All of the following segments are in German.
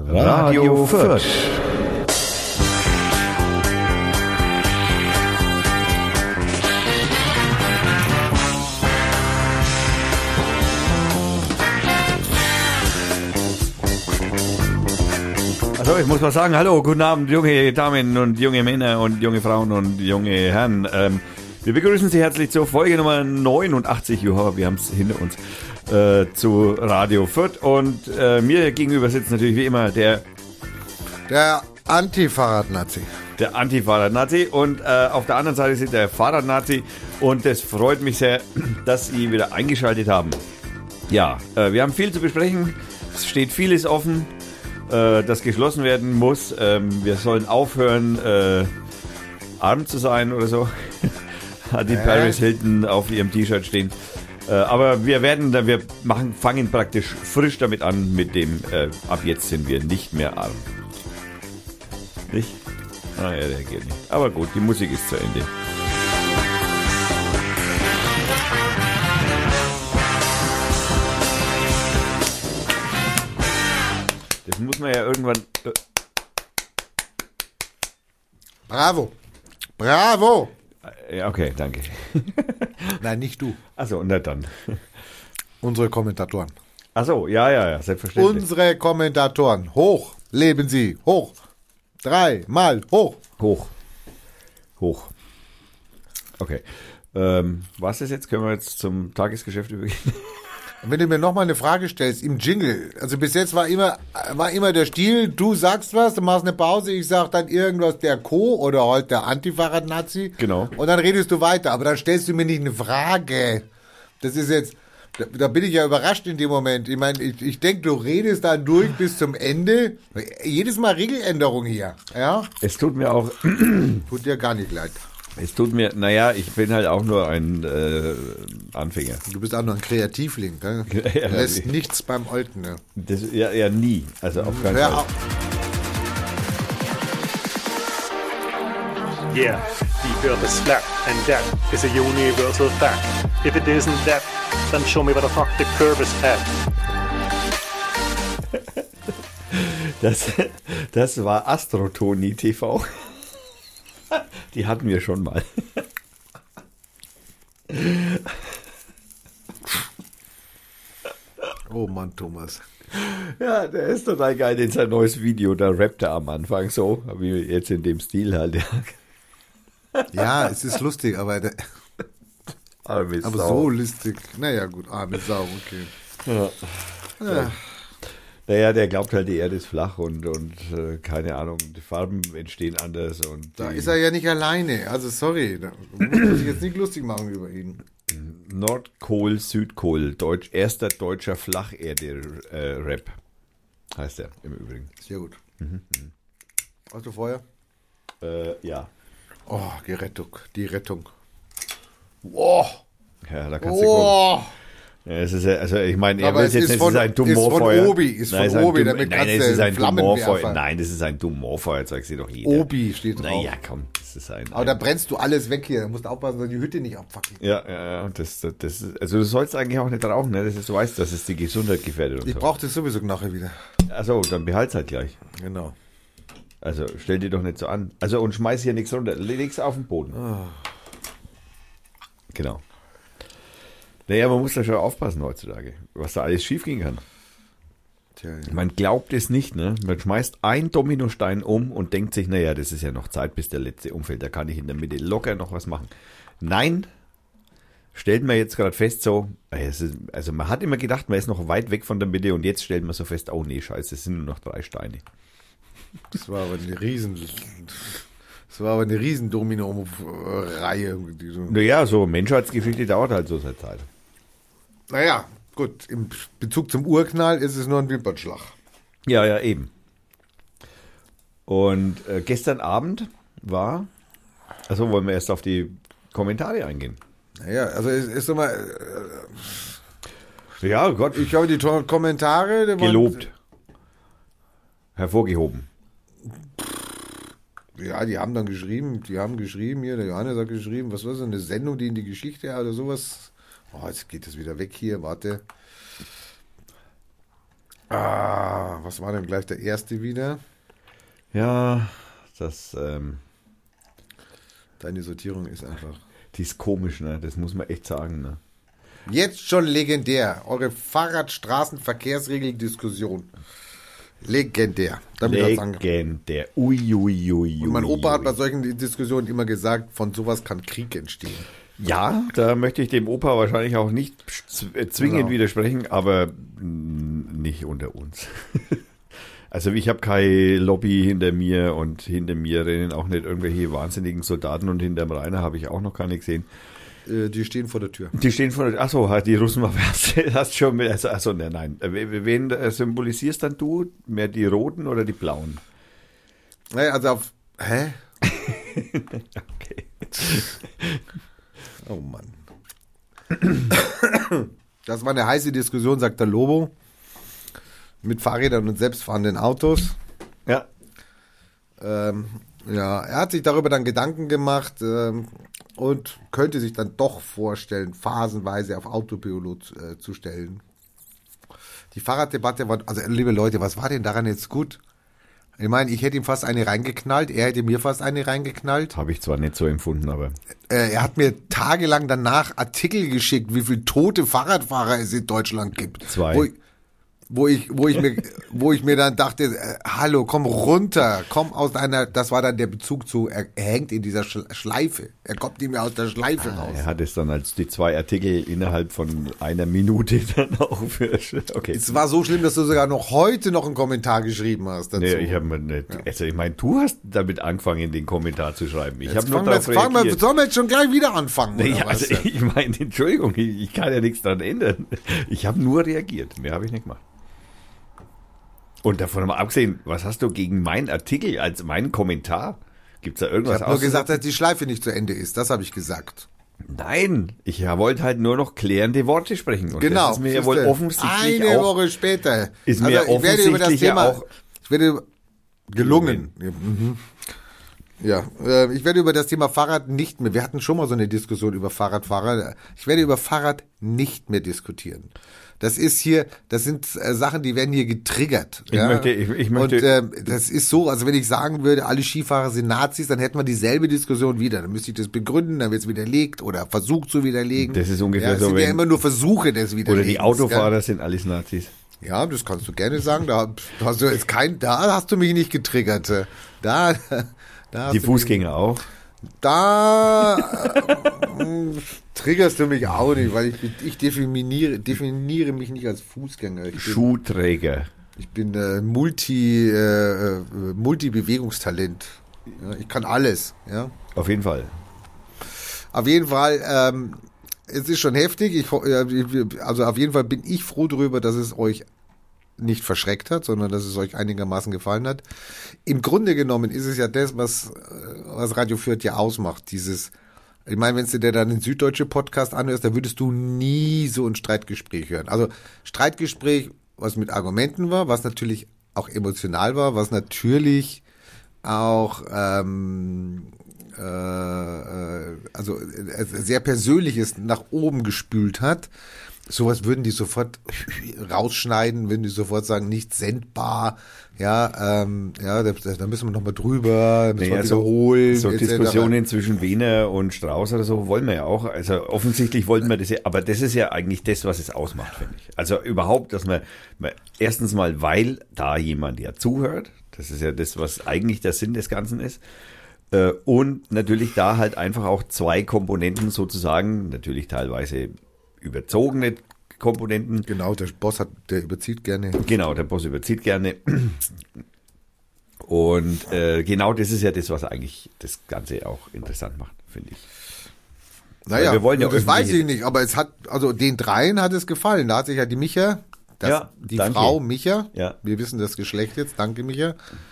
Radio Fürth. Also ich muss mal sagen, hallo, guten Abend, junge Damen und junge Männer und junge Frauen und junge Herren. Wir begrüßen Sie herzlich zur Folge Nummer 89, wir haben es hinter uns, zu Radio Fürth. Und mir gegenüber sitzt natürlich wie immer der Anti-Fahrrad-Nazi. Der Anti-Fahrrad-Nazi. Und auf der anderen Seite sitzt der Fahrrad-Nazi. Und es freut mich sehr, dass Sie wieder eingeschaltet haben. Ja, wir haben viel zu besprechen. Es steht vieles offen, das geschlossen werden muss. Wir sollen aufhören, arm zu sein oder so. Hat die Paris Hilton auf ihrem T-Shirt stehen. Aber wir fangen praktisch frisch damit an mit dem, ab jetzt sind wir nicht mehr arm. Nicht? Ah ja, der geht nicht. Aber gut, die Musik ist zu Ende. Das muss man ja irgendwann... Bravo! Bravo! Ja, okay, danke. Nein, nicht du. Achso, na dann. Unsere Kommentatoren. Achso, ja, selbstverständlich. Unsere Kommentatoren. Hoch, leben sie. Hoch. 3-mal hoch. Hoch. Okay. Was ist jetzt? Können wir jetzt zum Tagesgeschäft übergehen? Wenn du mir nochmal eine Frage stellst, im Jingle, also bis jetzt war immer der Stil, du sagst was, du machst eine Pause, ich sag dann irgendwas, der oder halt der Anti-Fahrrad-Nazi. Genau. Und dann redest du weiter, aber dann stellst du mir nicht eine Frage. Das ist jetzt, da bin ich ja überrascht in dem Moment. Ich meine, ich denke, du redest dann durch bis zum Ende. Jedes Mal Regeländerung hier, ja? Es tut mir auch... Tut dir gar nicht leid. Es tut mir, ich bin halt auch nur ein Anfänger. Du bist auch nur ein Kreativling, gell? Ja, lässt nichts beim Alten, ne? Das, ja, nie. Also auf keinen Fall. Yeah, the earth is flat and that is a universal fact. If it isn't that, then show me where the fuck the curve is at. Das war Astrotoni TV. Die hatten wir schon mal. Oh Mann, Thomas. Ja, der ist total geil in sein neues Video. Da rappt er am Anfang so, wie jetzt in dem Stil halt. Ja, es ist lustig, aber aber so lustig. Naja, gut, arme Sau, okay. Ja. Naja, der glaubt halt, die Erde ist flach und keine Ahnung, die Farben entstehen anders. Und da ist er ja nicht alleine, also sorry, da muss man sich jetzt nicht lustig machen über ihn. Nordkohl, Südkohl, erster deutscher Flacherde-Rap, heißt er im Übrigen. Sehr gut. Hast du Feuer? Ja. Oh, die Rettung. Oh. Ja, da kannst du gucken. Ja, es ist ja, also ich meine, er will jetzt nicht, es ist ein Tumorfeuer. Ist von Obi, damit kannst du es ist ein Flammenwerfer. Tumorfeuer. Nein, das ist ein Tumorfeuerzeug, sieht doch jeder. Obi steht drauf. Naja, komm, das ist ein... Aber da brennst du alles weg hier, da musst du aufpassen, dass die Hütte nicht abfackelt. Ja, das ist, also du sollst eigentlich auch nicht rauchen, ne? Das ist, du weißt, dass es die Gesundheit gefährdet und ich so. brauche das sowieso nachher wieder. Achso, dann behalt's halt gleich. Genau. Also stell dir doch nicht so an. Also und schmeiß hier nichts runter, leg's auf den Boden. Oh. Genau. Naja, man muss da schon aufpassen heutzutage, was da alles schief gehen kann. Tja, ja. Man glaubt es nicht, ne? Man schmeißt einen Dominostein um und denkt sich, naja, das ist ja noch Zeit, bis der letzte umfällt, da kann ich in der Mitte locker noch was machen. Nein, stellt man jetzt gerade fest so, also man hat immer gedacht, man ist noch weit weg von der Mitte und jetzt stellt man so fest, oh nee, scheiße, es sind nur noch 3 Steine. Das war aber eine riesen Domino-Reihe. Naja, so Menschheitsgeschichte dauert halt so seine Zeit. Naja, gut, im Bezug zum Urknall ist es nur ein Wimpernschlag. Ja, eben. Und gestern Abend war, also wollen wir erst auf die Kommentare eingehen. Naja, also es ist immer... ja, Gott. Ich habe die Kommentare... Gelobt. Hervorgehoben. Ja, die haben geschrieben, hier, der Johannes hat geschrieben, was war das, eine Sendung, die in die Geschichte oder sowas. Oh, jetzt geht das wieder weg hier, warte. Was war denn gleich der erste wieder? Ja, Deine Sortierung ist einfach... die ist komisch, ne? Das muss man echt sagen, ne? Jetzt schon legendär. Eure Fahrradstraßenverkehrsregeldiskussion. Legendär. Damit hat's angefangen. Legendär. Ui. Und mein Opa hat bei solchen Diskussionen immer gesagt, von sowas kann Krieg entstehen. Ja, da möchte ich dem Opa wahrscheinlich auch nicht zwingend Genau. widersprechen, aber nicht unter uns. Also ich habe keine Lobby hinter mir und hinter mir rennen auch nicht irgendwelche wahnsinnigen Soldaten und hinterm Rainer habe ich auch noch keine gesehen. Die stehen vor der Tür. Die stehen vor der, achso, die Russenwaffe hast schon mit, also nein. Wen symbolisierst dann du? Mehr die roten oder die blauen? Naja, also auf... Hä? Okay. Oh Mann. Das war eine heiße Diskussion, sagt der Lobo. Mit Fahrrädern und selbstfahrenden Autos. Ja. Ja, er hat sich darüber dann Gedanken gemacht und könnte sich dann doch vorstellen, phasenweise auf Autopilot zu stellen. Die Fahrraddebatte war, also liebe Leute, was war denn daran jetzt gut? Ich meine, ich hätte ihm fast eine reingeknallt, er hätte mir fast eine reingeknallt. Habe ich zwar nicht so empfunden, aber... Er hat mir tagelang danach Artikel geschickt, wie viele tote Fahrradfahrer es in Deutschland gibt. 2. Wo ich mir dann dachte, hallo, komm runter, komm aus deiner, das war dann der Bezug zu, er hängt in dieser Schleife, er kommt nicht mehr aus der Schleife raus. Er hat es dann als die 2 Artikel innerhalb von einer Minute dann auch für... Okay. Es war so schlimm, dass du sogar noch heute noch einen Kommentar geschrieben hast dazu. Nee, ich habe mir nicht... Ja. Also ich meine, du hast damit angefangen, den Kommentar zu schreiben. Ich habe nur darauf reagiert. Sollen wir jetzt schon gleich wieder anfangen? Nee, oder also ich meine, Entschuldigung, ich kann ja nichts daran ändern. Ich habe nur reagiert, mehr habe ich nicht gemacht. Und davon mal abgesehen, was hast du gegen meinen Artikel als meinen Kommentar? Gibt's da irgendwas Ich habe nur gesagt, dass die Schleife nicht zu Ende ist. Das habe ich gesagt. Nein, ich wollte halt nur noch klärende Worte sprechen. Und genau. Das ist mir ja wohl offensichtlich eine auch... Woche später. Ist mir also, ich werde über das Thema... auch... Ich werde... Gelungen. Ja, ich werde über das Thema Fahrrad nicht mehr... Wir hatten schon mal so eine Diskussion über Fahrradfahrer. Ich werde über Fahrrad nicht mehr diskutieren. Das sind Sachen, die werden hier getriggert. Ich möchte. Und das ist so, also wenn ich sagen würde, alle Skifahrer sind Nazis, dann hätten wir dieselbe Diskussion wieder. Dann müsste ich das begründen, dann wird es widerlegt oder versucht zu widerlegen. Das ist ungefähr so, sind ja immer nur Versuche des Widerlegens. Oder die Autofahrer sind alles Nazis. Ja, das kannst du gerne sagen. Da hast du jetzt da hast du mich nicht getriggert. Da hast die Fußgänger auch. Da triggerst du mich auch nicht, weil ich definiere mich nicht als Fußgänger. Schuhträger. Ich bin Multi-Bewegungstalent. Ja, ich kann alles. Ja. Auf jeden Fall. Auf jeden Fall, es ist schon heftig. Also auf jeden Fall bin ich froh darüber, dass es euch nicht verschreckt hat, sondern dass es euch einigermaßen gefallen hat. Im Grunde genommen ist es ja das, was Radio Fürth ja ausmacht. Ich meine, wenn du dir dann den Süddeutsche Podcast anhörst, da würdest du nie so ein Streitgespräch hören. Also Streitgespräch, was mit Argumenten war, was natürlich auch emotional war, was natürlich auch sehr Persönliches nach oben gespült hat. Sowas würden die sofort rausschneiden, würden die sofort sagen, nicht sendbar, da müssen wir nochmal drüber, müssen wir wiederholen. So Diskussionen zwischen Wehner und Strauß oder so wollen wir ja auch. Also offensichtlich wollten wir das ja, aber das ist ja eigentlich das, was es ausmacht, finde ich. Also überhaupt, dass man erstens mal, weil da jemand ja zuhört, das ist ja das, was eigentlich der Sinn des Ganzen ist. Und natürlich da halt einfach auch 2 Komponenten sozusagen, natürlich teilweise überzogene Komponenten. Genau, der Boss der überzieht gerne. Genau, der Boss überzieht gerne. Und genau das ist ja das, was eigentlich das Ganze auch interessant macht, finde ich. Naja, wir wollen ja das weiß ich nicht, aber den 3 hat es gefallen. Da hat sich ja die Micha, die danke. Frau Micha, wir wissen das Geschlecht jetzt, danke Micha,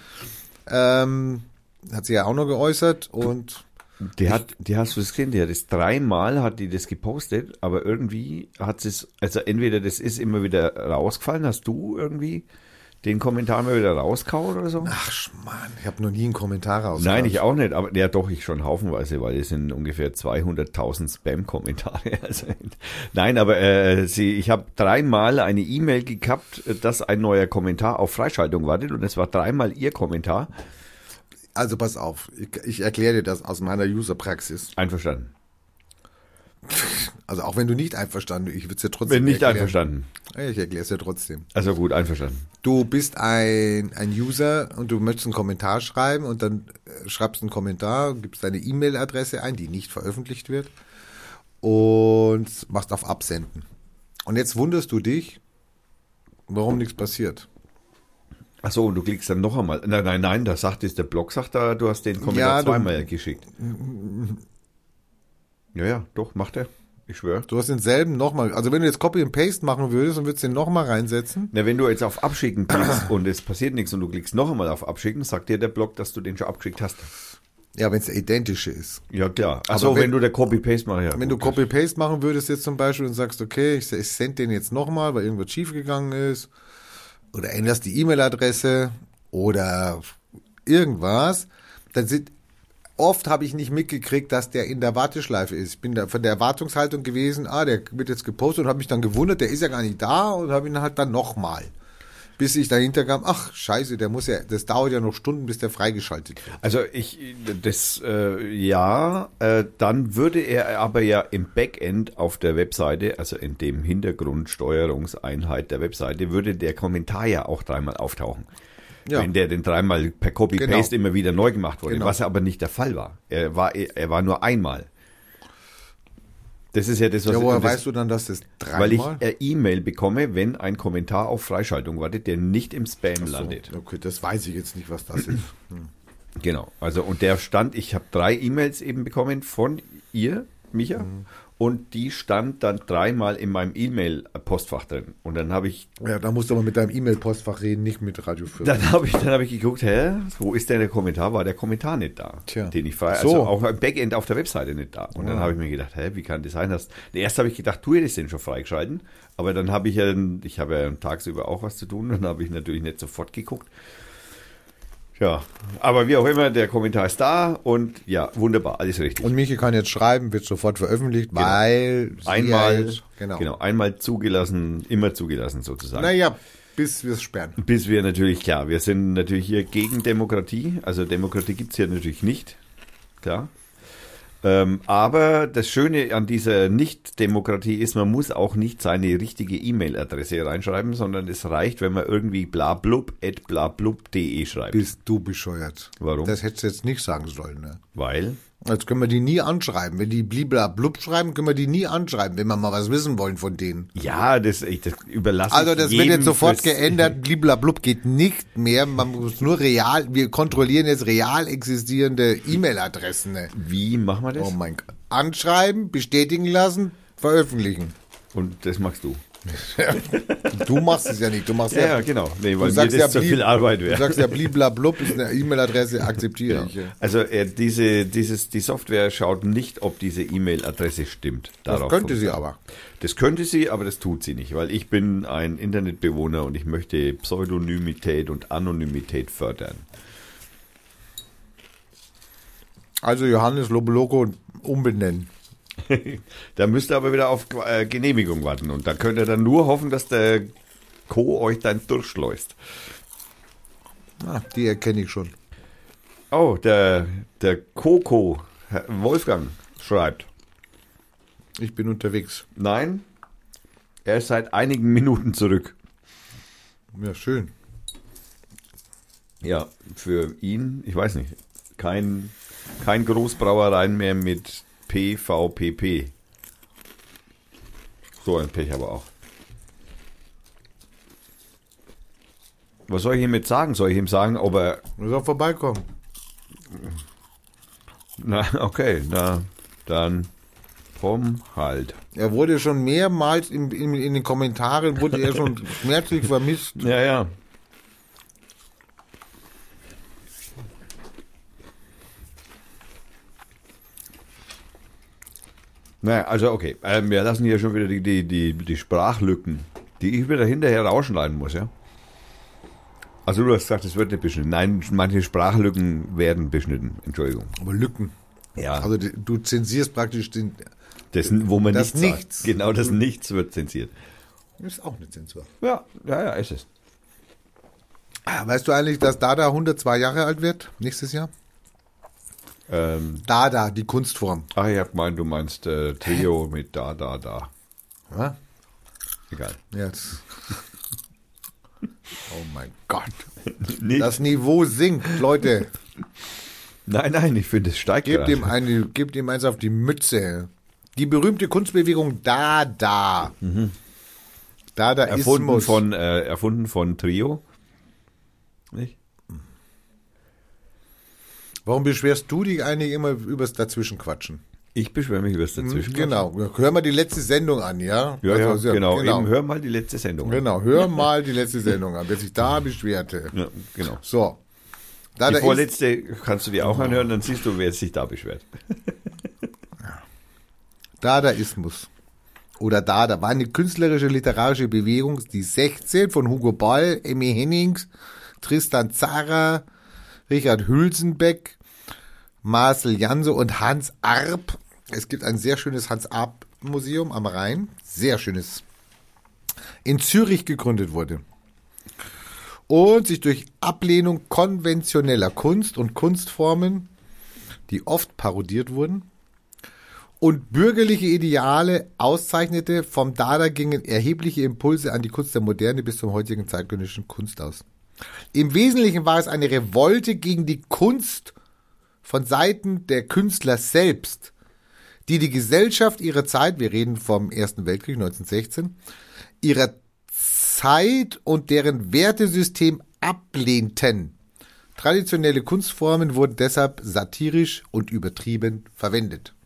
hat sie ja auch noch geäußert und hast du das gesehen, die hat das 3-mal hat die das gepostet, aber irgendwie hat es, also entweder das ist immer wieder rausgefallen, hast du irgendwie den Kommentar mal wieder rauskauen oder so? Ach Mann, ich habe noch nie einen Kommentar raus. Nein, ich auch nicht, aber ja doch, ich schon haufenweise, weil es sind ungefähr 200.000 Spam-Kommentare. Also, nein, aber ich habe dreimal eine E-Mail gehabt, dass ein neuer Kommentar auf Freischaltung wartet und es war dreimal Ihr Kommentar. Also pass auf, ich erkläre dir das aus meiner User-Praxis. Einverstanden. Also auch wenn du nicht einverstanden bist, ich würde es dir trotzdem Bin nicht erklären. einverstanden. Ja, ich erkläre es dir trotzdem. Also gut, einverstanden. Du bist ein User und du möchtest einen Kommentar schreiben und dann schreibst einen Kommentar, gibst deine E-Mail-Adresse ein, die nicht veröffentlicht wird und machst auf Absenden. Und jetzt wunderst du dich, warum nichts passiert. Ach so, und du klickst dann noch einmal. Nein, da sagt es, der Blog sagt da, du hast den Kommentar Ja, zweimal geschickt. Ja, doch, macht er. Ich schwöre. Du hast denselben nochmal, also wenn du jetzt Copy and Paste machen würdest und würdest den nochmal reinsetzen. Na, wenn du jetzt auf Abschicken klickst und es passiert nichts und du klickst noch einmal auf Abschicken, sagt dir der Blog, dass du den schon abgeschickt hast. Ja, wenn es der identische ist. Ja, klar. Achso, Aber wenn du der Copy-Paste machst, ja. Wenn du Copy-Paste machen würdest jetzt zum Beispiel und sagst, okay, ich sende den jetzt nochmal, weil irgendwas schiefgegangen ist, oder änderst die E-Mail-Adresse oder irgendwas, dann oft habe ich nicht mitgekriegt, dass der in der Warteschleife ist. Ich bin da von der Erwartungshaltung gewesen, der wird jetzt gepostet und habe mich dann gewundert, der ist ja gar nicht da und habe ihn halt dann nochmal. Bis ich dahinter kam, ach scheiße, das dauert ja noch Stunden, bis der freigeschaltet wird. Also dann würde er aber ja im Backend auf der Webseite, also in dem Hintergrundsteuerungseinheit der Webseite, würde der Kommentar ja auch dreimal auftauchen. Ja. Wenn der denn dreimal per Copy-Paste immer wieder neu gemacht wurde, was aber nicht der Fall war. Er war nur einmal. Das ist ja das, was woher weißt du dann, dass das dreimal? Weil ich E-Mail bekomme, wenn ein Kommentar auf Freischaltung wartet, der nicht im Spam landet. Okay, das weiß ich jetzt nicht, was das ist. Genau, also und der stand, ich habe 3 E-Mails eben bekommen von ihr, Micha, und die stand dann dreimal in meinem E-Mail-Postfach drin. Und dann habe ich... Ja, da musst du aber mit deinem E-Mail-Postfach reden, nicht mit Radio 4. Dann habe ich geguckt, wo ist denn der Kommentar? War der Kommentar nicht da? Tja. Den ich frei, also auch im Backend auf der Webseite nicht da. Und dann habe ich mir gedacht, wie kann das sein? Erst habe ich gedacht, du hättest den schon freigeschalten. Aber dann habe ich habe ja tagsüber auch was zu tun. Dann habe ich natürlich nicht sofort geguckt. Ja, aber wie auch immer, der Kommentar ist da und ja, wunderbar, alles richtig. Und Michi kann jetzt schreiben, wird sofort veröffentlicht, Genau. Weil einmal zugelassen, immer zugelassen sozusagen. Naja, bis wir es sperren. Bis wir natürlich, klar, wir sind natürlich hier gegen Demokratie, also Demokratie gibt's hier natürlich nicht, klar. Aber das Schöne an dieser Nicht-Demokratie ist, man muss auch nicht seine richtige E-Mail-Adresse reinschreiben, sondern es reicht, wenn man irgendwie blablub@blablub.de schreibt. Bist du bescheuert? Warum? Das hättest du jetzt nicht sagen sollen, ne? Weil? Jetzt können wir die nie anschreiben. Wenn die bliblablub schreiben, können wir die nie anschreiben, wenn wir mal was wissen wollen von denen. Ja, das überlasse ich Also das wird jetzt sofort geändert. Bliblablub geht nicht mehr. Man muss nur wir kontrollieren jetzt real existierende E-Mail-Adressen. Ne? Wie machen wir das? Oh mein Gott. Anschreiben, bestätigen lassen, veröffentlichen. Und das machst du. Du machst es ja nicht. Du machst ja, genau. Nee, weil mir das zu viel Arbeit wäre. Du sagst ja bliblablub ist eine E-Mail-Adresse, akzeptiere ich. Ja. Also die Software schaut nicht, ob diese E-Mail-Adresse stimmt. Das könnte sie aber. Das könnte sie, aber das tut sie nicht, weil ich bin ein Internetbewohner und ich möchte Pseudonymität und Anonymität fördern. Also Johannes Loboloko umbenennen. Da müsst ihr aber wieder auf Genehmigung warten und da könnt ihr dann nur hoffen, dass der Co. euch dann durchschleust. Die erkenne ich schon. Oh, der Coco, Wolfgang, schreibt. Ich bin unterwegs. Nein, er ist seit einigen Minuten zurück. Ja, schön. Ja, für ihn, ich weiß nicht, kein Großbrauereien mehr mit PVPP. So ein Pech aber auch. Was soll ich ihm jetzt sagen? Soll ich ihm sagen, ob er... Er soll vorbeikommen. Na, okay, dann komm halt. Er wurde schon mehrmals in den Kommentaren, wurde er schon schmerzlich vermisst. Ja. Naja, also okay. Wir lassen hier schon wieder die Sprachlücken, die ich wieder hinterher rausschneiden muss, ja. Also du hast gesagt, es wird nicht beschnitten. Nein, manche Sprachlücken werden beschnitten. Entschuldigung. Aber Lücken. Ja, Also du zensierst praktisch das, wo man das nichts Nichts. sagt. Genau, das Nichts wird zensiert. Das ist auch eine Zensur. Ja, ist es. Weißt du eigentlich, dass Dada 102 Jahre alt wird nächstes Jahr? Dada, die Kunstform. Ach, ich hab gemeint, du meinst Trio mit da. Ja? Egal. Jetzt. Oh mein Gott. Nicht. Das Niveau sinkt, Leute. Nein, ich finde, es steigt Gebt gerade. ihm eins auf die Mütze. Die berühmte Kunstbewegung Dada. Dadaismus. Erfunden von Trio. Nicht? Warum beschwerst du dich eigentlich immer übers Dazwischenquatschen? Ich beschwere mich über das Dazwischen. Genau. Hör mal die letzte Sendung an, ja? Ja, genau. Eben, hör mal die letzte Sendung an. Genau, hör mal die letzte Sendung an, wer sich da beschwerte. Ja, genau. So. Die vorletzte kannst du dir auch anhören, dann siehst du, wer sich da beschwert. Dadaismus oder Dada war eine künstlerische literarische Bewegung, die 16 von Hugo Ball, Emmy Hennings, Tristan Tzara, Richard Hülsenbeck, Marcel Janso und Hans Arp. Es gibt ein sehr schönes Hans Arp Museum am Rhein, sehr schönes, in Zürich gegründet wurde. Und sich durch Ablehnung konventioneller Kunst und Kunstformen, die oft parodiert wurden, und bürgerliche Ideale auszeichnete. Vom Dada gingen erhebliche Impulse an die Kunst der Moderne bis zum heutigen zeitgenössischen Kunst aus. Im Wesentlichen war es eine Revolte gegen die Kunst von Seiten der Künstler selbst, die die Gesellschaft ihrer Zeit, wir reden vom Ersten Weltkrieg 1916, ihrer Zeit und deren Wertesystem ablehnten. Traditionelle Kunstformen wurden deshalb satirisch und übertrieben verwendet.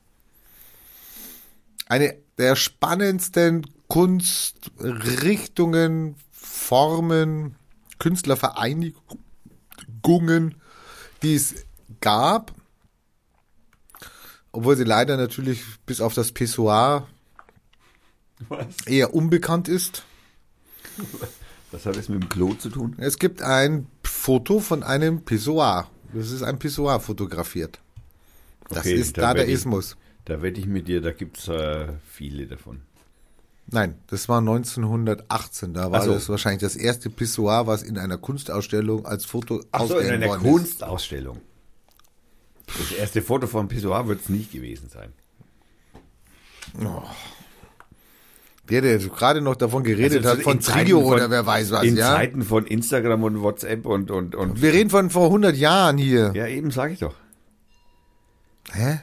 Eine der spannendsten Kunstrichtungen, Formen, Künstlervereinigungen, die es gab, obwohl sie leider natürlich bis auf das Pissoir eher unbekannt ist. Was hat das mit dem Klo zu tun? Es gibt ein Foto von einem Pissoir. Das ist ein Pissoir fotografiert. Das Okay, ist da Dadaismus. Da wette ich mit dir, da gibt es viele davon. Nein, das war 1918. Da war Ach so. das wahrscheinlich das erste Pissoir, was in einer Kunstausstellung als Foto Ach so, in ausgehängt einer worden ist. Kunstausstellung. Das erste Foto von Pissoir wird es nicht gewesen sein. Der jetzt gerade noch davon geredet Also hat, von in Zeiten Trio von- oder wer weiß was, In ja? Zeiten von Instagram und WhatsApp und Wir reden von vor 100 Jahren hier. ja, eben sage ich doch. Hä?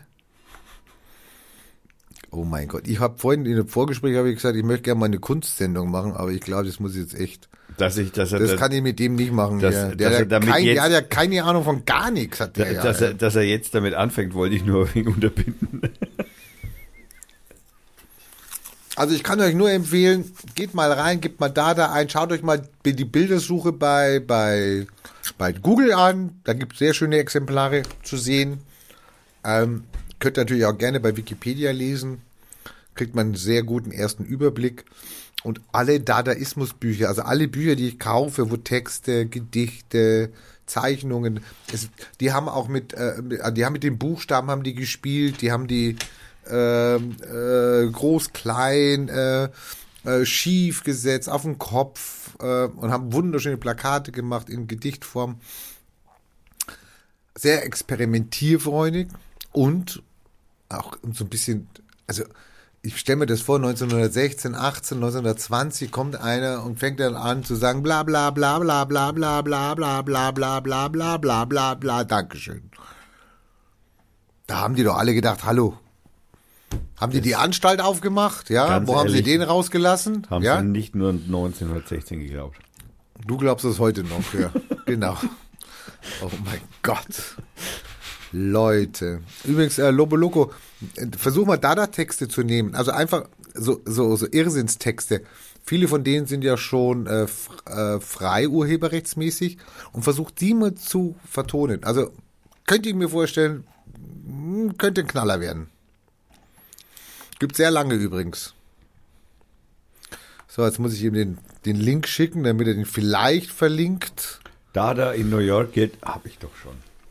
Oh mein Gott. Ich habe vorhin in dem Vorgespräch habe ich gesagt, ich möchte gerne mal eine Kunstsendung machen, aber ich glaube, das muss ich jetzt echt. Dass er Das kann ich mit dem nicht machen. dass- der, dass der, er hat damit der jetzt- hat ja keine Ahnung von gar nichts, hat der ja. dass er jetzt damit anfängt, wollte ich nur wegen unterbinden. Also ich kann euch nur empfehlen, geht mal rein, gebt mal Dada ein, schaut euch mal die Bildersuche bei Google an, da gibt es sehr schöne Exemplare zu sehen. Könnt ihr natürlich auch gerne bei Wikipedia lesen, kriegt man einen sehr guten ersten Überblick. Und alle Dadaismus-Bücher, also alle Bücher, die ich kaufe, wo Texte, Gedichte, Zeichnungen, die haben auch mit den Buchstaben haben die gespielt, die haben die groß, klein, schief gesetzt, auf den Kopf und haben wunderschöne Plakate gemacht in Gedichtform. Sehr experimentierfreudig und auch so ein bisschen, also ich stelle mir das vor, 1916, 18, 1920 kommt einer und fängt dann an zu sagen bla bla bla bla bla bla bla bla bla bla bla bla bla bla bla, Dankeschön. Da haben die doch alle gedacht, hallo. Haben die Anstalt aufgemacht? Ja, Ganz wo haben sie ehrlich, den rausgelassen? Haben Ja, sie nicht nur 1916 geglaubt. du glaubst es heute noch, ja. Genau. Oh mein Gott. Leute. Übrigens, Lobo Loco, versuch mal Dada-Texte zu nehmen. Also einfach so Irrsinnstexte. Viele von denen sind ja schon frei urheberrechtsmäßig und versucht die mal zu vertonen. Also könnte ich mir vorstellen, könnte ein Knaller werden. Gibt sehr lange übrigens. So, jetzt muss ich ihm den Link schicken, damit er den vielleicht verlinkt. Dada in New York geht, habe ich doch schon.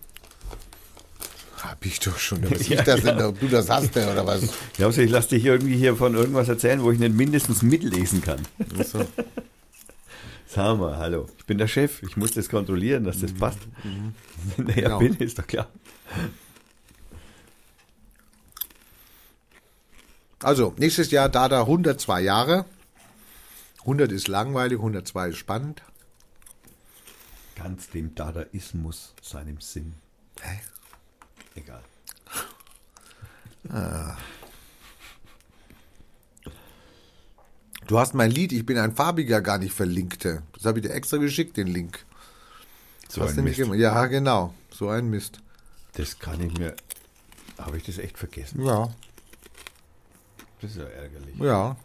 Hab ich doch schon. Was ist das denn, ob du das hast, oder was? Glaubst du, ich lasse dich irgendwie hier von irgendwas erzählen, wo ich nicht mindestens mitlesen kann? So. Sag mal, hallo. Ich bin der Chef. Ich muss das kontrollieren, dass das passt. Naja, Genau. bin, ist doch klar. Also, nächstes Jahr Dada 102 Jahre. 100 ist langweilig, 102 ist spannend. Ganz dem Dadaismus seinem Sinn. Hä? Egal. Du hast mein Lied, ich bin ein Farbiger, gar nicht verlinkt. Das habe ich dir extra geschickt, den Link. So Hast du ein nicht Mist. gemacht? Ja, genau. So ein Mist. Das kann ich mir... Habe ich das echt vergessen? Ja, Das ist ja ärgerlich. ja.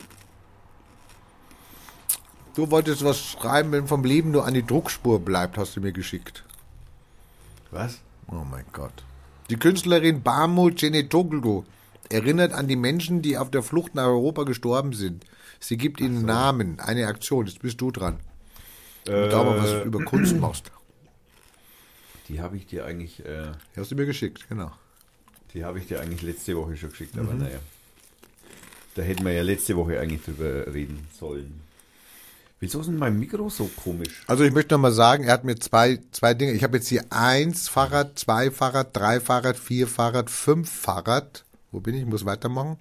Du wolltest was schreiben, wenn vom Leben nur an die Druckspur bleibt, hast du mir geschickt. Was? Oh mein Gott. Die Künstlerin Banu Cenetoglu erinnert an die Menschen, die auf der Flucht nach Europa gestorben sind. Sie gibt ihnen Namen, eine Aktion. Jetzt bist du dran. Und da mal was über Kunst machst. Die habe ich dir eigentlich... Die hast du mir geschickt, genau. Die habe ich dir eigentlich letzte Woche schon geschickt, aber naja. Da hätten wir ja letzte Woche eigentlich drüber reden sollen. Wieso ist denn mein Mikro so komisch? Also ich möchte noch mal sagen, er hat mir zwei Dinge. Ich habe jetzt hier 1 Fahrrad, 2 Fahrrad, 3 Fahrrad, 4 Fahrrad, 5 Fahrrad. Wo bin ich? Muss weitermachen.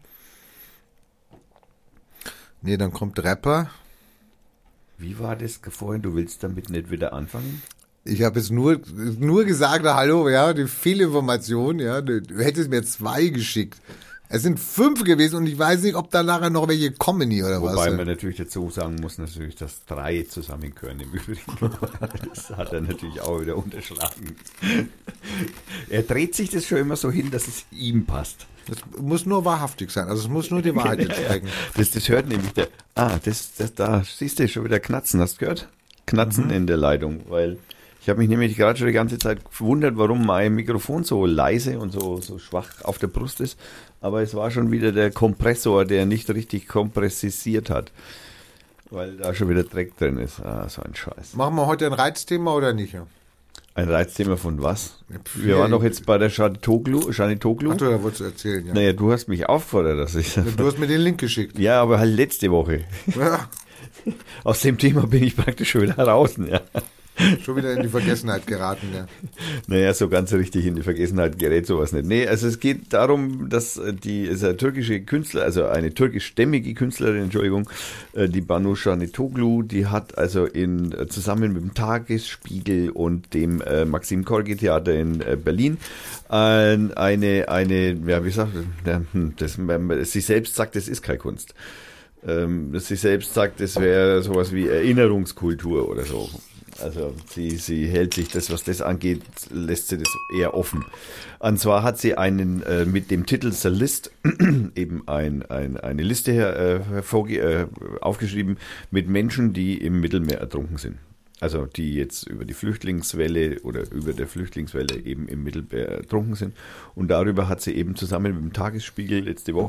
Nee, dann kommt Rapper. Wie war das vorhin? Du willst damit nicht wieder anfangen? Ich habe jetzt nur gesagt, hallo, ja, die Fehlinformation, ja, du hättest mir 2 geschickt. Es sind 5 gewesen und ich weiß nicht, ob da nachher noch welche kommen hier oder was. Wobei man natürlich dazu sagen muss, natürlich, dass 3 zusammengehören im Übrigen. Das hat er natürlich auch wieder unterschlagen. Er dreht sich das schon immer so hin, dass es ihm passt. Das muss nur wahrhaftig sein, also es muss nur die Wahrheit entsprechen. Das hört nämlich der... da siehst du schon wieder Knatzen, hast du gehört? Knatzen in der Leitung, weil... Ich habe mich nämlich gerade schon die ganze Zeit gewundert, warum mein Mikrofon so leise und so schwach auf der Brust ist. Aber es war schon wieder der Kompressor, der nicht richtig kompressiert hat. Weil da schon wieder Dreck drin ist. So ein Scheiß. Machen wir heute ein Reizthema oder nicht? Ein Reizthema von was? Wir waren doch jetzt bei der Schanitoglu. Ach du, da wolltest du erzählen, ja. Naja, du hast mich aufgefordert, dass ich... Du hast mir den Link geschickt. Ja, aber halt letzte Woche. Ja, Aus dem Thema bin ich praktisch schon wieder draußen, ja. schon wieder in die Vergessenheit geraten, ja. Naja, so ganz richtig in die Vergessenheit gerät sowas nicht. Nee, also es geht darum, dass ist eine türkische Künstler, also eine türkischstämmige Künstlerin, Entschuldigung, die Banu Cenetoglu, die hat also zusammen mit dem Tagesspiegel und dem Maxim Gorki Theater in Berlin ja, wie sagt sie selbst sagt, das ist keine Kunst. Dass sie selbst sagt, das wäre sowas wie Erinnerungskultur oder so. Also sie hält sich das, was das angeht, lässt sie das eher offen. Und zwar hat sie mit dem Titel The List eben eine Liste aufgeschrieben mit Menschen, die im Mittelmeer ertrunken sind. Also die jetzt über die Flüchtlingswelle oder über der Flüchtlingswelle eben im Mittelmeer ertrunken sind. Und darüber hat sie eben zusammen mit dem Tagesspiegel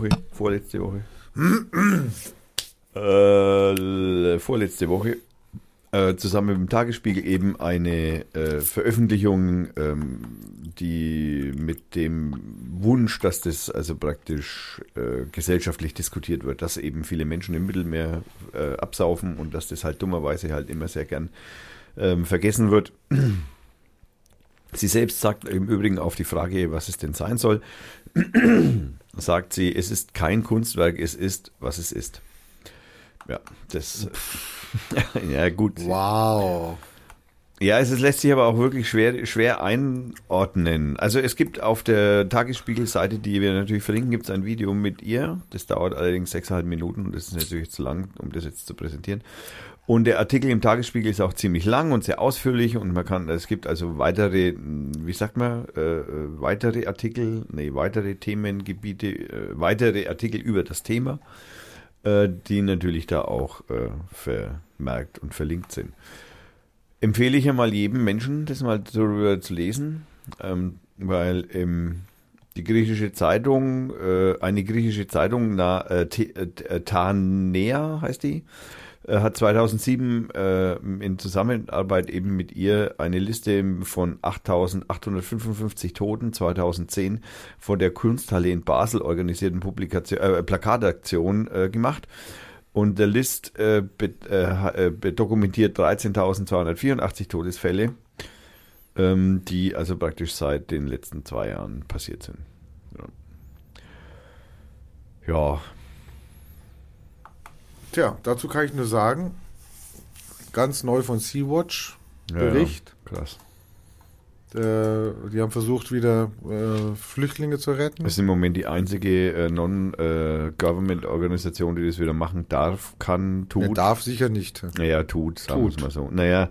vorletzte Woche zusammen mit dem Tagesspiegel eben eine Veröffentlichung, die mit dem Wunsch, dass das also praktisch gesellschaftlich diskutiert wird, dass eben viele Menschen im Mittelmeer absaufen und dass das halt dummerweise halt immer sehr gern vergessen wird. Sie selbst sagt im Übrigen auf die Frage, was es denn sein soll, sagt sie, es ist kein Kunstwerk, es ist, was es ist. Ja, das... Ja, gut. Wow. Ja, es lässt sich aber auch wirklich schwer einordnen. Also es gibt auf der Tagesspiegel-Seite, die wir natürlich verlinken, gibt es ein Video mit ihr. Das dauert allerdings 6,5 Minuten und das ist natürlich zu lang, um das jetzt zu präsentieren. Und der Artikel im Tagesspiegel ist auch ziemlich lang und sehr ausführlich und es gibt also weitere Themengebiete, weitere Artikel über das Thema, die natürlich da auch vermerkt und verlinkt sind. Empfehle ich ja mal jedem Menschen, das mal darüber zu lesen, weil eine griechische Zeitung, Tanea heißt die, hat 2007 in Zusammenarbeit eben mit ihr eine Liste von 8.855 Toten 2010 vor der Kunsthalle in Basel organisierten Plakataktion gemacht. Und der List dokumentiert 13.284 Todesfälle, die also praktisch seit den letzten 2 Jahren passiert sind. Ja. Tja, dazu kann ich nur sagen, ganz neu von Sea-Watch, Bericht. Ja, krass. Die haben versucht, wieder Flüchtlinge zu retten. Das ist im Moment die einzige Non-Government-Organisation, die das wieder machen darf, kann, tut. Er darf sicher nicht. Naja, tut, sagen wir es mal so. Naja,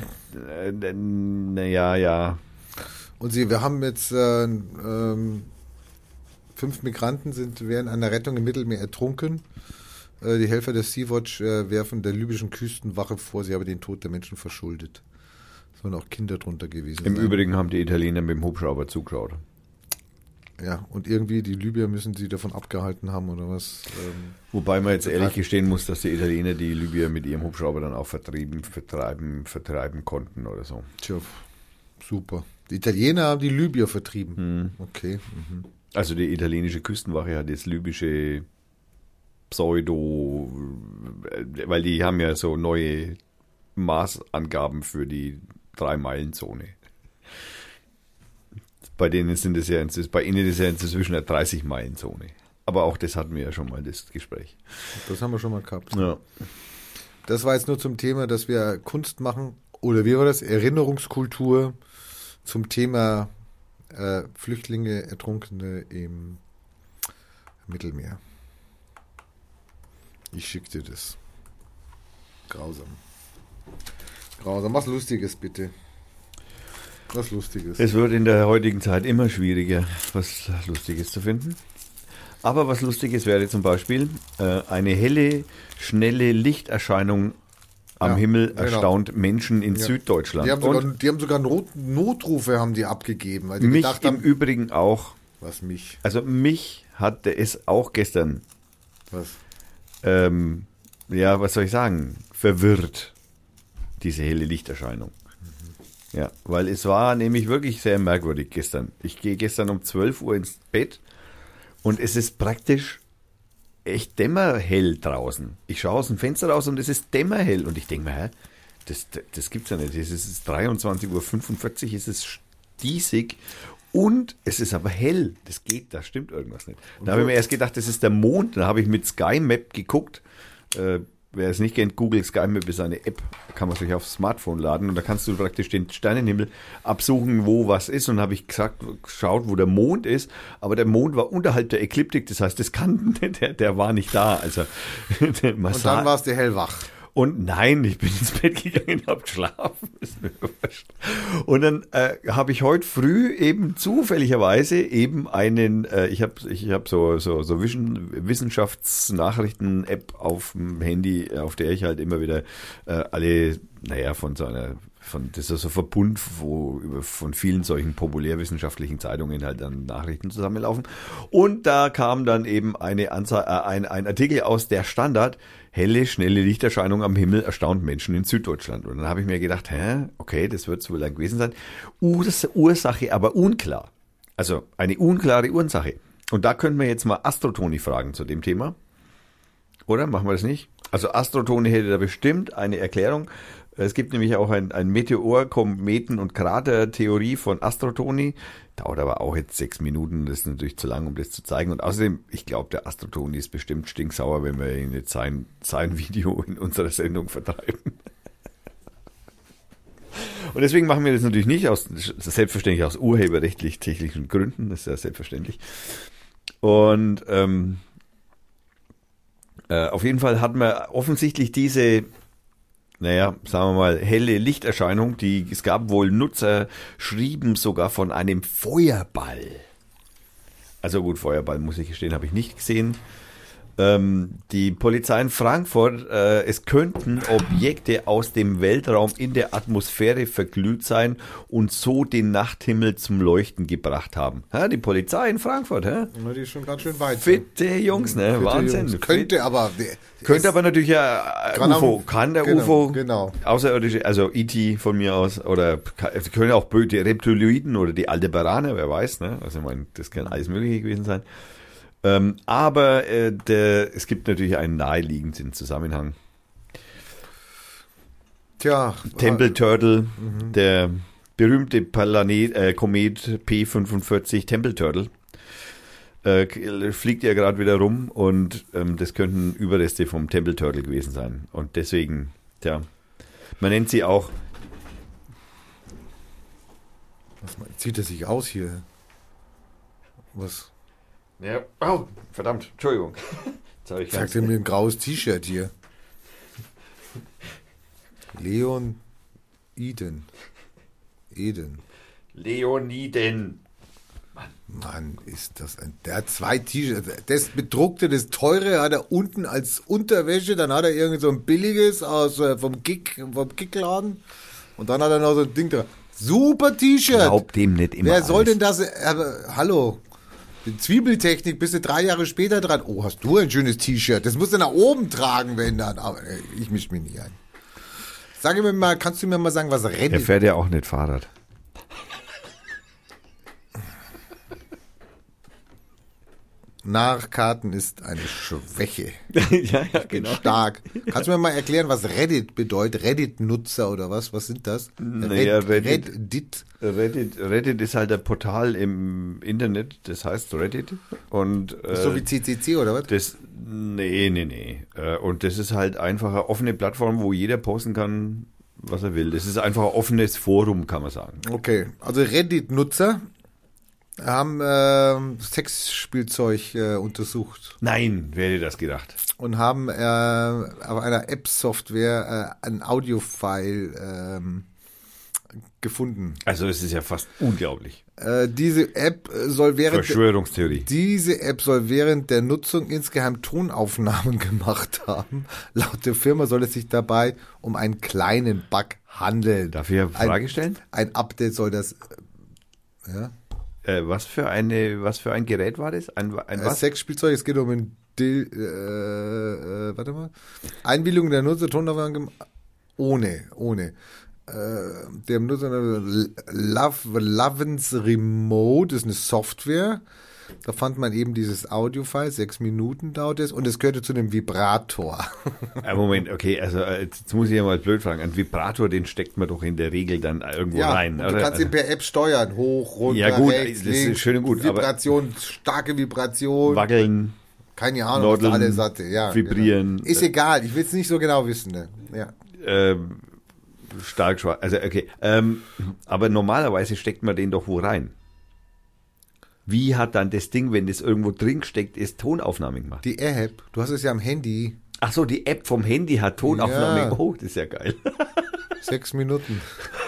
ja. Und wir haben jetzt 5 Migranten sind während einer Rettung im Mittelmeer ertrunken. Die Helfer der Sea-Watch werfen der libyschen Küstenwache vor, sie habe den Tod der Menschen verschuldet. Es sollen auch Kinder drunter gewesen Im sein. Übrigen haben die Italiener mit dem Hubschrauber zugeschaut. Ja, und irgendwie die Libyer müssen sie davon abgehalten haben oder was. Wobei man jetzt ehrlich gestehen muss, dass die Italiener die Libyer mit ihrem Hubschrauber dann auch vertreiben konnten oder so. Tja, super. Die Italiener haben die Libyer vertrieben. Okay. Mhm. Also die italienische Küstenwache hat jetzt libysche weil die haben ja so neue Maßangaben für die 3-Meilen-Zone. Bei ihnen ist es ja inzwischen eine 30-Meilen-Zone. Aber auch das hatten wir ja schon mal, das Gespräch. Das haben wir schon mal gehabt. Ja. Das war jetzt nur zum Thema, dass wir Kunst machen, oder wie war das? Erinnerungskultur zum Thema Flüchtlinge, Ertrunkene im Mittelmeer. Ich schicke dir das. Grausam. Was Lustiges, bitte. Was Lustiges. Es wird in der heutigen Zeit immer schwieriger, was Lustiges zu finden. Aber was Lustiges wäre zum Beispiel eine helle, schnelle Lichterscheinung am Himmel erstaunt Menschen in Süddeutschland. Die haben sogar Notrufe haben die abgegeben. Weil die mich gedacht haben, im Übrigen auch. Was mich? Also mich hatte es auch gestern, Was? was soll ich sagen, verwirrt, diese helle Lichterscheinung. Ja, weil es war nämlich wirklich sehr merkwürdig gestern. Ich gehe gestern um 12 Uhr ins Bett und es ist praktisch echt dämmerhell draußen. Ich schaue aus dem Fenster raus und es ist dämmerhell und ich denke mir, das gibt's ja nicht. Es ist 23:45 Uhr, es ist diesig und es ist aber hell. Da stimmt irgendwas nicht. Da habe ich mir erst gedacht, das ist der Mond. Da habe ich mit Sky Map geguckt. Wer es nicht kennt, Google Sky Map ist eine App, kann man sich aufs Smartphone laden und da kannst du praktisch den Sternenhimmel absuchen, wo was ist. Und dann habe ich geschaut, wo der Mond ist, aber der Mond war unterhalb der Ekliptik, das heißt, der war nicht da. Also, und dann warst du hellwach. Und nein, ich bin ins Bett gegangen, hab geschlafen, ist mir wurscht. Und dann habe ich heute früh eben zufälligerweise eben einen, ich hab so Wissenschaftsnachrichten-App auf dem Handy, auf der ich halt immer wieder das ist so ein Verbund, wo von vielen solchen populärwissenschaftlichen Zeitungen halt dann Nachrichten zusammenlaufen. Und da kam dann eben ein Artikel aus der Standard, helle, schnelle Lichterscheinung am Himmel erstaunt Menschen in Süddeutschland. Und dann habe ich mir gedacht, okay, das wird es wohl dann gewesen sein. Ursache aber unklar. Also eine unklare Ursache. Und da könnten wir jetzt mal Astrotoni fragen zu dem Thema. Oder? Machen wir das nicht? Also Astrotoni hätte da bestimmt eine Erklärung. Es gibt nämlich auch ein Meteor-, Kometen- und Krater-Theorie von Astrotoni. Dauert aber auch jetzt 6 Minuten. Das ist natürlich zu lang, um das zu zeigen. Und außerdem, ich glaube, der Astrotoni ist bestimmt stinksauer, wenn wir ihn jetzt sein Video in unserer Sendung vertreiben. Und deswegen machen wir das natürlich nicht selbstverständlich aus urheberrechtlich-technischen Gründen. Das ist ja selbstverständlich. Und auf jeden Fall hatten wir offensichtlich diese, sagen wir mal, helle Lichterscheinung, es gab wohl Nutzer, schrieben sogar von einem Feuerball. Also gut, Feuerball, muss ich gestehen, habe ich nicht gesehen. Die Polizei in Frankfurt, es könnten Objekte aus dem Weltraum in der Atmosphäre verglüht sein und so den Nachthimmel zum Leuchten gebracht haben. Ja, die Polizei in Frankfurt, hä? Na, die ist schon ganz schön weit. Fitte Jungs, ne? Fitte Wahnsinn. Jungs. Könnte aber natürlich ja UFO. Kann der UFO genau. außerirdische, also E.T. von mir aus, oder können auch die Reptiloiden oder die Aldebaraner, wer weiß, ne? Also ich meine, das kann alles Mögliche gewesen sein. Aber es gibt natürlich einen naheliegenden Zusammenhang. Tja. Temple Turtle, der berühmte Komet P45 Temple Turtle, fliegt ja gerade wieder rum und das könnten Überreste vom Temple Turtle gewesen sein. Und deswegen, man nennt sie auch. Was zieht er sich aus hier? Was? Ja, oh, verdammt, Entschuldigung. Sagt er mir ein graues T-Shirt hier. Leoniden. Leoniden. Mann, ist das der hat 2 T-Shirts. Das bedruckte, das teure hat er unten als Unterwäsche, dann hat er irgend so ein billiges vom Kickladen und dann hat er noch so ein Ding dran. Super T-Shirt. Glaubt dem nicht immer. Wer soll denn das? Hallo. Die Zwiebeltechnik bist du 3 Jahre später dran. Oh, hast du ein schönes T-Shirt. Das musst du nach oben tragen, wenn dann. Aber ich misch mich nicht ein. Sag mir mal, kannst du mir mal sagen, was Reddit... Er fährt ja auch nicht Fahrrad. Nachkarten ist eine Schwäche. Ja, genau. Stark. Kannst du mir mal erklären, was Reddit bedeutet? Reddit-Nutzer oder was? Was sind das? Naja, Reddit. Reddit ist halt ein Portal im Internet, das heißt Reddit. Und, so wie CCC oder was? Nee. Und das ist halt einfach eine offene Plattform, wo jeder posten kann, was er will. Das ist einfach ein offenes Forum, kann man sagen. Okay, also Reddit-Nutzer haben Sexspielzeug untersucht. Nein, wer hätte das gedacht? Und haben auf einer App-Software ein Audio-File gefunden. Also es ist ja fast unglaublich. Diese App soll Verschwörungstheorie. Diese App soll während der Nutzung insgeheim Tonaufnahmen gemacht haben. Laut der Firma soll es sich dabei um einen kleinen Bug handeln. Darf ich eine Frage stellen? Ein Update soll das... Ja. Was für ein Gerät war das? Ein was? Sexspielzeug, es geht um ein Einwilligung der Nutzer, Tonaufnahmen ohne. Dem Nutzer Lovens Remote ist eine Software. Da fand man eben dieses Audio-File, 6 Minuten dauert es, und es gehörte zu einem Vibrator. Moment, okay, also jetzt muss ich ja mal blöd fragen. Ein Vibrator, den steckt man doch in der Regel dann irgendwo rein. Du kannst ihn per App steuern, hoch, runter, ja, gut, rechts, das links, ist schön und gut. Vibration, starke Vibration. Wackeln. Keine Ahnung, was alles hatte. Ja, vibrieren. Genau. Ist egal, ich will es nicht so genau wissen. Ne? Ja. Stark schwach. Also okay. Aber normalerweise steckt man den doch wo rein. Wie hat dann das Ding, wenn das irgendwo drin steckt, ist Tonaufnahmen gemacht? Die App, du hast es ja am Handy. Ach so, die App vom Handy hat Tonaufnahmen. Ja. Oh, das ist ja geil. 6 Minuten.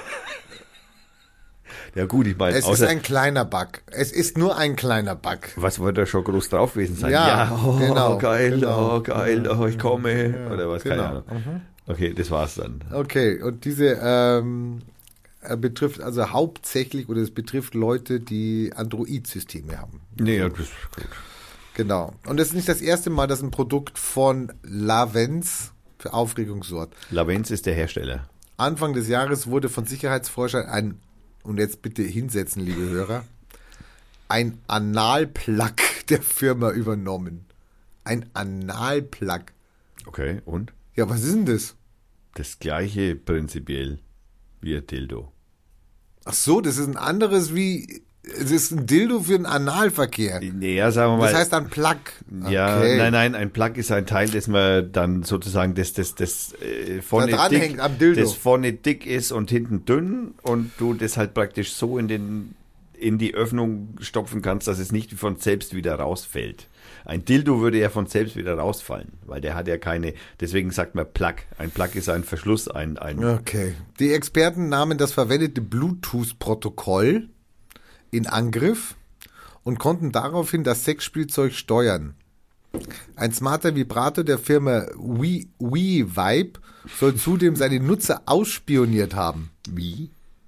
Ja gut, ich meine... Es ist ein kleiner Bug. Es ist nur ein kleiner Bug. Was wird da schon groß drauf gewesen sein? Ja, genau. Geil, genau. Geil, ich komme. Ja, oder was, keine Ahnung. Okay, das war's dann. Okay, und diese betrifft also hauptsächlich, oder es betrifft Leute, die Android-Systeme haben. Nee, ja, das ist gut. Genau. Und es ist nicht das erste Mal, dass ein Produkt von Lavens für Aufregung sorgt. Lavens ist der Hersteller. Anfang des Jahres wurde von Sicherheitsforschern und jetzt bitte hinsetzen, liebe Hörer, ein Analplug der Firma übernommen. Ein Analplug. Okay, und? Ja, was ist denn das? Das gleiche prinzipiell wie ein Dildo. Ach so, das ist ein anderes wie... Es ist ein Dildo für den Analverkehr. Ja, sagen wir mal. Das heißt ein Plug. Ja, okay. Nein, ein Plug ist ein Teil, das man dann sozusagen, das vorne da dick, hängt am Dildo. Das vorne dick ist und hinten dünn und du das halt praktisch so in die Öffnung stopfen kannst, dass es nicht von selbst wieder rausfällt. Ein Dildo würde ja von selbst wieder rausfallen, weil der hat ja keine, deswegen sagt man Plug. Ein Plug ist ein Verschluss, ein. Okay. Die Experten nahmen das verwendete Bluetooth-Protokoll in Angriff und konnten daraufhin das Sexspielzeug steuern. Ein smarter Vibrator der Firma WeVibe soll zudem seine Nutzer ausspioniert haben. Wie?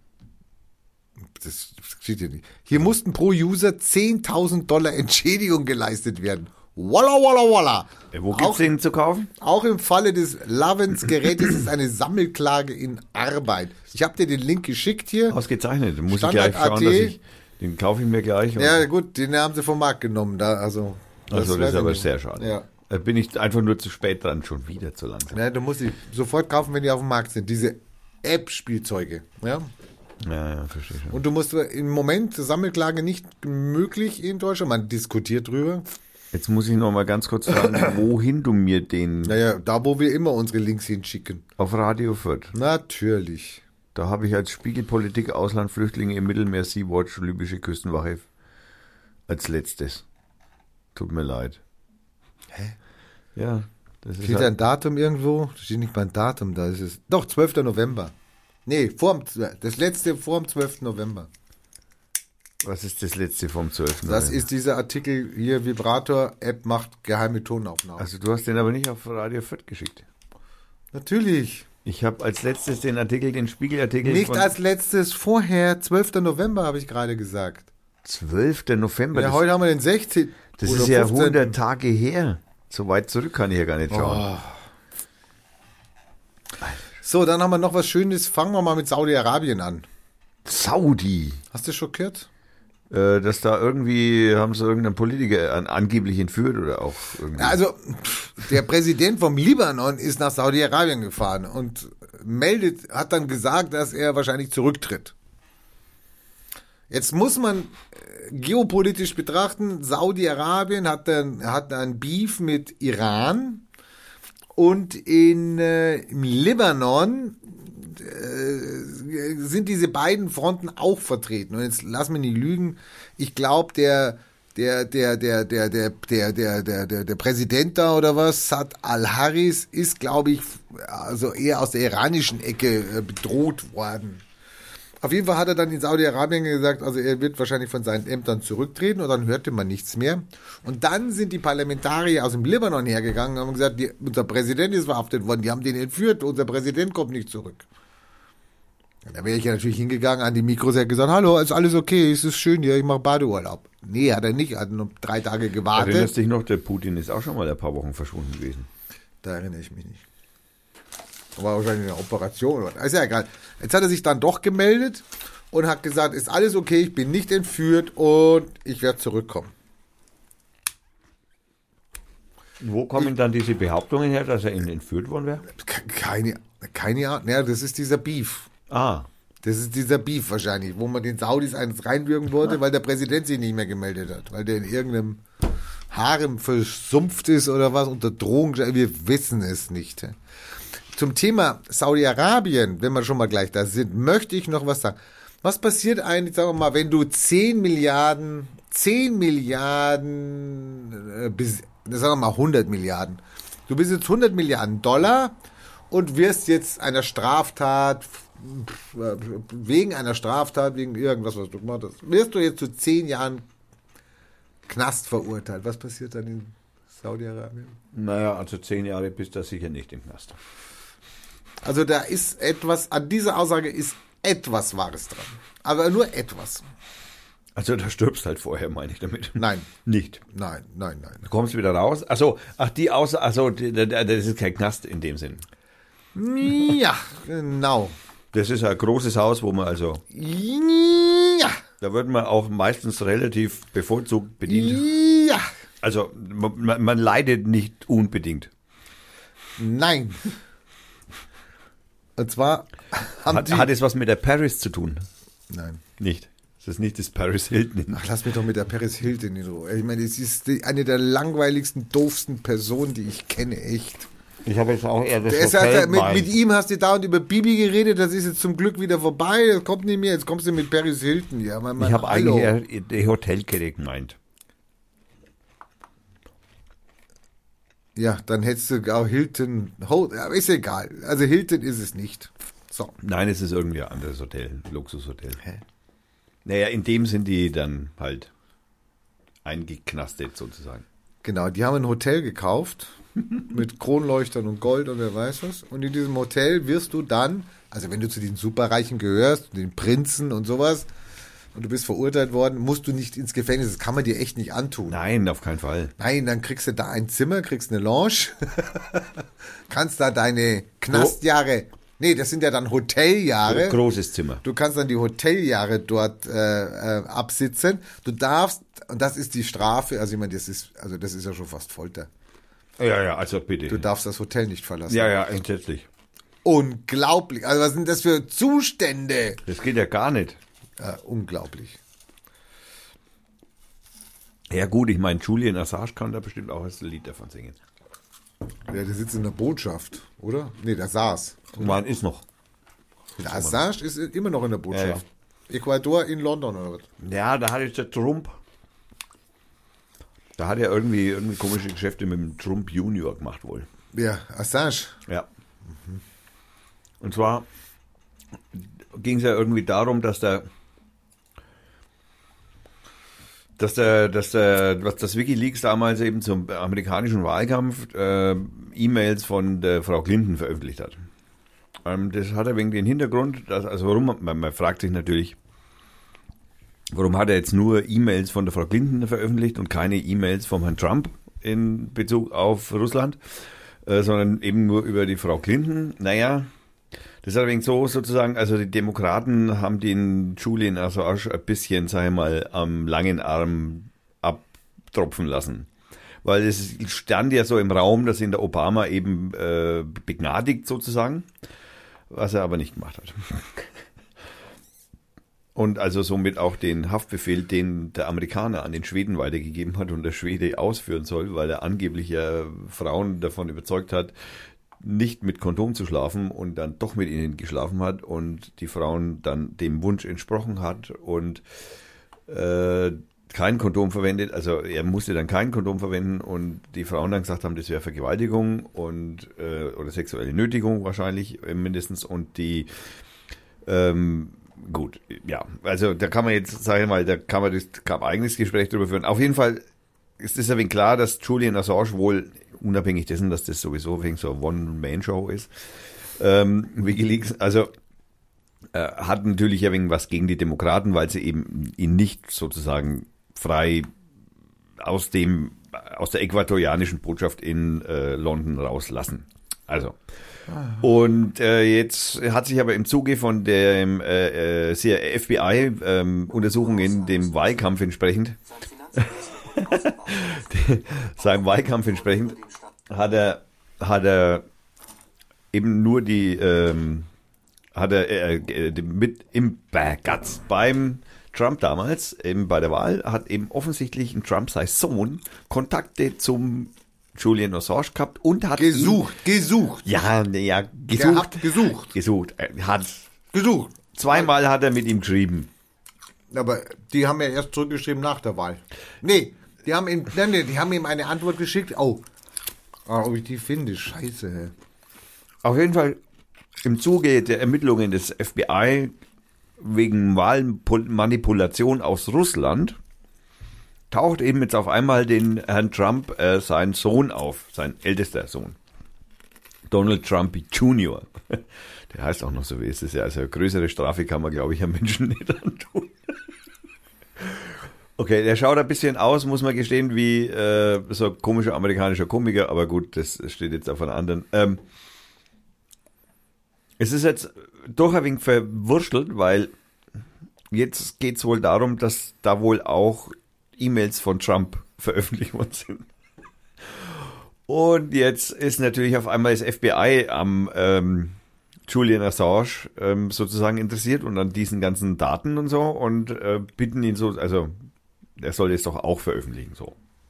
Das steht hier nicht. Hier mussten pro User $10.000 Entschädigung geleistet werden. Walla, walla, walla. Wo gibt's den zu kaufen? Auch im Falle des Lovens-Gerätes ist eine Sammelklage in Arbeit. Ich habe dir den Link geschickt hier. Ausgezeichnet. Muss ich Standard gleich schauen, AT. Den kaufe ich mir gleich. Ja gut, den haben sie vom Markt genommen. Das Das weiß ist aber ich sehr nicht. schade. Ja. Da bin ich einfach nur zu spät dran, schon wieder zu langsam. Ja, du musst sie sofort kaufen, wenn die auf dem Markt sind. Diese App-Spielzeuge. Ja? Ja, verstehe schon. Und du musst im Moment Sammelklage nicht möglich in Deutschland. Man diskutiert drüber. Jetzt muss ich noch mal ganz kurz fragen, wohin du mir den Naja, da wo wir immer unsere Links hinschicken. auf Radio Fürth. Natürlich. Da habe ich als Spiegelpolitik Ausland, Flüchtlinge im Mittelmeer, Sea-Watch, libysche Küstenwache als letztes. Tut mir leid. Hä? Ja, das ist Steht da ein Datum irgendwo? Da steht nicht mal ein Datum, da ist es. Doch, 12. November. Nee, das letzte vor dem 12. November. Was ist das letzte vom 12. Das November? ist dieser Artikel hier, Vibrator-App macht geheime Tonaufnahmen. Also du hast den aber nicht auf Radio Fürth geschickt. Natürlich. Ich habe als letztes den Artikel, den Spiegelartikel Nicht von als letztes, vorher, 12. November habe ich gerade gesagt. 12. November. Ja, heute haben wir den 16. Das oder ist ja 15.. 100 Tage her. So weit zurück kann ich ja gar nicht schauen. So, dann haben wir noch was Schönes. Fangen wir mal mit Saudi-Arabien an. Saudi. Hast du schockiert? Dass da irgendwie, haben sie irgendeinen Politiker angeblich entführt oder auch irgendwie. Also, der Präsident vom Libanon ist nach Saudi-Arabien gefahren und hat dann gesagt, dass er wahrscheinlich zurücktritt. Jetzt muss man geopolitisch betrachten, Saudi-Arabien hat ein Beef mit Iran und im Libanon sind diese beiden Fronten auch vertreten. Und jetzt lass mich nicht lügen, ich glaube, der Präsident da oder was, Saad al-Harris, ist, glaube ich, also eher aus der iranischen Ecke bedroht worden. Auf jeden Fall hat er dann in Saudi-Arabien gesagt, also er wird wahrscheinlich von seinen Ämtern zurücktreten und dann hörte man nichts mehr. Und dann sind die Parlamentarier aus dem Libanon hergegangen und haben gesagt, unser Präsident ist verhaftet worden, die haben den entführt, unser Präsident kommt nicht zurück. Da wäre ich ja natürlich hingegangen an die Mikros, er hat gesagt, hallo, ist alles okay, es ist schön hier, ich mache Badeurlaub. Nee, hat er nicht, er hat nur 3 Tage gewartet. Erinnerst dich noch, der Putin ist auch schon mal ein paar Wochen verschwunden gewesen. Da erinnere ich mich nicht. War wahrscheinlich eine Operation. Ist ja egal. Jetzt hat er sich dann doch gemeldet und hat gesagt, ist alles okay, ich bin nicht entführt und ich werde zurückkommen. Wo kommen dann diese Behauptungen her, dass er entführt worden wäre? Keine Ahnung. Ja, das ist dieser Beef. Ah, Das ist dieser Beef wahrscheinlich, wo man den Saudis eins reinwürgen wollte, weil der Präsident sich nicht mehr gemeldet hat. Weil der in irgendeinem Harem versumpft ist oder was, unter Drohung. Wir wissen es nicht. Zum Thema Saudi-Arabien, wenn wir schon mal gleich da sind, möchte ich noch was sagen. Was passiert eigentlich, sagen wir mal, wenn du 10 Milliarden, sagen wir mal 100 Milliarden. Du bist jetzt 100 Milliarden Dollar und wirst jetzt einer Straftat, wegen irgendwas, was du gemacht hast, wirst du jetzt zu 10 Jahren Knast verurteilt. Was passiert dann in Saudi-Arabien? naja, also 10 Jahre bist du sicher nicht im Knast. Also da ist etwas, an dieser Aussage ist etwas Wahres dran. Aber nur etwas. Also da stirbst halt vorher, meine ich damit. Nein. Nicht. Nein. Du kommst wieder raus. Das ist kein Knast in dem Sinn. Ja, genau. Das ist ein großes Haus, wo man also, Ja. da wird man auch meistens relativ bevorzugt bedient. Ja. Also man leidet nicht unbedingt. Nein. Und zwar Hat es was mit der Paris zu tun? Nein. Nicht. Das ist nicht das Paris Hilton. Ach, lass mich doch mit der Paris Hilton in Ruhe. Ich meine, es ist eine der langweiligsten, doofsten Personen, die ich kenne, echt. Ich habe jetzt auch eher das Mit ihm hast du dauernd über Bibi geredet, das ist jetzt zum Glück wieder vorbei, das kommt nicht mehr, jetzt kommst du mit Paris Hilton. Ja, Ich habe eigentlich eher die Hotelkette gemeint. Ja, dann hättest du auch Hilton, ist egal, also Hilton ist es nicht. So. Nein, es ist irgendwie ein anderes Hotel, ein Luxushotel. Hä? Naja, in dem sind die dann halt eingeknastet sozusagen. Genau, die haben ein Hotel gekauft mit Kronleuchtern und Gold und wer weiß was. Und in diesem Hotel wirst du dann, also wenn du zu den Superreichen gehörst, den Prinzen und sowas, und du bist verurteilt worden, musst du nicht ins Gefängnis. Das kann man dir echt nicht antun. Nein, auf keinen Fall. Nein, dann kriegst du da ein Zimmer, kriegst eine Lounge, kannst da deine Knastjahre, nee, das sind ja dann Hoteljahre. Großes Zimmer. Du kannst dann die Hoteljahre dort absitzen. Du darfst, und das ist die Strafe, also ich meine, das ist ja schon fast Folter. Ja, also bitte. Du darfst das Hotel nicht verlassen. Ja, entsetzlich. Unglaublich. Also was sind das für Zustände? Das geht ja gar nicht. Unglaublich. Ja gut, ich meine, Julian Assange kann da bestimmt auch ein Lied davon singen. Ja, der sitzt in der Botschaft, oder? Nee, der saß. Man ist noch. Der Assange ist immer noch in der Botschaft. Ja. Ecuador in London oder was? Ja, da hat jetzt der Trump. Da hat er irgendwie komische Geschäfte mit dem Trump Junior gemacht wohl. Ja, Assange. Ja. Und zwar ging es ja irgendwie darum, dass was das WikiLeaks damals eben zum amerikanischen Wahlkampf E-Mails von der Frau Clinton veröffentlicht hat. Das hat er wegen den Hintergrund, warum, man fragt sich natürlich, warum hat er jetzt nur E-Mails von der Frau Clinton veröffentlicht und keine E-Mails vom Herrn Trump in Bezug auf Russland, sondern eben nur über die Frau Clinton. Naja, das ist allerdings so sozusagen, also die Demokraten haben den Julian Assange ein bisschen, sag ich mal, am langen Arm abtropfen lassen. Weil es stand ja so im Raum, dass ihn der Obama eben begnadigt sozusagen, was er aber nicht gemacht hat. Und also somit auch den Haftbefehl, den der Amerikaner an den Schweden weitergegeben hat und der Schwede ausführen soll, weil er angeblich ja Frauen davon überzeugt hat, nicht mit Kondom zu schlafen und dann doch mit ihnen geschlafen hat und die Frauen dann dem Wunsch entsprochen hat und kein Kondom verwendet, also er musste dann kein Kondom verwenden und die Frauen dann gesagt haben, das wäre Vergewaltigung und oder sexuelle Nötigung wahrscheinlich mindestens und die gut, ja, also da kann man jetzt, sage ich mal, da kann man ein eigenes Gespräch darüber führen. Auf jeden Fall ist es ja wenig klar, dass Julian Assange wohl, unabhängig dessen, dass das sowieso wegen so eine One-Man-Show ist, WikiLeaks, also hat natürlich ja wegen was gegen die Demokraten, weil sie eben ihn nicht sozusagen frei aus der äquatorianischen Botschaft in London rauslassen. Also. Und jetzt hat sich aber im Zuge von der FBI-Untersuchung in dem Wahlkampf entsprechend, seinem Wahlkampf entsprechend, hat er eben nur beim Trump damals, eben bei der Wahl, hat eben offensichtlich ein Trump, sein Sohn, Kontakte zum Julian Assange gehabt und hat gesucht. Ja, gesucht. Zweimal hat er mit ihm geschrieben. Aber die haben ja erst zurückgeschrieben nach der Wahl. Nee, die haben ihm eine Antwort geschickt. Ob ich die finde, scheiße. Auf jeden Fall im Zuge der Ermittlungen des FBI wegen Wahlmanipulation aus Russland taucht eben jetzt auf einmal den Herrn Trump sein Sohn auf, sein ältester Sohn. Donald Trump Jr. Der heißt auch noch so, wie ist es ja. Also eine größere Strafe kann man, glaube ich, am Menschen nicht antun. Okay, der schaut ein bisschen aus, muss man gestehen, wie so ein komischer amerikanischer Komiker, aber gut, das steht jetzt auf einer anderen. Es ist jetzt doch ein wenig verwurschtelt, weil jetzt geht es wohl darum, dass da wohl auch E-Mails von Trump veröffentlicht worden sind. Und jetzt ist natürlich auf einmal das FBI am Julian Assange sozusagen interessiert und an diesen ganzen Daten und so und bitten ihn so, also er soll jetzt doch auch veröffentlichen, so.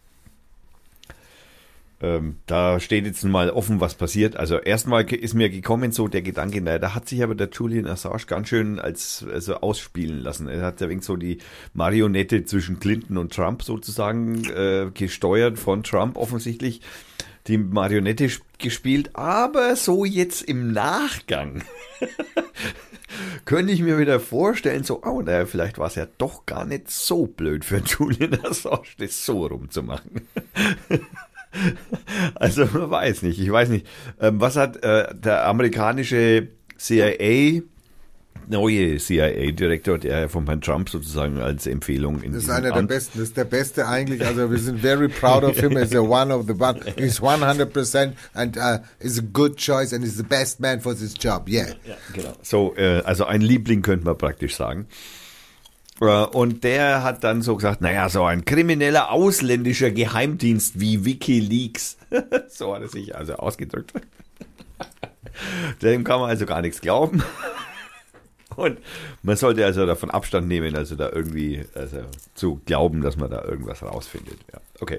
Da steht jetzt mal offen, was passiert. Also erstmal ist mir gekommen so der Gedanke, naja, da hat sich aber der Julian Assange ganz schön also ausspielen lassen. Er hat ja wegen so die Marionette zwischen Clinton und Trump sozusagen gesteuert von Trump offensichtlich die Marionette gespielt, aber so jetzt im Nachgang könnte ich mir wieder vorstellen, so, oh, naja, vielleicht war es ja doch gar nicht so blöd für Julian Assange, das so rumzumachen. Also, man weiß nicht, ich weiß nicht. Was hat der amerikanische CIA, neue CIA-Direktor, der von Herrn Trump sozusagen als Empfehlung in Das ist einer der besten, das ist der beste eigentlich, also wir sind very proud of him, he's one of the one, he's 100% and is a good choice and is the best man for this job, yeah. Ja, genau. So, also ein Liebling könnte man praktisch sagen. Und der hat dann so gesagt, naja, so ein krimineller ausländischer Geheimdienst wie WikiLeaks, so hat er sich also ausgedrückt. Dem kann man also gar nichts glauben. Und man sollte also davon Abstand nehmen, also da irgendwie zu glauben, dass man da irgendwas rausfindet. Ja, okay.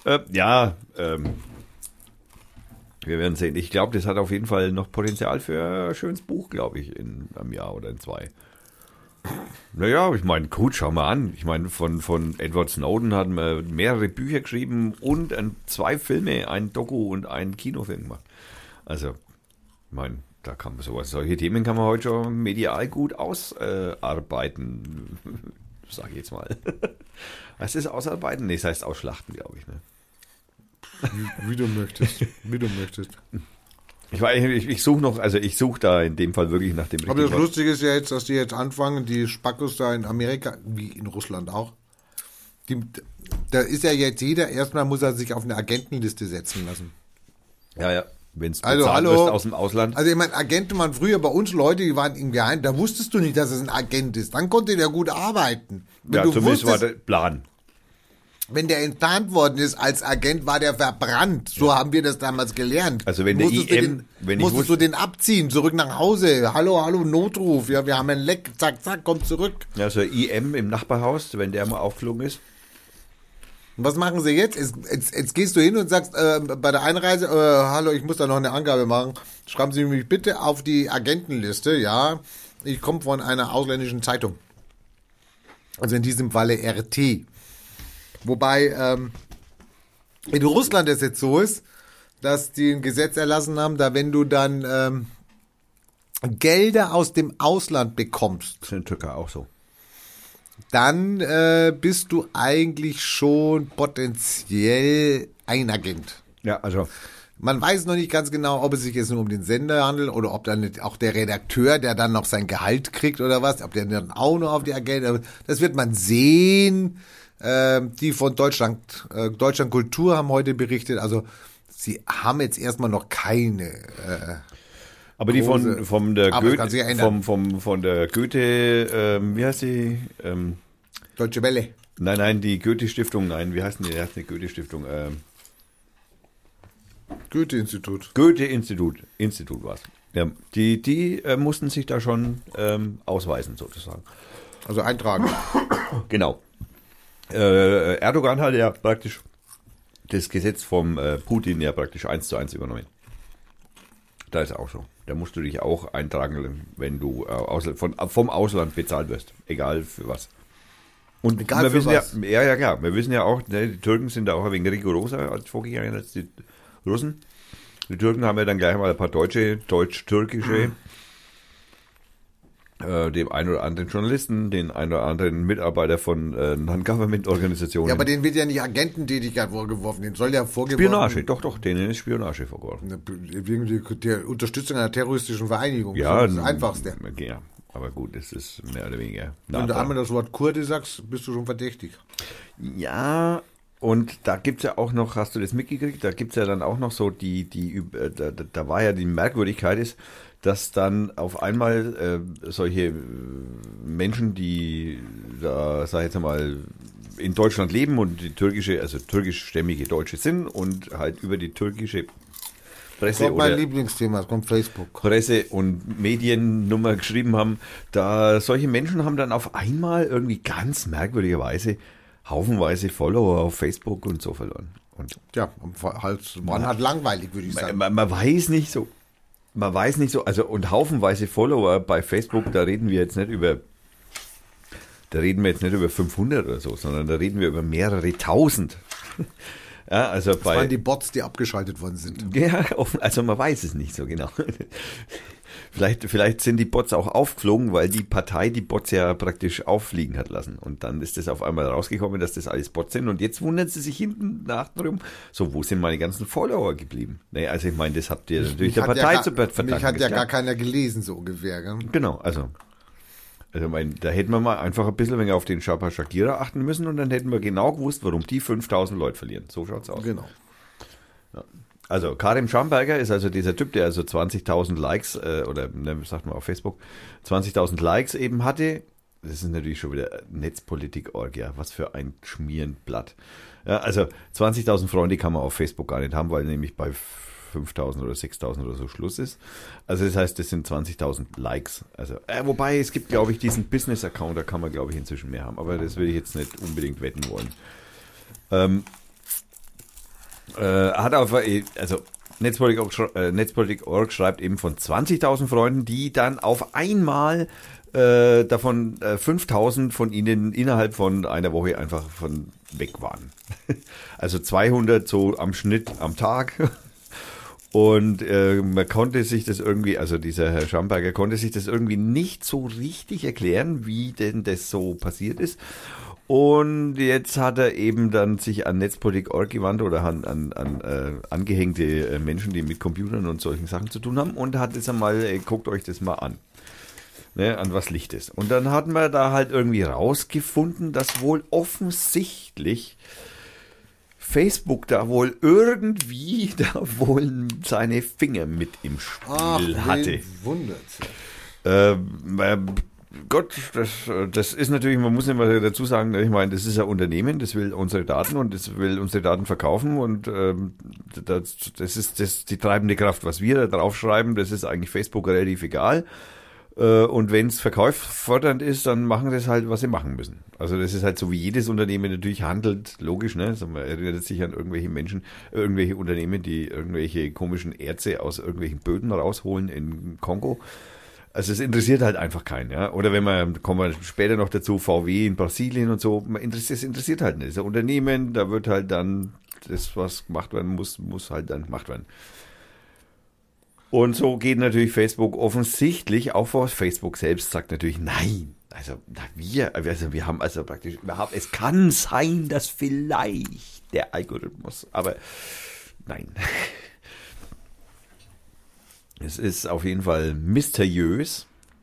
Wir werden sehen. Ich glaube, das hat auf jeden Fall noch Potenzial für ein schönes Buch, glaube ich, in einem Jahr oder in 2. Naja, ich meine, gut, schau mal an. Ich meine, von Edward Snowden hat man mehrere Bücher geschrieben und 2 Filme, ein Doku und einen Kinofilm gemacht. Also, ich meine, da kann man solche Themen kann man heute schon medial gut ausarbeiten, sage ich jetzt mal. Was ist ausarbeiten? Nee, das heißt ausschlachten, glaube ich. Ne? Wie du möchtest. Ich suche noch, also ich suche da in dem Fall wirklich nach dem richtigen. Aber das Lustige ist ja jetzt, dass die jetzt anfangen, die Spackos da in Amerika, wie in Russland auch, da ist ja jetzt jeder, erstmal muss er sich auf eine Agentenliste setzen lassen. Ja. Wenn es also, bezahlt wirst aus dem Ausland. Also ich meine, Agenten waren früher bei uns Leute, die waren im Geheim, da wusstest du nicht, dass es ein Agent ist. Dann konnte der gut arbeiten. Ja, zumindest war der Plan. Wenn der enttarnt worden ist als Agent, war der verbrannt. So haben wir das damals gelernt. Also wenn der IM... Musstest du den abziehen, zurück nach Hause. Hallo, Notruf. Ja, wir haben ein Leck. Zack, zack, komm zurück. Ja, also IM im Nachbarhaus, wenn der mal aufgeflogen ist. Und was machen sie jetzt? Jetzt gehst du hin und sagst bei der Einreise, hallo, ich muss da noch eine Angabe machen. Schreiben Sie mich bitte auf die Agentenliste. Ja, ich komme von einer ausländischen Zeitung. Also in diesem Falle RT. Wobei in Russland es jetzt so ist, dass die ein Gesetz erlassen haben, da wenn du dann Gelder aus dem Ausland bekommst. Das ist in Türkei auch so. Dann bist du eigentlich schon potenziell ein Agent. Ja, also. Man weiß noch nicht ganz genau, ob es sich jetzt nur um den Sender handelt oder ob dann auch der Redakteur, der dann noch sein Gehalt kriegt oder was, ob der dann auch noch auf die Agenten, das wird man sehen. Die von Deutschland Kultur haben heute berichtet, also sie haben jetzt erstmal noch keine aber die große, von der aber Goethe, von der Goethe, wie heißt die? Deutsche Welle. Nein, die Goethe-Stiftung, wie heißt die? Die heißt nicht Goethe-Stiftung. Goethe-Institut. Goethe-Institut war es. Ja, die mussten sich da schon ausweisen, sozusagen. Also eintragen. Genau. Erdogan hat ja praktisch das Gesetz vom Putin ja praktisch 1:1 übernommen. Da ist auch so. Da musst du dich auch eintragen, wenn du vom Ausland bezahlt wirst. Egal für was. Und egal wir für wissen was. Ja, klar. Wir wissen ja auch, ne, die Türken sind da auch ein wenig rigoroser als vorgegangen als die Russen. Die Türken haben ja dann gleich mal ein paar deutsch-türkische, dem einen oder anderen Journalisten, den einen oder anderen Mitarbeiter von Non-Government-Organisationen. Ja, aber denen wird ja nicht Agententätigkeit vorgeworfen, denen soll ja vorgeworfen... Spionage, doch, denen ist Spionage vorgeworfen. Wegen der Unterstützung einer terroristischen Vereinigung. Ja, das ist das Einfachste. Ja, aber gut, das ist mehr oder weniger... Wenn du einmal das Wort Kurde sagst, bist du schon verdächtig. Ja, und da gibt's ja auch noch, hast du das mitgekriegt, da gibt's ja dann auch noch so da war ja die Merkwürdigkeit ist, dass dann auf einmal solche Menschen, die da, sag ich jetzt mal, in Deutschland leben und die türkischstämmige Deutsche sind und halt über die türkische Presse das mein Lieblingsthema, es kommt Facebook. Presse- und Mediennummer geschrieben haben, da solche Menschen haben dann auf einmal irgendwie ganz merkwürdigerweise haufenweise Follower auf Facebook und so verloren. Und ja, man hat langweilig, würde ich sagen. Man weiß nicht so, also und haufenweise Follower bei Facebook, da reden wir jetzt nicht über 500 oder so, sondern da reden wir über mehrere tausend. Ja, also das waren die Bots, die abgeschaltet worden sind. Ja, also man weiß es nicht so genau. Vielleicht sind die Bots auch aufgeflogen, weil die Partei die Bots ja praktisch auffliegen hat lassen. Und dann ist das auf einmal rausgekommen, dass das alles Bots sind. Und jetzt wundern sie sich hinten nach drum, so, wo sind meine ganzen Follower geblieben? Nee, also ich meine, das habt ihr natürlich der Partei zu verdanken. Mich hat ja gar keiner gelesen, so ungefähr. Gell? Genau, also ich meine, da hätten wir mal einfach ein bisschen auf den Shabba Shakira achten müssen und dann hätten wir genau gewusst, warum die 5000 Leute verlieren. So schaut's aus. Genau. Ja. Also Karim Schamberger ist also dieser Typ, der also 20.000 Likes oder sagt man auf Facebook 20.000 Likes eben hatte. Das ist natürlich schon wieder Netzpolitik-Org, ja, was für ein Schmierenblatt. Ja, also 20.000 Freunde kann man auf Facebook gar nicht haben, weil nämlich bei 5.000 oder 6.000 oder so Schluss ist. Also das heißt, das sind 20.000 Likes. Also wobei es gibt, glaube ich, diesen Business-Account, da kann man, glaube ich, inzwischen mehr haben. Aber das will ich jetzt nicht unbedingt wetten wollen. Hat auf, also Netzpolitik.org schreibt eben von 20.000 Freunden, die dann auf einmal davon 5.000 von ihnen innerhalb von einer Woche einfach von weg waren. Also 200 so am Schnitt am Tag. Und man konnte sich das irgendwie, also dieser Herr Schamberger konnte sich das irgendwie nicht so richtig erklären, wie denn das so passiert ist. Und jetzt hat er eben dann sich an Netzpolitik.org gewandt oder an angehängte Menschen, die mit Computern und solchen Sachen zu tun haben und hat jetzt einmal, guckt euch das mal an. Ne, an was Licht ist. Und dann hat man da halt irgendwie rausgefunden, dass wohl offensichtlich Facebook da wohl irgendwie seine Finger mit im Spiel hatte. Wundert's. Gott, das ist natürlich, man muss immer dazu sagen, ich meine, das ist ein Unternehmen, das will unsere Daten und das will unsere Daten verkaufen und das ist die treibende Kraft, was wir da draufschreiben, das ist eigentlich Facebook relativ egal. Und wenn es verkaufsfördernd ist, dann machen das halt, was sie machen müssen. Also das ist halt so, wie jedes Unternehmen natürlich handelt, logisch, ne? Also man erinnert sich an irgendwelche Menschen, irgendwelche Unternehmen, die irgendwelche komischen Erze aus irgendwelchen Böden rausholen in Kongo. Also es interessiert halt einfach keinen, ja. Oder kommen wir später noch dazu, VW in Brasilien und so, es interessiert halt nicht. Das ist ein Unternehmen, da wird halt dann das, was gemacht werden muss halt dann gemacht werden. Und so geht natürlich Facebook offensichtlich auch vor. Facebook selbst sagt natürlich nein. Also wir haben also praktisch überhaupt, es kann sein, dass vielleicht der Algorithmus, aber nein. Es ist auf jeden Fall mysteriös.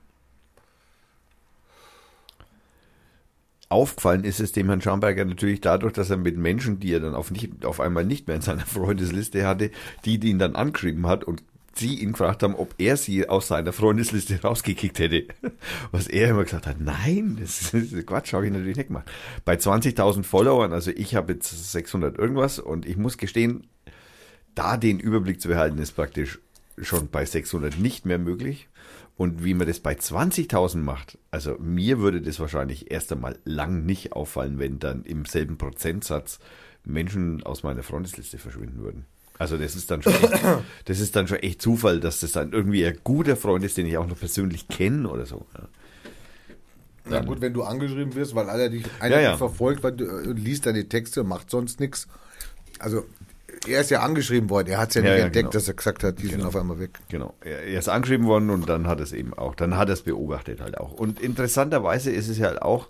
Aufgefallen ist es dem Herrn Schamberger natürlich dadurch, dass er mit Menschen, die er dann auf einmal nicht mehr in seiner Freundesliste hatte, die ihn dann angeschrieben hat und sie ihn gefragt haben, ob er sie aus seiner Freundesliste rausgekickt hätte. Was er immer gesagt hat, nein, das ist Quatsch, habe ich natürlich nicht gemacht. Bei 20.000 Followern, also ich habe jetzt 600 irgendwas und ich muss gestehen, da den Überblick zu behalten, ist praktisch schon bei 600 nicht mehr möglich. Und wie man das bei 20.000 macht, also mir würde das wahrscheinlich erst einmal lang nicht auffallen, wenn dann im selben Prozentsatz Menschen aus meiner Freundesliste verschwinden würden. Also das ist dann schon echt Zufall, dass das dann irgendwie ein guter Freund ist, den ich auch noch persönlich kenne oder so. Ja. Na gut, wenn du angeschrieben wirst, weil einer dich verfolgt, weil du liest deine Texte und macht sonst nichts. Also er ist ja angeschrieben worden, er hat es ja nicht entdeckt, genau, dass er gesagt hat, die sind auf einmal weg. Genau, er ist angeschrieben worden und dann hat es eben auch, dann hat er es beobachtet halt auch. Und interessanterweise ist es ja halt auch,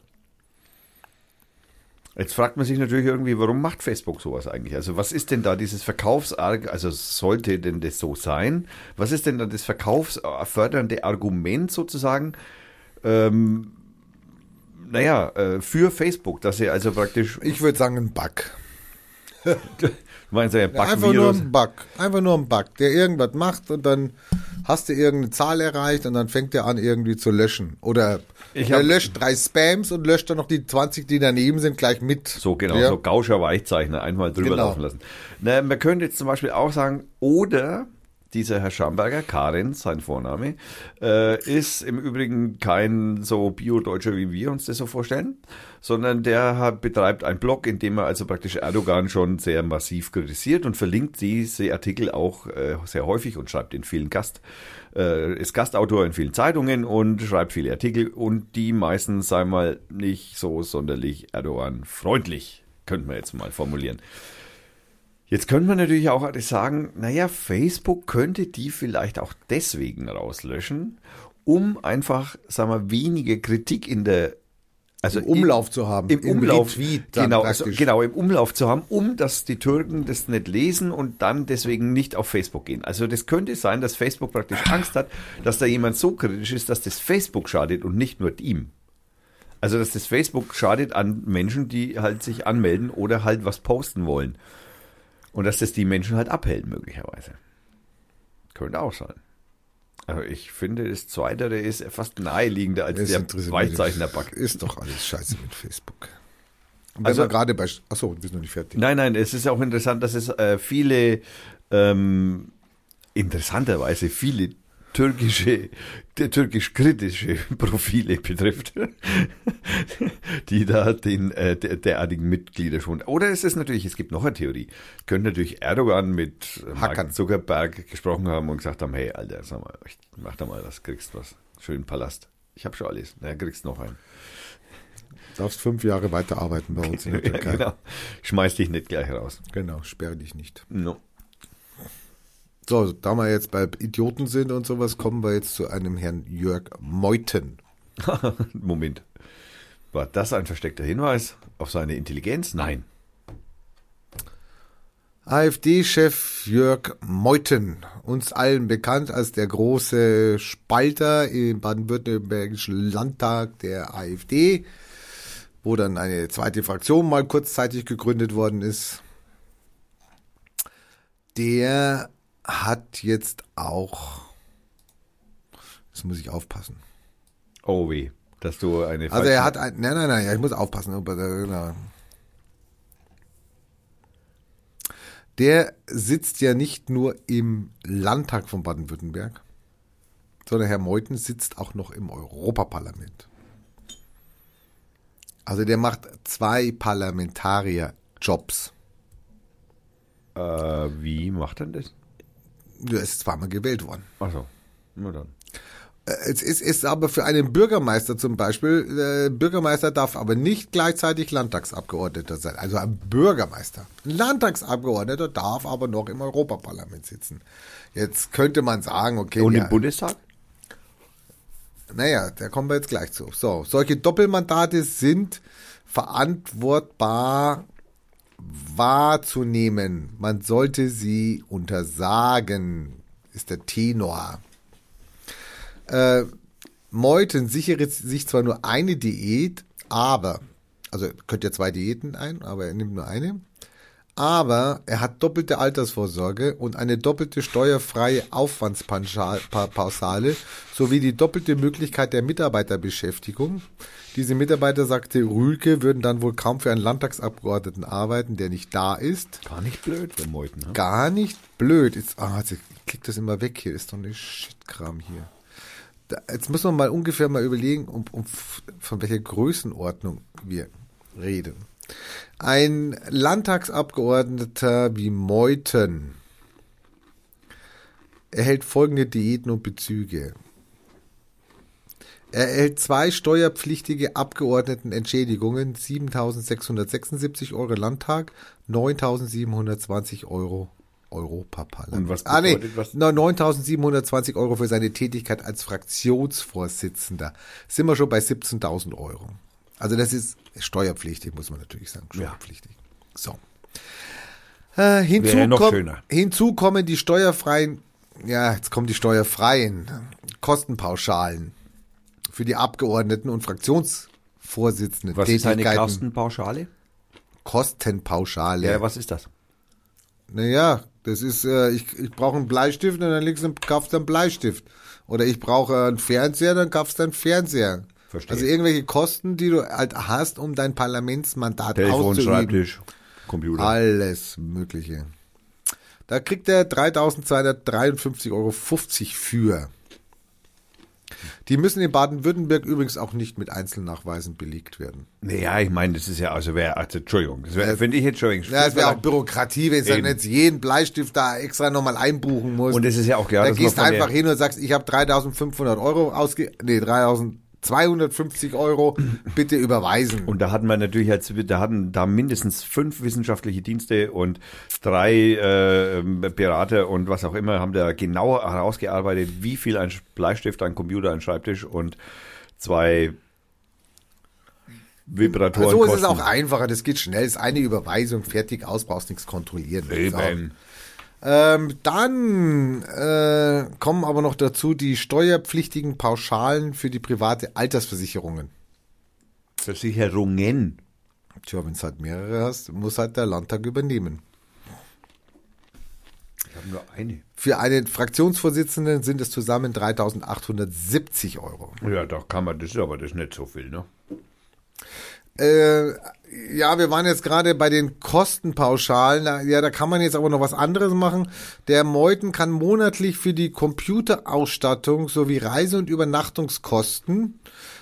jetzt fragt man sich natürlich irgendwie, warum macht Facebook sowas eigentlich? Also was ist denn da dieses also sollte denn das so sein? Was ist denn da das verkaufsfördernde Argument sozusagen, für Facebook, dass sie also praktisch... Ich würde sagen, ein Bug. Du meinst ja ein Bug-Virus? Einfach nur ein Bug, der irgendwas macht und dann hast du irgendeine Zahl erreicht und dann fängt er an irgendwie zu löschen. Oder er löscht 3 Spams und löscht dann noch die 20, die daneben sind, gleich mit. So genau, so Gaußscher Weichzeichner einmal drüber laufen lassen. Na, man könnte jetzt zum Beispiel auch sagen, oder dieser Herr Schamberger, Karin, sein Vorname, ist im Übrigen kein so Bio-Deutscher, wie wir uns das so vorstellen, sondern der betreibt einen Blog, in dem er also praktisch Erdogan schon sehr massiv kritisiert und verlinkt diese Artikel auch sehr häufig und schreibt in vielen ist Gastautor in vielen Zeitungen und schreibt viele Artikel und die meistens, sei mal, nicht so sonderlich Erdogan-freundlich, könnte man jetzt mal formulieren. Jetzt könnte man natürlich auch sagen, naja, Facebook könnte die vielleicht auch deswegen rauslöschen, um einfach, sagen wir, weniger Kritik in der, also Im Umlauf zu haben. Im Umlauf, Retweet dann genau, praktisch. genau, im Umlauf zu haben, um dass die Türken das nicht lesen und dann deswegen nicht auf Facebook gehen. Also das könnte sein, dass Facebook praktisch Angst hat, dass da jemand so kritisch ist, dass das Facebook schadet und nicht nur ihm. Also dass das Facebook schadet an Menschen, die halt sich anmelden oder halt was posten wollen. Und dass das die Menschen halt abhält, möglicherweise. Könnte auch sein. Also ich finde, das Zweitere ist fast naheliegender als der Weichzeichner-Bug. Ist doch alles scheiße mit Facebook. Und Also wenn wir gerade bei... Achso, wir sind noch nicht fertig. Nein, es ist auch interessant, dass es viele, interessanterweise viele türkisch-kritische Profile betrifft, die da den derartigen Mitgliederschwund. Oder es ist natürlich, es gibt noch eine Theorie. Könnte natürlich Erdogan mit Mark Zuckerberg gesprochen haben und gesagt haben, hey, Alter, sag mal, mach da mal was, kriegst was. Schönen Palast. Ich habe schon alles. Na, kriegst noch einen. Darfst 5 Jahre weiterarbeiten bei uns in der Türkei. Ja, genau. Schmeiß dich nicht gleich raus. Genau, sperre dich nicht. No. So, da wir jetzt bei Idioten sind und sowas, kommen wir jetzt zu einem Herrn Jörg Meuthen. Moment. War das ein versteckter Hinweis auf seine Intelligenz? Nein. AfD-Chef Jörg Meuthen, uns allen bekannt als der große Spalter im baden-württembergischen Landtag der AfD, wo dann eine zweite Fraktion mal kurzzeitig gegründet worden ist. Der hat jetzt auch, das muss ich aufpassen. Oh weh, dass du eine... Also er hat ein, nein, ich muss aufpassen. Der sitzt ja nicht nur im Landtag von Baden-Württemberg, sondern Herr Meuthen sitzt auch noch im Europaparlament. Also der macht 2 Parlamentarierjobs. Wie macht er das? Er ist 2-mal gewählt worden. Ach so, nur dann. Es ist aber für einen Bürgermeister zum Beispiel, der Bürgermeister darf aber nicht gleichzeitig Landtagsabgeordneter sein. Also ein Bürgermeister. Ein Landtagsabgeordneter darf aber noch im Europaparlament sitzen. Jetzt könnte man sagen, okay. Und ja, im Bundestag? Naja, da kommen wir jetzt gleich zu. So, solche Doppelmandate sind verantwortbar wahrzunehmen. Man sollte sie untersagen, ist der Tenor. Meuthen sichere sich zwar nur eine Diät, aber, also könnt ja 2 Diäten ein, aber er nimmt nur eine, aber er hat doppelte Altersvorsorge und eine doppelte steuerfreie Aufwandspauschale sowie die doppelte Möglichkeit der Mitarbeiterbeschäftigung. Diese Mitarbeiter, sagte Rühlke, würden dann wohl kaum für einen Landtagsabgeordneten arbeiten, der nicht da ist. Gar nicht blöd für Meuthen, ne? Gar nicht blöd. Jetzt klick das immer weg hier, ist doch eine Shitkram hier. Jetzt müssen wir mal ungefähr mal überlegen, von welcher Größenordnung wir reden. Ein Landtagsabgeordneter wie Meuthen erhält folgende Diäten und Bezüge. Er erhält 2 steuerpflichtige Abgeordnetenentschädigungen, 7.676 € Landtag, 9.720 € Europaparlament. Und was bedeutet was? 9.720 € für seine Tätigkeit als Fraktionsvorsitzender. Sind wir schon bei 17.000 €. Also das ist steuerpflichtig, muss man natürlich sagen. Steuerpflichtig. Ja. So. Hinzu kommen die steuerfreien, jetzt kommen die steuerfreien Kostenpauschalen für die Abgeordneten und Fraktionsvorsitzenden. Was ist eine Kostenpauschale? Kostenpauschale. Ja, was ist das? Naja, das ist, ich brauche einen Bleistift und dann kaufst du einen Bleistift. Oder ich brauche einen Fernseher, dann kaufst du einen Fernseher. Verstehe. Also irgendwelche Kosten, die du halt hast, um dein Parlamentsmandat Telefon, auszuüben. Schreibtisch, Computer. Alles Mögliche. Da kriegt er 3.253,50 € für. Die müssen in Baden-Württemberg übrigens auch nicht mit Einzelnachweisen belegt werden. Naja, ich meine, das ist ja, Entschuldigung, das wäre, finde ich jetzt, Entschuldigung. Ja, es wäre auch Bürokratie, wenn du jetzt jeden Bleistift da extra nochmal einbuchen musst. Und es ist ja auch klar, da dass gehst du man einfach hin und sagst, ich habe 3.500 € 3.253,50 250 Euro, bitte überweisen. Und da hatten wir natürlich da mindestens 5 wissenschaftliche Dienste und 3 Berater und was auch immer haben da genau herausgearbeitet, wie viel ein Bleistift, ein Computer, ein Schreibtisch und 2 Vibratoren So ist kosten. es auch einfacher, das geht schnell, ist eine Überweisung, fertig aus, brauchst nichts kontrollieren. Eben. Dann kommen aber noch dazu die steuerpflichtigen Pauschalen für die private Altersversicherungen. Versicherungen. Tja, wenn du halt mehrere hast, muss halt der Landtag übernehmen. Ich habe nur eine. Für einen Fraktionsvorsitzenden sind es zusammen 3.870 Euro. Ja, da kann man, das ist aber das ist nicht so viel, ne? Ja, wir waren jetzt gerade bei den Kostenpauschalen. Da kann man jetzt aber noch was anderes machen. Der Meuthen kann monatlich für die Computerausstattung sowie Reise- und Übernachtungskosten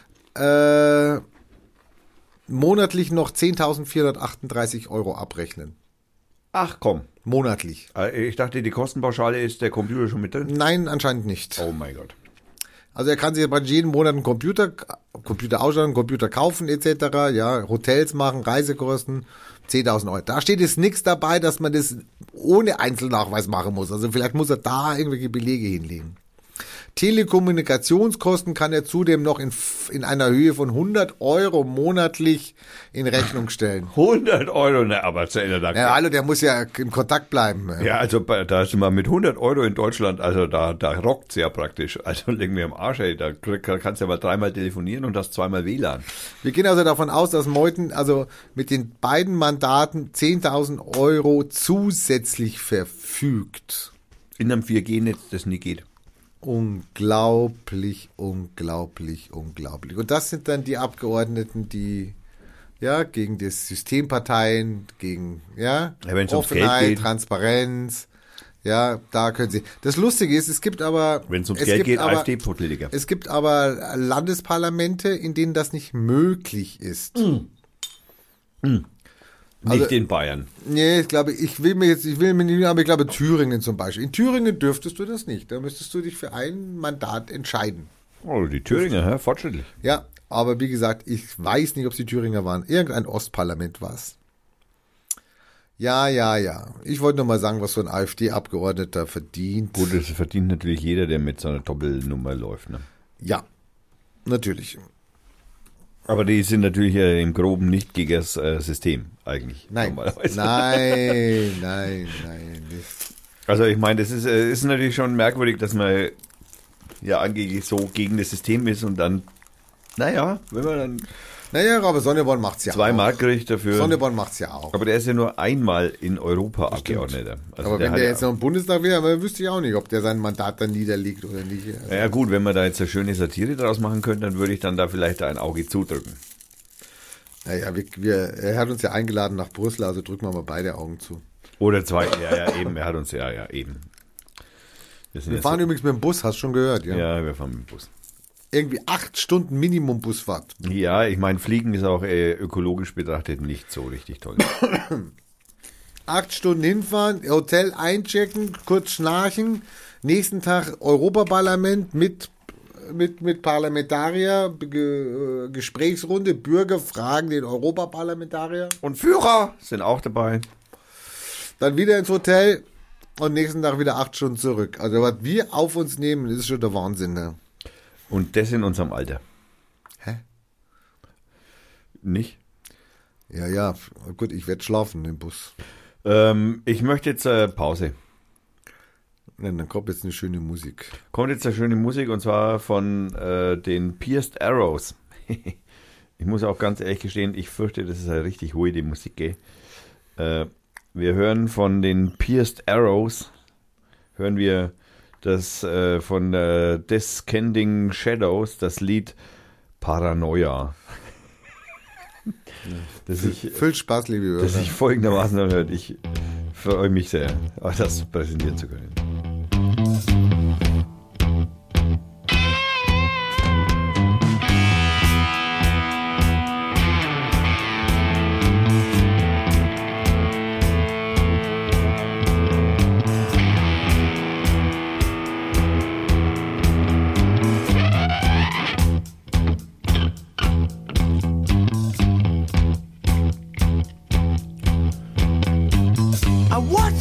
monatlich noch 10.438 Euro abrechnen. Ach komm. Monatlich. Ich dachte, die Kostenpauschale ist der Computer schon mit drin. Nein, anscheinend nicht. Oh mein Gott. Also er kann sich praktisch jeden Monat einen Computer ausstatten, Computer kaufen etc., ja, Hotels machen, Reisekosten, 10.000 Euro. Da steht jetzt nichts dabei, dass man das ohne Einzelnachweis machen muss. Also vielleicht muss er da irgendwelche Belege hinlegen. Telekommunikationskosten kann er zudem noch in einer Höhe von 100 Euro monatlich in Rechnung stellen. 100 Euro, ne, aber Ja, hallo, der muss ja in Kontakt bleiben. Ja, also da sind wir mit 100 Euro in Deutschland, also da rockt's ja praktisch. Also legen wir am Arsch, ey, da kannst du ja mal 3-mal telefonieren und hast 2-mal WLAN. Wir gehen also davon aus, dass Meuthen also mit den beiden Mandaten 10.000 Euro zusätzlich verfügt. In einem 4G-Netz, das nie geht. Unglaublich, unglaublich, unglaublich. Und das sind dann die Abgeordneten, die ja gegen die Systemparteien, gegen wenn's ums Offenheit, Geld geht. Transparenz, ja, da können sie. Das Lustige ist, es gibt aber Wenn es ums Geld geht, AfD-Politiker. Es gibt aber Landesparlamente, in denen das nicht möglich ist. Nicht in Bayern. Nee, ich glaube, ich will mir nicht, aber ich glaube Thüringen zum Beispiel. In Thüringen dürftest du das nicht. Da müsstest du dich für ein Mandat entscheiden. Oh, die Thüringer, fortschrittlich. Ja, aber wie gesagt, ich weiß nicht, ob es die Thüringer waren. Irgendein Ostparlament war es. Ja. Ich wollte nur mal sagen, was so ein AfD-Abgeordneter verdient. Gut, das verdient natürlich jeder, der mit so einer Doppelnummer läuft. Ne? Ja, natürlich. Aber die sind natürlich im Groben nicht gegen das System eigentlich. Nein. Normalerweise. Nein. Also ich meine, das ist natürlich schon merkwürdig, dass man ja angeblich so gegen das System ist und dann, naja, wenn man dann Naja, aber Sonneborn macht's ja 2 auch. Mark kriegt dafür. Sonneborn macht's ja auch. Aber der ist ja nur einmal in Europa Abgeordneter. Also Aber wenn hat der ja- jetzt noch im Bundestag wäre, dann wüsste ich auch nicht, ob der sein Mandat dann niederlegt oder nicht. Also, Ja gut, wenn man da jetzt eine schöne Satire draus machen könnte, dann würde ich dann da vielleicht ein Auge zudrücken. naja, er hat uns ja eingeladen nach Brüssel, also drücken wir mal beide Augen zu. Oder 2, ja, eben, er hat uns, ja, eben. sind Wir jetzt fahren so- übrigens mit dem Bus, hast du schon gehört, ja? Ja, wir fahren mit dem Bus. Irgendwie 8 Stunden Minimum Busfahrt. Ja, ich meine, Fliegen ist auch ökologisch betrachtet nicht so richtig toll. 8 Stunden hinfahren, Hotel einchecken, kurz schnarchen, nächsten Tag Europaparlament mit Parlamentarier, Gesprächsrunde, Bürger fragen den Europaparlamentarier, Und Führer sind auch dabei. dann wieder ins Hotel und nächsten Tag wieder 8 Stunden zurück. Also was wir auf uns nehmen, das ist schon der Wahnsinn. Ne? Und das in unserem Alter. Hä? Nicht? Ja, gut, ich werde schlafen im Bus. Ich möchte jetzt Pause. Dann kommt jetzt eine schöne Musik. Kommt jetzt eine schöne Musik und zwar von den Pierced Arrows. Ich muss auch ganz ehrlich gestehen, ich fürchte, das ist eine richtig hohe die Musik. Gell? Wir hören von den Pierced Arrows, hören wir das von Descending Shadows, das Lied Paranoia. Das Viel Spaß, liebe Hörer. sich folgendermaßen anhört. Ich freue mich sehr, das präsentieren zu können.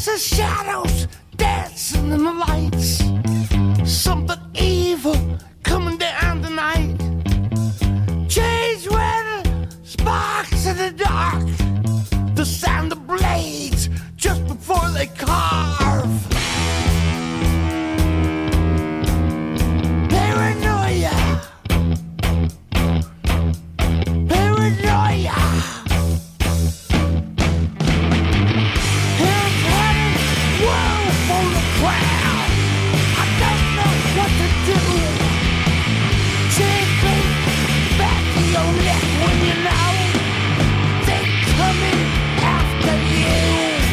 There's the shadows dancing in the lights. Something evil coming down tonight. Change weather, sparks in the dark. The sound of blades just before they carve. Paranoia. Paranoia. Hands headed, world full of crowd. I don't know what to do. Chain back to your neck when you know they coming after you.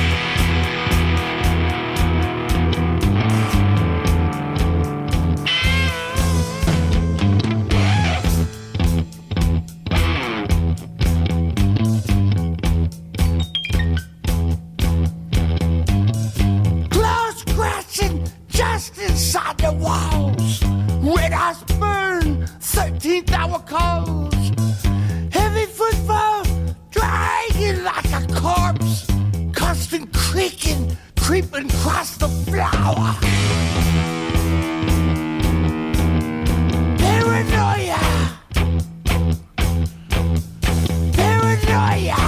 Claws scratching just inside the walls. Red eyes burn, 13th hour calls. Heavy footfall, dragging like a corpse. Constant creaking, creeping across the floor. Paranoia. Paranoia.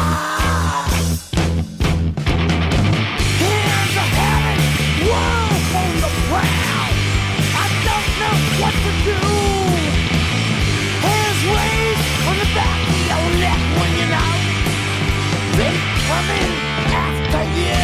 Hands are heaven, world on the ground. I don't know what to do. Hands raised on the back of your neck when you know they coming after you.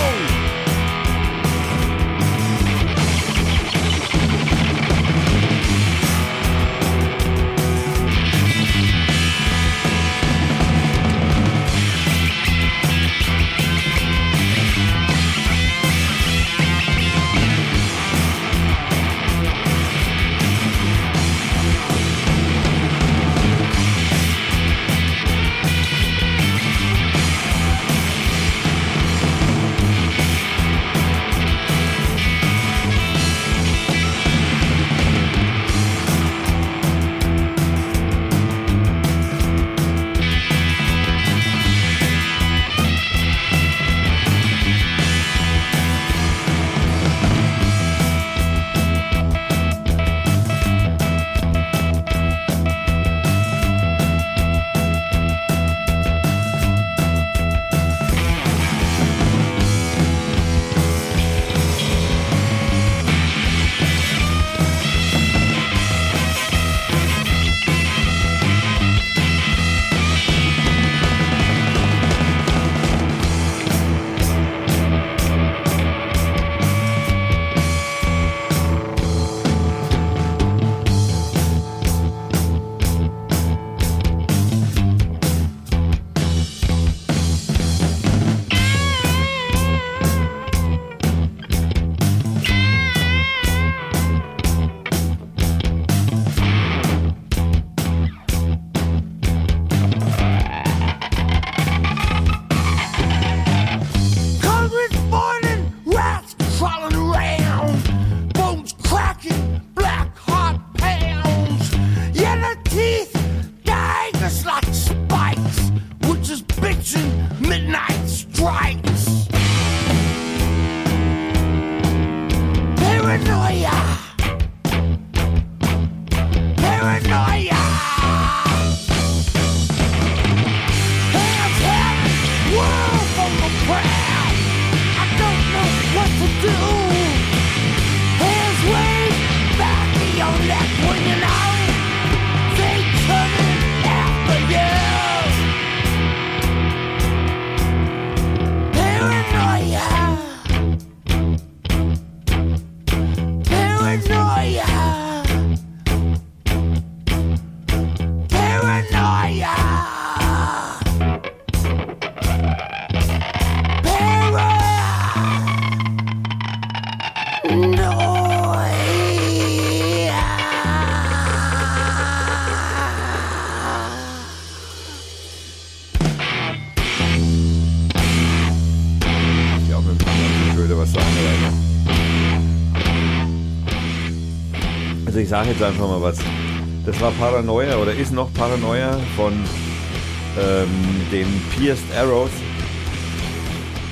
Also ich sage jetzt einfach mal was. Das war Paranoia oder ist noch Paranoia von den Pierced Arrows.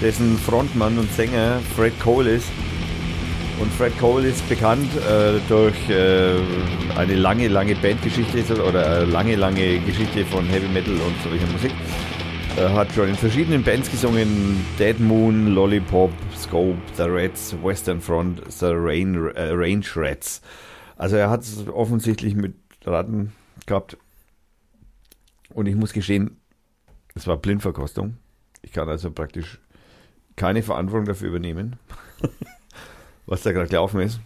dessen Frontmann und Sänger Fred Cole ist. Und Fred Cole ist bekannt durch eine lange Bandgeschichte oder lange Geschichte von Heavy Metal und solcher Musik. Er hat schon in verschiedenen Bands gesungen: Dead Moon, Lollipop, Scope, The Reds, Western Front, The Range Rats. Also er hat es offensichtlich mit Ratten gehabt. Und ich muss gestehen, es war Blindverkostung. Ich kann also praktisch keine Verantwortung dafür übernehmen, was da gerade gelaufen ist.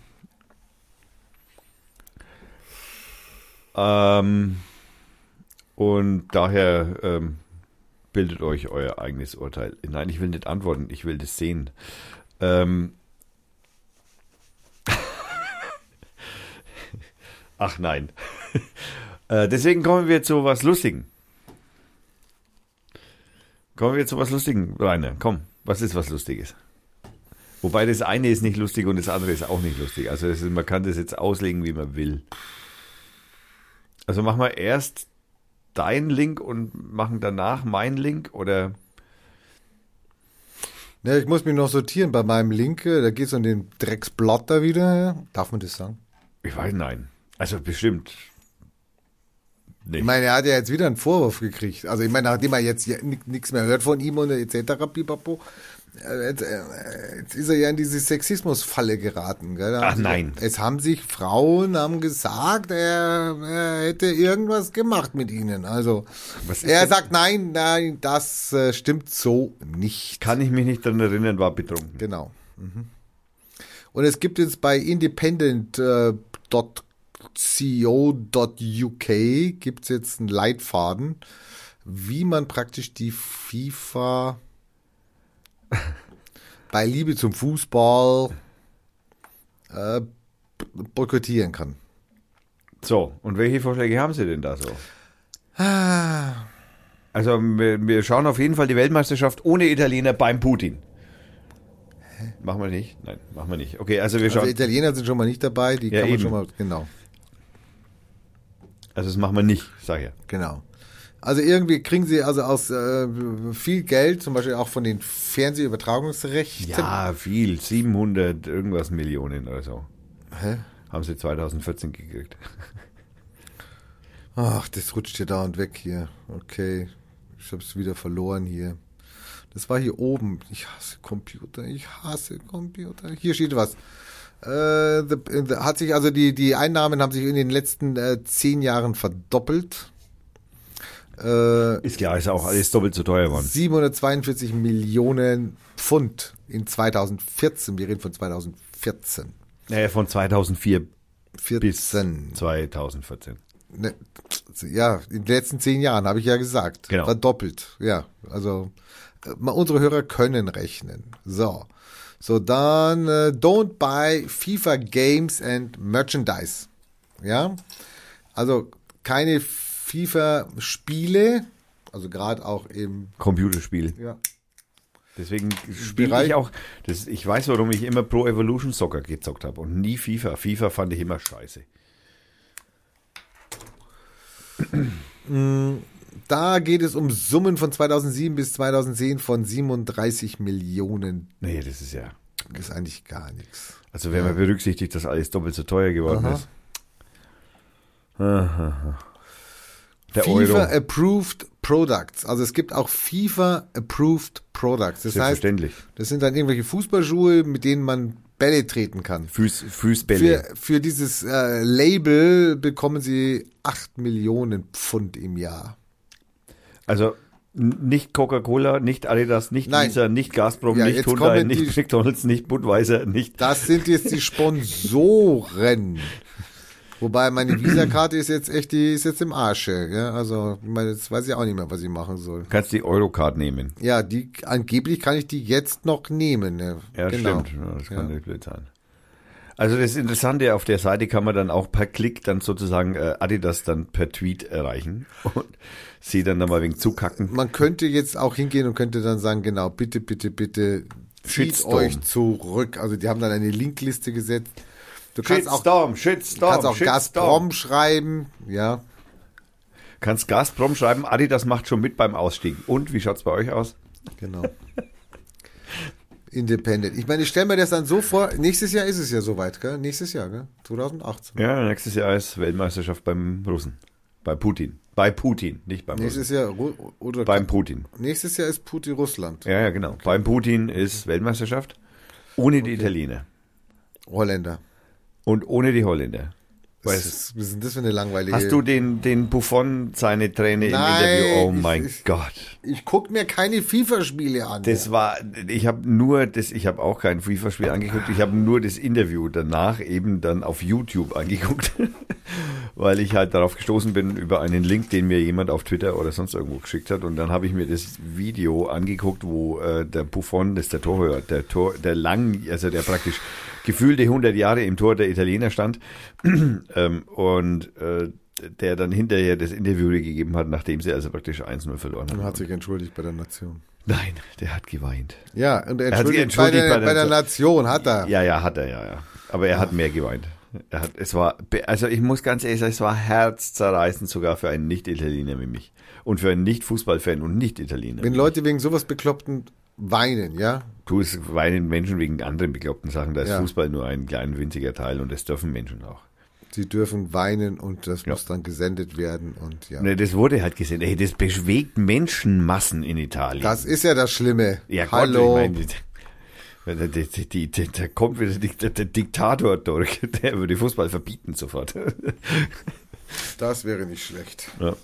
Und daher bildet euch euer eigenes Urteil. Nein, ich will nicht antworten, ich will das sehen. Ach nein. Deswegen kommen wir zu was Lustigem. Rainer. Komm, was ist was Lustiges? Wobei das eine ist nicht lustig und das andere ist auch nicht lustig. Also man kann das jetzt auslegen, wie man will. Also machen wir erst deinen Link und machen danach meinen Link, oder? Ja, ich muss mich noch sortieren bei meinem Link. Da geht es um den Drecksblatt da wieder. Darf man das sagen? Ich weiß, nein. Also bestimmt. Nee. Ich meine, er hat ja jetzt wieder einen Vorwurf gekriegt. Also ich meine, nachdem er jetzt nichts mehr hört von ihm und etc. Pipapo, jetzt ist er ja in diese Sexismusfalle geraten. Gell? Ach nein. Es haben sich Frauen gesagt, er hätte irgendwas gemacht mit ihnen. Also er sagt, nein, das stimmt so nicht. Kann ich mich nicht daran erinnern, war betrunken. Genau. Mhm. Und es gibt jetzt bei independent.co.uk gibt es jetzt einen Leitfaden, wie man praktisch die FIFA bei Liebe zum Fußball boykottieren kann. So, und welche Vorschläge haben Sie denn da so? Also wir schauen auf jeden Fall die Weltmeisterschaft ohne Italiener beim Putin. Machen wir nicht? Nein, machen wir nicht. Okay, also wir schauen. Also Italiener sind schon mal nicht dabei, die ja, kann man eben. schon mal, genau. Also das machen wir nicht, sag ich ja. Genau. Also irgendwie kriegen sie also aus viel Geld, zum Beispiel auch von den Fernsehübertragungsrechten. Ja, viel, 700 irgendwas Millionen oder so. Hä? Haben sie 2014 gekriegt. Ach, das rutscht hier dauernd weg hier. Okay, ich habe es wieder verloren hier. Das war hier oben. Ich hasse Computer. Hier steht was. Hat sich also die Einnahmen haben sich in den letzten 10 Jahren verdoppelt. Ist klar, ist auch alles doppelt so teuer geworden. 742 Millionen Pfund in 2014. Wir reden von 2014. Naja, von 2004 bis 14. 2014. Ne, ja, in den letzten 10 Jahren, habe ich ja gesagt. Genau. Verdoppelt. Ja, also unsere Hörer können rechnen. So, dann don't buy FIFA Games and Merchandise. Ja, also keine FIFA-Spiele, also gerade auch im Computerspiel. Ja. Deswegen spiele ich auch, ich weiß, warum ich immer Pro Evolution Soccer gezockt habe und nie FIFA. FIFA fand ich immer scheiße. Da geht es um Summen von 2007 bis 2010 von 37 Millionen. Nee, das ist ja... Das ist eigentlich gar nichts. Also wenn man berücksichtigt, dass alles doppelt so teuer geworden ist. Aha. Der FIFA Euro. Approved Products. Also es gibt auch FIFA Approved Products. Das heißt, Selbstverständlich. das sind dann irgendwelche Fußballschuhe, mit denen man Bälle treten kann. Fußbälle. Für dieses Label bekommen sie 8 Millionen Pfund im Jahr. Also nicht Coca-Cola, nicht Adidas, nicht Nein. Visa, nicht Gazprom, Ja, nicht jetzt Hyundai, kommen nicht die- McDonald's, nicht Budweiser, nicht... Das sind jetzt die Sponsoren. Wobei meine Visa-Karte ist jetzt echt, die ist jetzt im Arsche. Ja? Also, ich meine, jetzt weiß ich auch nicht mehr, was ich machen soll. Du kannst die Eurocard nehmen. Ja, angeblich kann ich die jetzt noch nehmen. Ja, Ja, genau. stimmt. Ja, das kann nicht blöd sein. Also das Interessante, auf der Seite kann man dann auch per Klick dann sozusagen Adidas dann per Tweet erreichen und sie dann mal wegen zukacken. Man könnte jetzt auch hingehen und könnte dann sagen, genau, bitte zieht Shitstorm. euch zurück. Also die haben dann eine Linkliste gesetzt. Du kannst auch Shitstorm. Gazprom schreiben, ja. Kannst Gazprom schreiben, Adidas macht schon mit beim Ausstieg. Und, wie schaut's bei euch aus? Genau. Independent. Ich meine, ich stelle mir das dann so vor, nächstes Jahr ist es ja soweit, gell? Nächstes Jahr, gell? 2018. Ja, nächstes Jahr ist Weltmeisterschaft beim Russen. Bei Putin. Bei Putin, nicht beim Nächstes Russen. Jahr oder Beim Putin. Nächstes Jahr ist Putin Russland. Ja, genau. Okay. Beim Putin ist Weltmeisterschaft. Ohne die Italiener. Holländer. Und ohne die Holländer. Was ist denn das für eine langweilige... Hast du den Buffon, seine Träne im Interview? Oh mein Gott. Ich gucke mir keine FIFA-Spiele an. Ich habe auch kein FIFA-Spiel angeguckt, ich habe nur das Interview danach eben dann auf YouTube angeguckt, weil ich halt darauf gestoßen bin über einen Link, den mir jemand auf Twitter oder sonst irgendwo geschickt hat, und dann habe ich mir das Video angeguckt, wo der Buffon, das ist der Torhüter, der praktisch gefühlte 100 Jahre im Tor der Italiener stand, und der dann hinterher das Interview gegeben hat, nachdem sie also praktisch 1-0 verloren haben. Und hat sich entschuldigt bei der Nation. Nein, der hat geweint. Ja, und er hat sich entschuldigt bei der Nation, hat er. Ja, hat er, ja. Aber er hat mehr geweint. Also ich muss ganz ehrlich sagen, es war herzzerreißend sogar für einen Nicht-Italiener wie mich. Und für einen Nicht-Fußballfan und Nicht-Italiener. Wenn Leute wegen sowas Bekloppten weinen, ja? Es weinen Menschen wegen anderen bekloppten Sachen. Da ist Fußball nur ein kleiner, winziger Teil, und das dürfen Menschen auch. Sie dürfen weinen, und das muss dann gesendet werden, und ja. Ne, das wurde halt gesendet. Hey, das bewegt Menschenmassen in Italien. Das ist ja das Schlimme. Ja, Hallo. Gott, ich meine, da kommt wieder der Diktator durch. Der würde Fußball verbieten sofort. Das wäre nicht schlecht. Ja.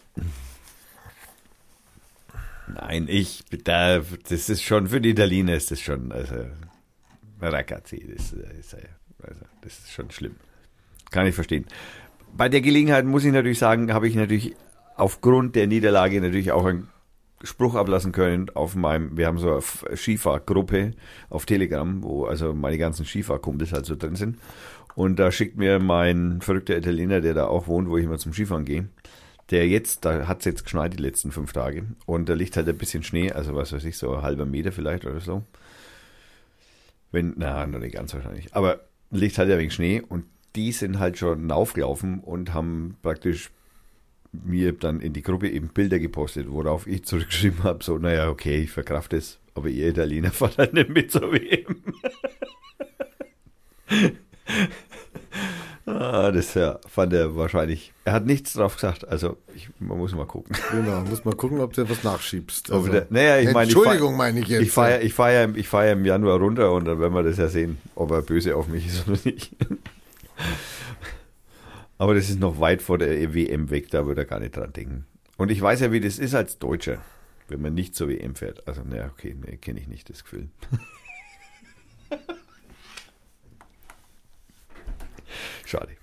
Nein, das ist schon, für die Italiener ist das schon, also, ragazzi, das ist schon schlimm. Kann ich verstehen. Bei der Gelegenheit muss ich natürlich sagen, habe ich natürlich aufgrund der Niederlage natürlich auch einen Spruch ablassen können wir haben so eine Skifahrgruppe auf Telegram, wo also meine ganzen Skifahrkumpels halt so drin sind. Und da schickt mir mein verrückter Italiener, der da auch wohnt, wo ich immer zum Skifahren gehe, da hat es jetzt geschneit die letzten 5 Tage, und da liegt halt ein bisschen Schnee, also was weiß ich, so ein halber Meter vielleicht oder so. Noch nicht ganz wahrscheinlich, aber liegt halt ein wenig Schnee, und die sind halt schon aufgelaufen und haben praktisch mir dann in die Gruppe eben Bilder gepostet, worauf ich zurückgeschrieben habe, so, naja, okay, ich verkrafte es, aber ihr Italiener fahrt halt nicht mit zur WM. Das fand er wahrscheinlich. Er hat nichts drauf gesagt, also man muss mal gucken. Genau, muss mal gucken, ob du etwas nachschiebst. Also, Entschuldigung, meine ich jetzt. Ich fahre im Januar runter, und dann werden wir das ja sehen, ob er böse auf mich ist oder nicht. Aber das ist noch weit vor der WM weg, da würde er gar nicht dran denken. Und ich weiß ja, wie das ist als Deutscher, wenn man nicht zur WM fährt. Also, kenne ich nicht das Gefühl. Schade.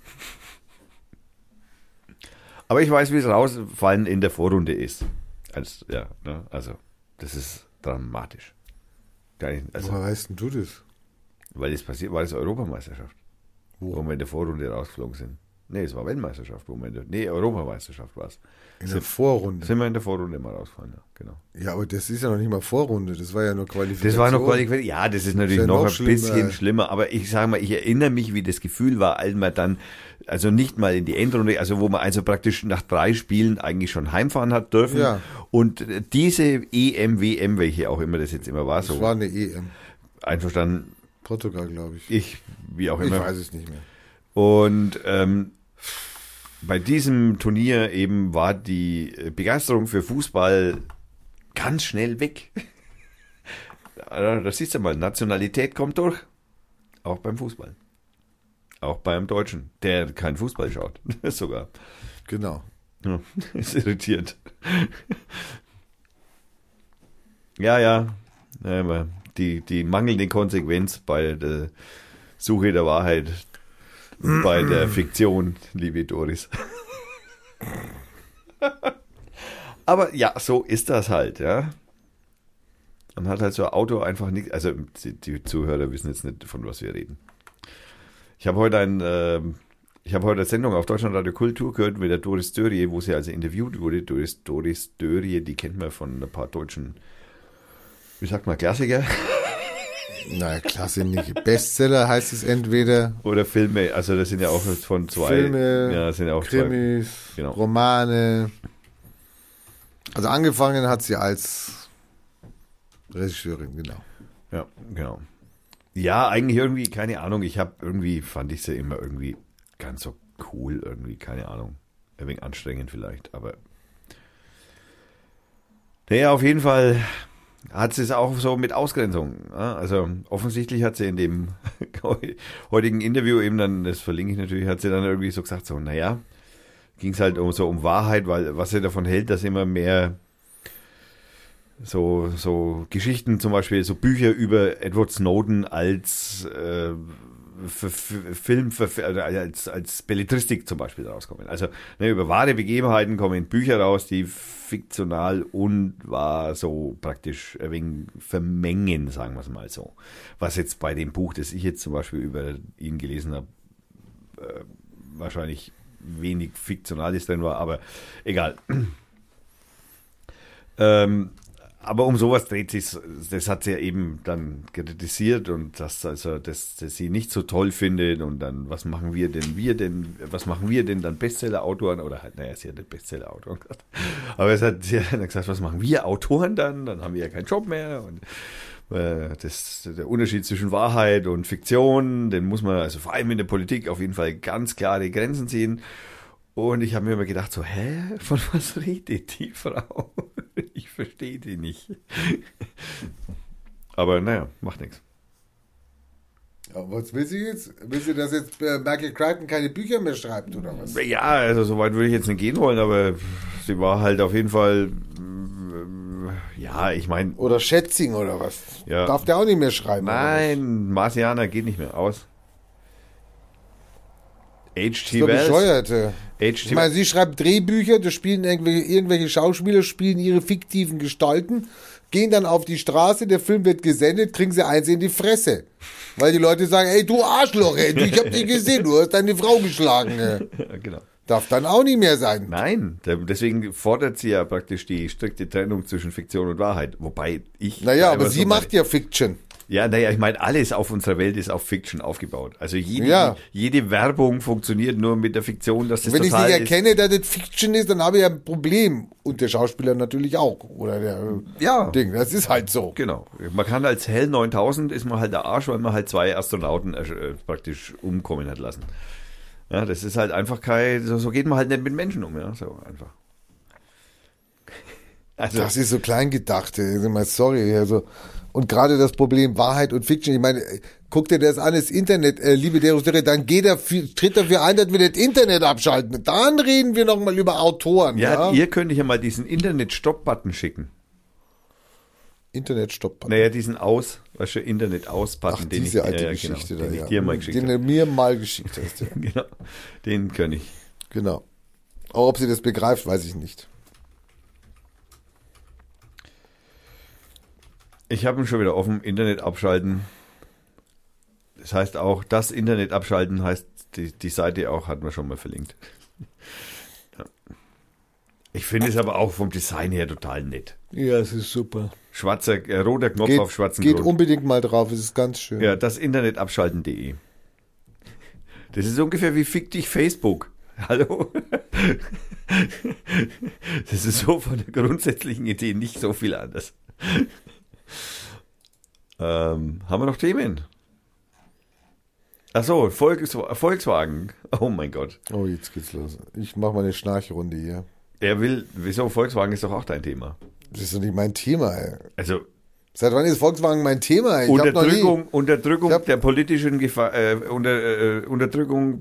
Aber ich weiß, wie es rausfallen in der Vorrunde ist. Also, das ist dramatisch. Woher weißt denn du das? Weil das passiert, war das Europameisterschaft. Wo wir in der Vorrunde rausgeflogen sind. Nee, es war Weltmeisterschaft, Europameisterschaft war es. In der Vorrunde? Sind wir in der Vorrunde mal rausgefallen, ja, genau. Ja, aber das ist ja noch nicht mal Vorrunde, das war ja nur Qualifikation. Das war noch Qualifikation, ja, das ist natürlich noch ein bisschen schlimmer, aber ich sage mal, ich erinnere mich, wie das Gefühl war, als man dann, also nicht mal in die Endrunde, also wo man also praktisch nach 3 Spielen eigentlich schon heimfahren hat dürfen. Ja. Und diese EM, WM, welche auch immer das jetzt immer war, das war eine EM. Einverstanden. Portugal, glaube ich. Wie auch immer. Ich weiß es nicht mehr. Und bei diesem Turnier eben war die Begeisterung für Fußball ganz schnell weg. Da siehst du mal, Nationalität kommt durch. Auch beim Fußball. Auch beim Deutschen, der keinen Fußball schaut. Sogar. Genau. Ja, ist irritiert. Ja. Aber die mangelnde Konsequenz bei der Suche der Wahrheit, bei der Fiktion, liebe Doris. Aber ja, so ist das halt, ja. Man hat halt so ein Auto einfach nicht, also die Zuhörer wissen jetzt nicht, von was wir reden. Ich habe heute eine Sendung auf Deutschlandradio Kultur gehört mit der Doris Dörrie, wo sie also interviewt wurde. Doris Dörrie, die kennt man von ein paar deutschen, wie sagt man, Klassiker? Naja, klasse nicht. Bestseller heißt es entweder. Oder Filme, also das sind ja auch von 2. Filme, ja, das sind ja auch Krimis, 2, genau. Romane. Also angefangen hat sie als Regisseurin, genau. Ja, genau. Ja, eigentlich irgendwie, keine Ahnung. Fand ich sie immer irgendwie ganz so cool, irgendwie, keine Ahnung. Ein wenig anstrengend vielleicht, aber. Naja, auf jeden Fall hat sie es auch so mit Ausgrenzung. Ja? Also offensichtlich hat sie in dem heutigen Interview eben dann, das verlinke ich natürlich, hat sie dann irgendwie so gesagt, so, naja, ging es halt um Wahrheit, weil was sie davon hält, dass immer mehr so Geschichten, zum Beispiel so Bücher über Edward Snowden als Film, als Belletristik zum Beispiel rauskommen. Also über wahre Begebenheiten kommen Bücher raus, die fiktional und wahr so praktisch ein wenig vermengen, sagen wir es mal so. Was jetzt bei dem Buch, das ich jetzt zum Beispiel über ihn gelesen habe, wahrscheinlich wenig Fiktionales drin war, aber egal. Aber um sowas dreht sich, das hat sie ja eben dann kritisiert und dass sie nicht so toll findet und dann, was machen wir denn dann Bestseller-Autoren oder halt, naja, sie hat nicht Bestseller-Autoren gesagt, aber sie hat dann gesagt, was machen wir Autoren dann haben wir ja keinen Job mehr und der Unterschied zwischen Wahrheit und Fiktion, den muss man, also vor allem in der Politik, auf jeden Fall ganz klare Grenzen ziehen. Und ich habe mir immer gedacht, so, von was redet die Frau? Ich verstehe die nicht. Aber naja, macht nichts. Ja, was will sie jetzt? Will sie, dass jetzt Michael Crichton keine Bücher mehr schreibt, oder was? Ja, also so weit würde ich jetzt nicht gehen wollen, aber sie war halt auf jeden Fall, ja, ich meine... Oder Schätzing, oder was? Ja. Darf der auch nicht mehr schreiben? Nein, Marciana geht nicht mehr aus. H.G. Bescheuerte. Ich meine, sie schreibt Drehbücher, da spielen irgendwelche Schauspieler, spielen ihre fiktiven Gestalten, gehen dann auf die Straße, der Film wird gesendet, kriegen sie eins in die Fresse. Weil die Leute sagen, ey, du Arschloch, ey, ich hab dich gesehen, du hast deine Frau geschlagen. Ey. Ja, genau. Darf dann auch nicht mehr sein. Nein, deswegen fordert sie ja praktisch die strikte Trennung zwischen Fiktion und Wahrheit. Wobei ich... Naja, aber sie macht ja Fiction. Ja, naja, ich meine, alles auf unserer Welt ist auf Fiction aufgebaut. Also jede Werbung funktioniert nur mit der Fiktion, dass das wenn total ich nicht erkenne, dass das Fiction ist, dann habe ich ja ein Problem. Und der Schauspieler natürlich auch. Oder der Ding, das ist halt so. Genau. Man kann als Hell 9000 ist man halt der Arsch, weil man halt 2 Astronauten praktisch umkommen hat lassen. Ja, das ist halt einfach so geht man halt nicht mit Menschen um, ja, so einfach. Also, das ist so klein gedacht, sorry, also. Und gerade das Problem Wahrheit und Fiction, ich meine, guck dir das an, das Internet, liebe Derustere, dann tritt dafür ein, dass wir das Internet abschalten. Dann reden wir nochmal über Autoren. Ja, ihr könnt ja mal diesen Internet-Stop-Button schicken. Internet-Stop-Button? Naja, diesen Internet-Aus-Button. Ach, diese alte Geschichte den ich da, dir mal geschickt habe. Den du mir mal geschickt hast, ja. Genau, den kann ich. Genau. Aber ob sie das begreift, weiß ich nicht. Ich habe ihn schon wieder offen, Internet abschalten. Das heißt auch, das Internet abschalten heißt, die Seite auch, hatten wir schon mal verlinkt. Ja. Ich finde es aber auch vom Design her total nett. Ja, es ist super. Roter Knopf auf schwarzen Grund. Geht unbedingt mal drauf, es ist ganz schön. Ja, das Internetabschalten.de. Das ist ungefähr wie Fick dich Facebook. Hallo? Das ist so von der grundsätzlichen Idee nicht so viel anders. Haben wir noch Themen? Achso, Volkswagen. Oh mein Gott. Oh, jetzt geht's los. Ich mache mal eine Schnarchrunde hier. Wieso? Volkswagen ist doch auch dein Thema. Das ist doch nicht mein Thema, ey. Also. Seit wann ist Volkswagen mein Thema? Unterdrückung der politischen Unterdrückung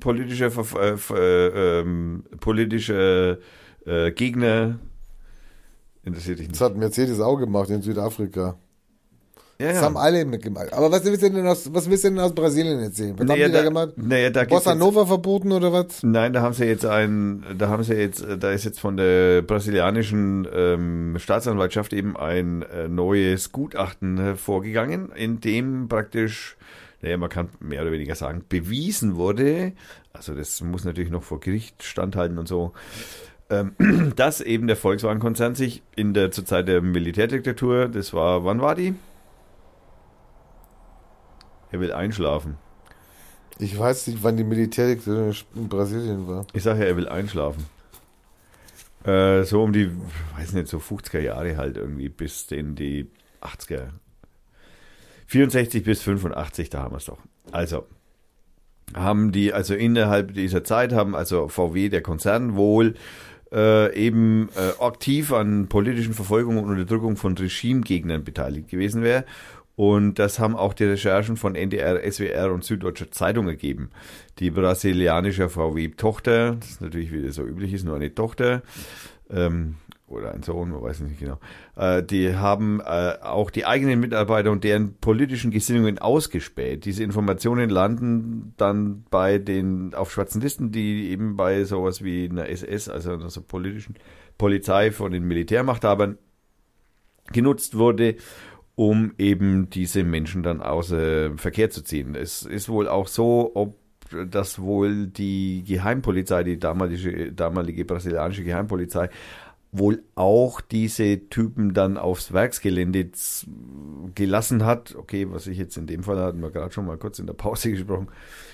politischer Gegner. Interessiert dich nicht. Das hat Mercedes auch gemacht in Südafrika. Ja, das haben alle mitgemacht. Aber was willst du denn aus Brasilien erzählen? Was haben die da gemacht? Bossa Nova verboten oder was? Nein, da ist jetzt von der brasilianischen Staatsanwaltschaft eben ein neues Gutachten hervorgegangen, in dem praktisch, man kann mehr oder weniger sagen, bewiesen wurde, also das muss natürlich noch vor Gericht standhalten und so, dass eben der Volkswagen-Konzern sich zur Zeit der Militärdiktatur, wann war die? Er will einschlafen. Ich weiß nicht, wann die Militärdiktatur in Brasilien war. Ich sage ja, er will einschlafen. So um die, weiß nicht, so 50er Jahre halt irgendwie, bis in die 80er. 64 bis 85, da haben wir es doch. Also innerhalb dieser Zeit haben also VW, der Konzern, wohl aktiv an politischen Verfolgungen und Unterdrückung von Regimegegnern beteiligt gewesen wäre. Und das haben auch die Recherchen von NDR, SWR und Süddeutscher Zeitung ergeben. Die brasilianische VW-Tochter, das ist natürlich, wie das so üblich ist, nur eine Tochter, oder ein Sohn, man weiß nicht genau, die haben auch die eigenen Mitarbeiter und deren politischen Gesinnungen ausgespäht. Diese Informationen landen dann auf schwarzen Listen, die eben bei sowas wie einer SS, also einer so politischen Polizei von den Militärmachthabern genutzt wurde, um eben diese Menschen dann außer Verkehr zu ziehen. Es ist wohl auch so, dass wohl die Geheimpolizei, die damalige brasilianische Geheimpolizei, wohl auch diese Typen dann aufs Werksgelände gelassen hat. Okay, was ich jetzt in dem Fall, hatten wir gerade schon mal kurz in der Pause gesprochen,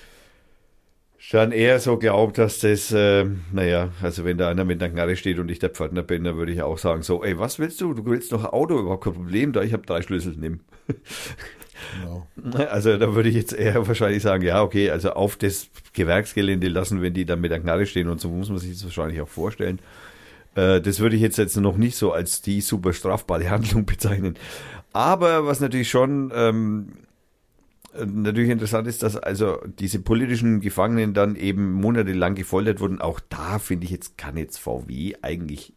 schon eher so glaubt, dass das, also wenn da einer mit einer Knarre steht und ich der Pförtner bin, dann würde ich auch sagen, so, ey, was willst du? Du willst noch ein Auto, überhaupt kein Problem, ich habe 3 Schlüssel, nimm. Genau. Also da würde ich jetzt eher wahrscheinlich sagen, ja, okay, also auf das Gewerksgelände lassen, wenn die dann mit der Knarre stehen, und so muss man sich das wahrscheinlich auch vorstellen. Das würde ich jetzt noch nicht so als die super strafbare Handlung bezeichnen. Aber was natürlich schon natürlich interessant ist, dass also diese politischen Gefangenen dann eben monatelang gefoltert wurden. Auch da finde ich kann jetzt VW eigentlich,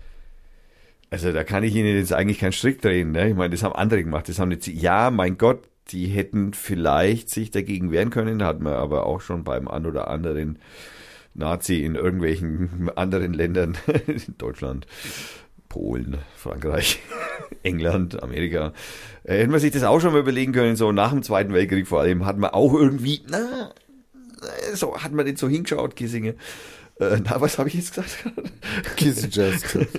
also da kann ich ihnen jetzt eigentlich keinen Strick drehen. Ne? Ich meine, das haben andere gemacht. Das haben jetzt, ja, mein Gott, die hätten vielleicht sich dagegen wehren können, hat man aber auch schon beim ein oder anderen Nazi in irgendwelchen anderen Ländern, in Deutschland, Polen, Frankreich, England, Amerika, hätte man sich das auch schon mal überlegen können, so nach dem Zweiten Weltkrieg vor allem, hat man auch irgendwie, so hat man nicht so hingeschaut, Kissinger. Was habe ich jetzt gesagt? Kissinger.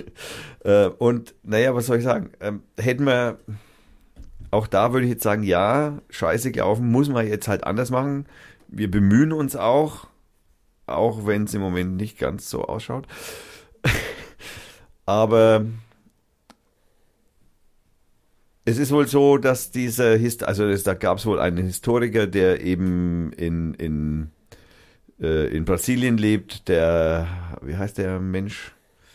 Und naja, was soll ich sagen? Hätten wir, auch da würde ich jetzt sagen, ja, scheiße gelaufen, muss man jetzt halt anders machen. Wir bemühen uns auch wenn es im Moment nicht ganz so ausschaut. Aber es ist wohl so, dass da gab es wohl einen Historiker, der eben in Brasilien lebt, wie heißt der Mensch?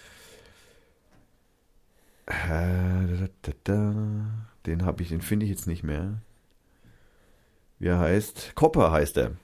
Den finde ich jetzt nicht mehr. Wie er heißt? Kopper heißt er.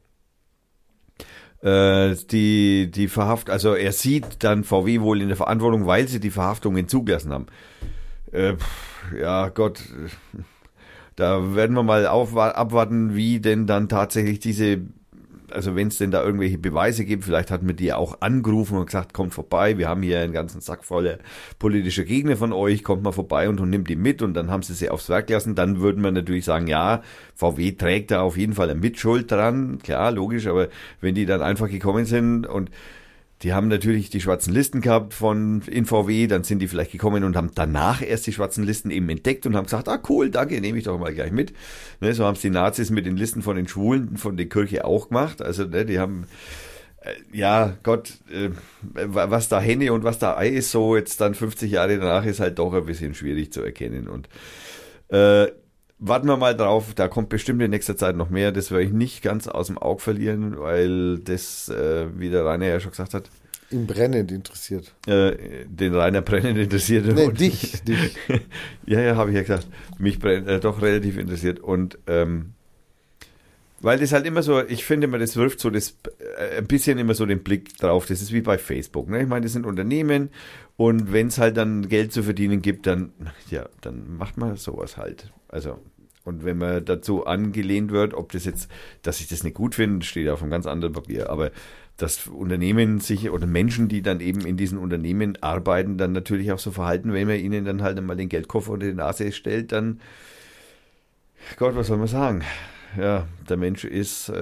Die Verhaftung, also er sieht dann VW wohl in der Verantwortung, weil sie die Verhaftungen zugelassen haben. Ja, Gott, da werden wir mal abwarten, wie denn dann tatsächlich also wenn es denn da irgendwelche Beweise gibt, vielleicht hat man die auch angerufen und gesagt, kommt vorbei, wir haben hier einen ganzen Sack voller politischer Gegner von euch, kommt mal vorbei und nimmt die mit, und dann haben sie aufs Werk gelassen. Dann würden wir natürlich sagen, ja, VW trägt da auf jeden Fall eine Mitschuld dran, klar, logisch, aber wenn die dann einfach gekommen sind und die haben natürlich die schwarzen Listen gehabt in VW, dann sind die vielleicht gekommen und haben danach erst die schwarzen Listen eben entdeckt und haben gesagt, cool, danke, nehme ich doch mal gleich mit. Ne, so haben es die Nazis mit den Listen von den Schwulen, von der Kirche auch gemacht. Also die haben, ja Gott, was da Henne und was da Ei ist, so jetzt dann 50 Jahre danach, ist halt doch ein bisschen schwierig zu erkennen. Und warten wir mal drauf, da kommt bestimmt in nächster Zeit noch mehr. Das werde ich nicht ganz aus dem Auge verlieren, weil das, wie der Rainer ja schon gesagt hat, ihn brennend interessiert. Den Rainer brennend interessiert. Nee, dich. Ja, habe ich ja gesagt. Mich doch relativ interessiert. Und weil das halt immer so, ich finde immer, das wirft so ein bisschen immer so den Blick drauf. Das ist wie bei Facebook. Ne? Ich meine, das sind Unternehmen, und wenn es halt dann Geld zu verdienen gibt, dann macht man sowas halt. Also, und wenn man dazu angelehnt wird, ob das jetzt, dass ich das nicht gut finde, steht auf einem ganz anderen Papier, aber dass Unternehmen oder Menschen, die dann eben in diesen Unternehmen arbeiten, dann natürlich auch so verhalten, wenn man ihnen dann halt einmal den Geldkoffer unter die Nase stellt, dann, Gott, was soll man sagen? Ja, der Mensch ist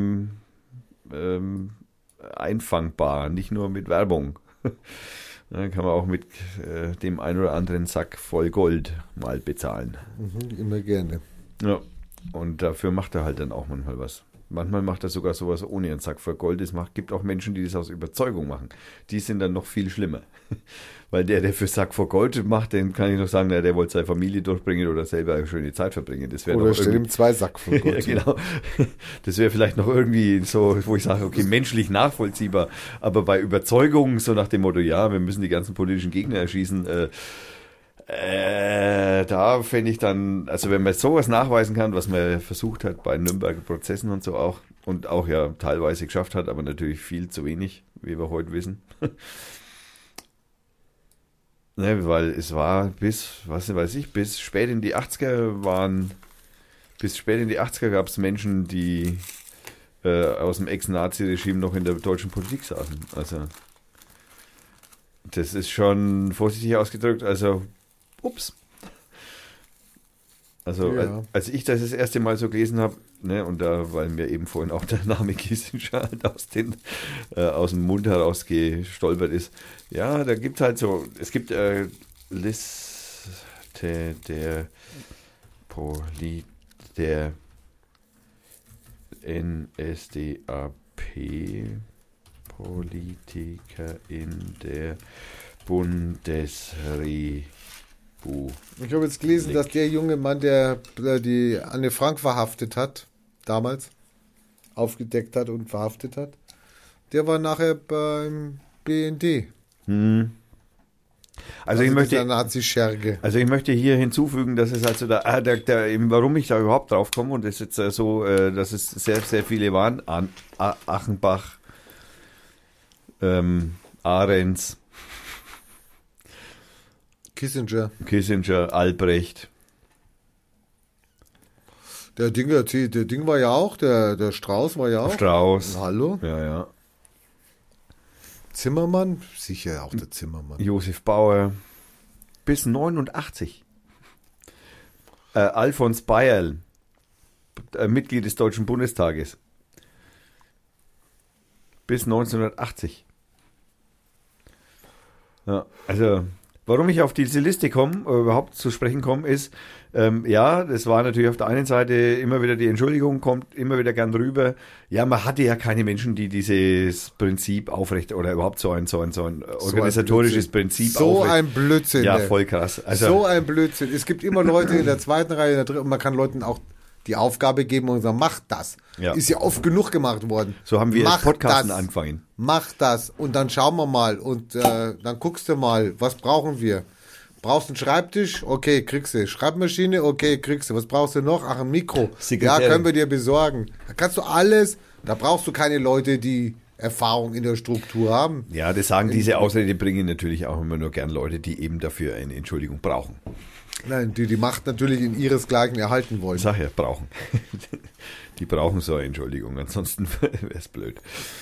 einfangbar, nicht nur mit Werbung. Dann kann man auch mit dem ein oder anderen Sack voll Gold mal bezahlen. Immer gerne. Ja, und dafür macht er halt dann auch manchmal was. manchmal macht er sogar sowas ohne einen Sack voll Gold. Es gibt auch Menschen, die das aus Überzeugung machen. Die sind dann noch viel schlimmer. Weil der für Sack voll Gold macht, den kann ich noch sagen, der wollte seine Familie durchbringen oder selber eine schöne Zeit verbringen. Das wäre Oder stell ihm 2 Sack voll Gold. Ja, genau. Das wäre vielleicht noch irgendwie so, wo ich sage, okay, menschlich nachvollziehbar. Aber bei Überzeugung, so nach dem Motto, ja, wir müssen die ganzen politischen Gegner erschießen, da fände ich dann, also wenn man sowas nachweisen kann, was man versucht hat bei Nürnberger Prozessen und so auch, und auch ja teilweise geschafft hat, aber natürlich viel zu wenig, wie wir heute wissen. Ne, weil es war bis spät in die 80er gab es Menschen, die aus dem Ex-Nazi-Regime noch in der deutschen Politik saßen. Also das ist schon vorsichtig ausgedrückt, also ups. Also Ja. als ich das erste Mal so gelesen habe, ne, und da, weil mir eben vorhin auch der Name Kissinger halt aus dem Mund heraus gestolpert ist, ja, da gibt es halt so, es gibt Liste der NSDAP-Politiker in der Bundesrepublik. Ich habe jetzt gelesen, dass der junge Mann, der die Anne Frank verhaftet hat, damals aufgedeckt hat und verhaftet hat, der war nachher beim BND. Also ich möchte, dieser Nazi-Scherge. also ich möchte hier hinzufügen, dass es also warum ich da überhaupt drauf komme, und das ist jetzt so, dass es sehr, sehr viele waren, Achenbach, Ahrens, Kissinger. Albrecht. Der Ding war ja auch, der Strauß war ja auch. Strauß. Hallo? Ja. Zimmermann? Sicher auch der Zimmermann. Josef Bauer. Bis 89. Alfons Bayerl. Mitglied des Deutschen Bundestages. Bis 1980. Ja, also warum ich auf diese Liste überhaupt zu sprechen komme, ist, ja, das war natürlich auf der einen Seite immer wieder die Entschuldigung, kommt immer wieder gern rüber. Ja, man hatte ja keine Menschen, die dieses Prinzip aufrecht oder überhaupt so ein organisatorisches Prinzip So aufrecht. ein Blödsinn. Ja, ey. voll krass. Also, So ein Blödsinn. Es gibt immer Leute in der zweiten Reihe, in der dritten, und man kann Leuten auch die Aufgabe geben und sagen, mach das. Ja. Ist ja oft genug gemacht worden. so haben wir Mach als Podcasten das. angefangen. Mach das und dann schauen wir mal und dann guckst du mal, was brauchen wir? Brauchst du einen Schreibtisch? Okay, kriegst du. Schreibmaschine? Okay, kriegst du. Was brauchst du noch? Ach, ein Mikro. Sekretärin. Ja, können wir dir besorgen. Da kannst du alles, da brauchst du keine Leute, die Erfahrung in der Struktur haben. Ja, das sagen diese Ausrede bringen natürlich auch immer nur gern Leute, die eben dafür eine Entschuldigung brauchen. Nein, die Macht natürlich in ihresgleichen erhalten wollen. Sag ja, brauchen. Die brauchen so eine Entschuldigung, ansonsten wäre es blöd.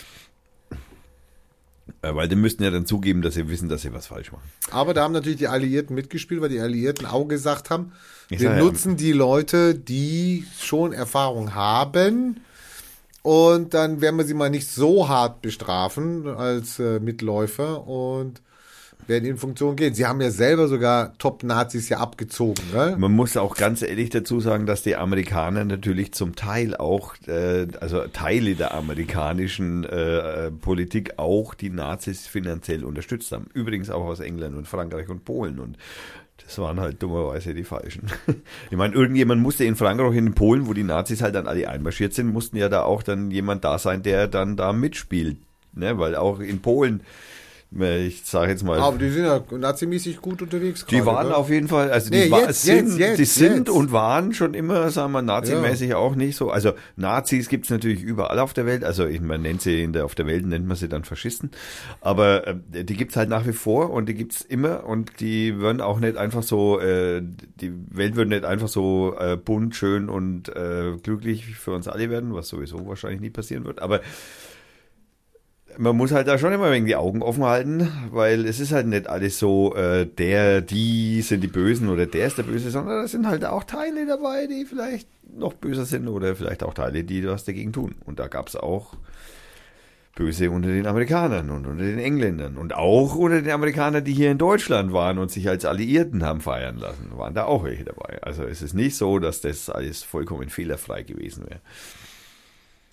Weil die müssten ja dann zugeben, dass sie wissen, dass sie was falsch machen. Aber da haben natürlich die Alliierten mitgespielt, weil die Alliierten auch gesagt haben, Ich wir sag ja, nutzen die Leute, die schon Erfahrung haben, und dann werden wir sie mal nicht so hart bestrafen als Mitläufer und werden in Funktion gehen. Sie haben ja selber sogar Top-Nazis ja abgezogen. Ne? Man muss auch ganz ehrlich dazu sagen, dass die Amerikaner natürlich zum Teil auch, also Teile der amerikanischen Politik auch die Nazis finanziell unterstützt haben. Übrigens auch aus England und Frankreich und Polen, und das waren halt dummerweise die Falschen. Ich meine, irgendjemand musste in Frankreich, in Polen, wo die Nazis halt dann alle einmarschiert sind, mussten ja da auch dann jemand da sein, der dann da mitspielt. Ne? Weil auch in Polen, ich sage jetzt mal, Aber die sind ja nazimäßig gut unterwegs. die gerade, waren ne? auf jeden Fall, also Nee, die sind jetzt. und waren schon immer, sagen wir, nazimäßig auch nicht so. Also Nazis gibt's natürlich überall auf der Welt. Also man nennt sie auf der Welt nennt man sie dann Faschisten. Aber die gibt's halt nach wie vor, und die gibt's immer, und die würden auch nicht einfach so, die Welt würde nicht einfach so bunt, schön und glücklich für uns alle werden, was sowieso wahrscheinlich nie passieren wird. Aber man muss halt da schon immer wegen die Augen offen halten, weil es ist halt nicht alles so, die sind die Bösen oder der ist der Böse, sondern es sind halt auch Teile dabei, die vielleicht noch böser sind, oder vielleicht auch Teile, die was dagegen tun. Und da gab es auch Böse unter den Amerikanern und unter den Engländern und auch unter den Amerikanern, die hier in Deutschland waren und sich als Alliierten haben feiern lassen, waren da auch welche dabei. Also es ist nicht so, dass das alles vollkommen fehlerfrei gewesen wäre.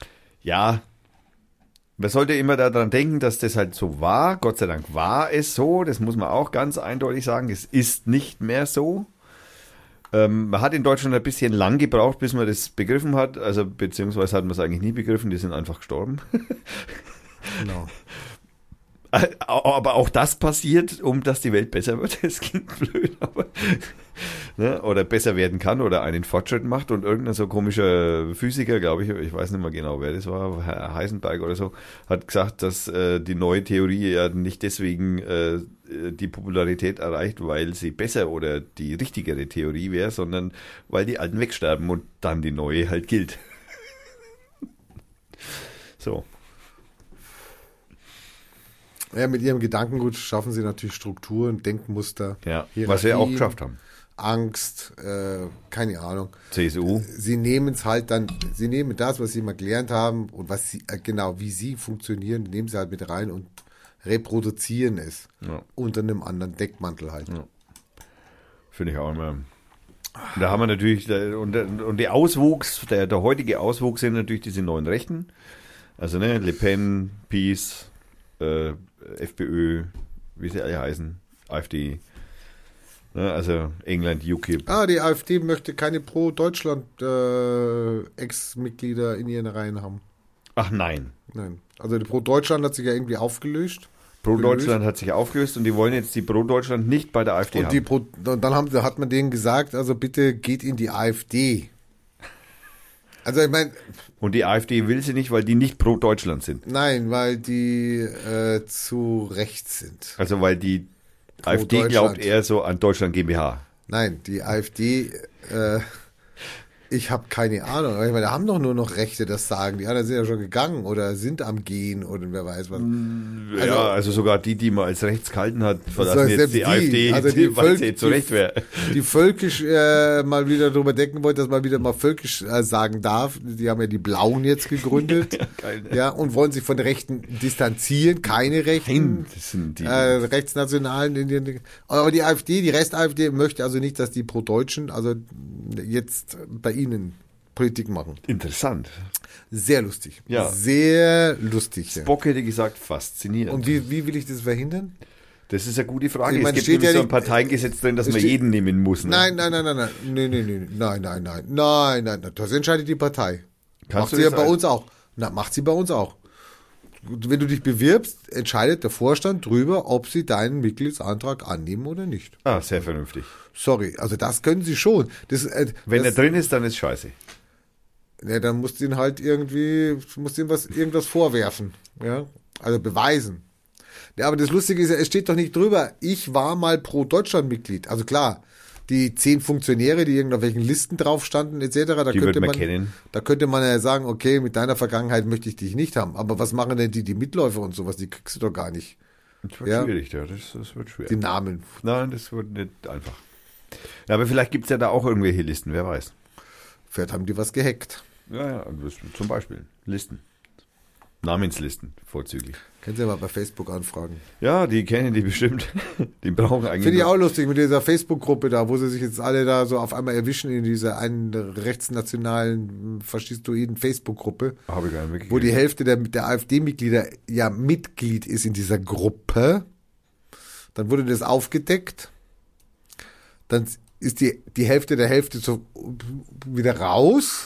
Ja, man sollte immer daran denken, dass das halt so war. Gott sei Dank war es so. Das muss man auch ganz eindeutig sagen. Es ist nicht mehr so. Man hat in Deutschland ein bisschen lang gebraucht, bis man das begriffen hat. Also beziehungsweise hat man es eigentlich nie begriffen. Die sind einfach gestorben. Genau. Aber auch das passiert, um dass die Welt besser wird. Das klingt blöd, aber ne, oder besser werden kann oder einen Fortschritt macht. Und irgendein so komischer Physiker, glaube ich weiß nicht mehr genau, wer das war, Herr Heisenberg oder so, hat gesagt, dass die neue Theorie ja nicht deswegen die Popularität erreicht, weil sie besser oder die richtigere Theorie wäre, sondern weil die Alten wegsterben und dann die neue halt gilt. So. Ja, mit ihrem Gedankengut schaffen sie natürlich Strukturen, Denkmuster, Ja, was wir auch Hierarchien, geschafft haben. Angst, keine Ahnung. CSU. Sie nehmen es halt dann, sie nehmen das, was sie mal gelernt haben und was sie, genau, wie sie funktionieren, nehmen sie halt mit rein und reproduzieren es. Ja. Unter einem anderen Deckmantel halt. Ja. Finde ich auch immer. Da haben wir natürlich, und der Auswuchs, der heutige Auswuchs sind natürlich diese neuen Rechten. Also ne, Le Pen, PiS, FPÖ, wie sie alle heißen, AfD, ne, also England, UKIP. Die AfD möchte keine Pro-Deutschland Ex-Mitglieder in ihren Reihen haben. Ach nein. Nein. Also die Pro-Deutschland hat sich ja irgendwie aufgelöst. Pro-Deutschland hat sich aufgelöst und die wollen jetzt die Pro-Deutschland nicht bei der AfD haben. Und dann hat man denen gesagt, also bitte geht in die AfD. Also ich meine, Und die AfD will sie nicht, weil die nicht Pro-Deutschland sind. nein, weil die zu rechts sind. Also weil die AfD Pro-Deutschland. glaubt eher so an Deutschland GmbH. Nein, die AfD, ich habe keine Ahnung. Aber ich meine, da haben doch nur noch Rechte das Sagen. Die anderen sind ja schon gegangen oder sind am Gehen oder wer weiß was. Also sogar die man als rechts gehalten hat, verlassen selbst jetzt die die, AfD, also die weil Völk- sie zu Recht wäre. Die völkisch mal wieder darüber denken wollte, dass man wieder mal völkisch sagen darf. Die haben ja die Blauen jetzt gegründet. Geil. Ja, und wollen sich von den Rechten distanzieren. Keine Rechten. Das sind die. Rechtsnationalen. Aber die AfD, die Rest-AfD möchte also nicht, dass die Pro-Deutschen also jetzt bei ihnen Politik machen. Interessant. Sehr lustig. Ja. Sehr lustig. Ja. Bock hätte gesagt, faszinierend. Und wie will ich das verhindern? Das ist eine gute Frage. Ich meine, Es gibt steht nämlich ja so ein nicht- Parteiengesetz drin, dass es man steht- jeden nehmen muss. Ne? Nein. Nein. Das entscheidet die Partei. Kannst Macht du sie ja das bei als- uns auch. Macht sie bei uns auch. Wenn du dich bewirbst, entscheidet der Vorstand drüber, ob sie deinen Mitgliedsantrag annehmen oder nicht. Ah, sehr vernünftig. Sorry, also das können sie schon. Wenn er das, drin ist, dann ist scheiße. ja, dann musst du ihn halt irgendwas vorwerfen. Ja, also beweisen. Ja, aber das Lustige ist ja, es steht doch nicht drüber, ich war mal Pro-Deutschland-Mitglied. Also klar, die 10 Funktionäre, die irgendwelchen Listen drauf standen, etc., Die wird man kennen. da könnte man ja sagen, okay, mit deiner Vergangenheit möchte ich dich nicht haben. Aber was machen denn die Mitläufer und sowas? Die kriegst du doch gar nicht. Das wird Ja. schwierig, ja. Das wird schwer. Die Namen. Nein, das wird nicht einfach. Ja, aber vielleicht gibt es ja da auch irgendwelche Listen, wer weiß. Vielleicht haben die was gehackt. Ja, zum Beispiel Listen. Namenslisten vorzüglich. Können Sie ja mal bei Facebook anfragen. Ja, die kennen die bestimmt. Die brauchen eigentlich. Finde ich nur- auch lustig mit dieser Facebook-Gruppe da, wo sie sich jetzt alle da so auf einmal erwischen in dieser einen rechtsnationalen, faschistoiden Facebook-Gruppe, Habe ich gar nicht mitgekriegt. wo die Hälfte der AfD-Mitglieder ja Mitglied ist in dieser Gruppe. Dann wurde das aufgedeckt. Dann ist die Hälfte der Hälfte so wieder raus.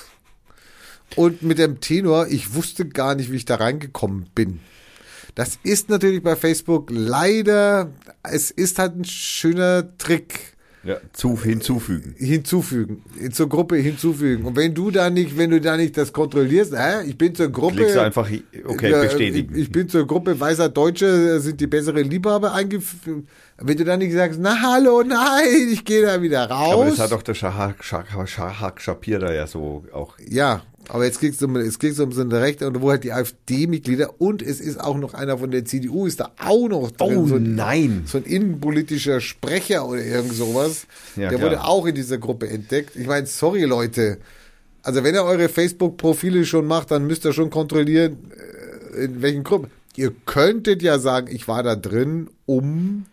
Und mit dem Tenor, ich wusste gar nicht, wie ich da reingekommen bin. Das ist natürlich bei Facebook leider, es ist halt ein schöner Trick. Ja, hinzufügen. Hinzufügen, zur Gruppe hinzufügen. Und wenn du da nicht das kontrollierst, ich bin zur Gruppe. Klickst du einfach, okay, bestätigen. Ich bin zur Gruppe weißer Deutsche, sind die bessere Liebhaber eingefügt. Wenn du dann nicht sagst, na hallo, nein, ich gehe da wieder raus. Aber das hat doch der Shahak Shapira ja so auch. Ja, aber jetzt kriegst du um so eine Rechte, und wo halt die AfD-Mitglieder, und es ist auch noch einer von der CDU, ist da auch noch drin. Oh, so ein, nein. So ein innenpolitischer Sprecher oder irgend sowas. Ja, der klar. wurde auch in dieser Gruppe entdeckt. Ich meine, sorry Leute, also wenn ihr eure Facebook-Profile schon macht, dann müsst ihr schon kontrollieren, in welchen Gruppen. Ihr könntet ja sagen, ich war da drin, um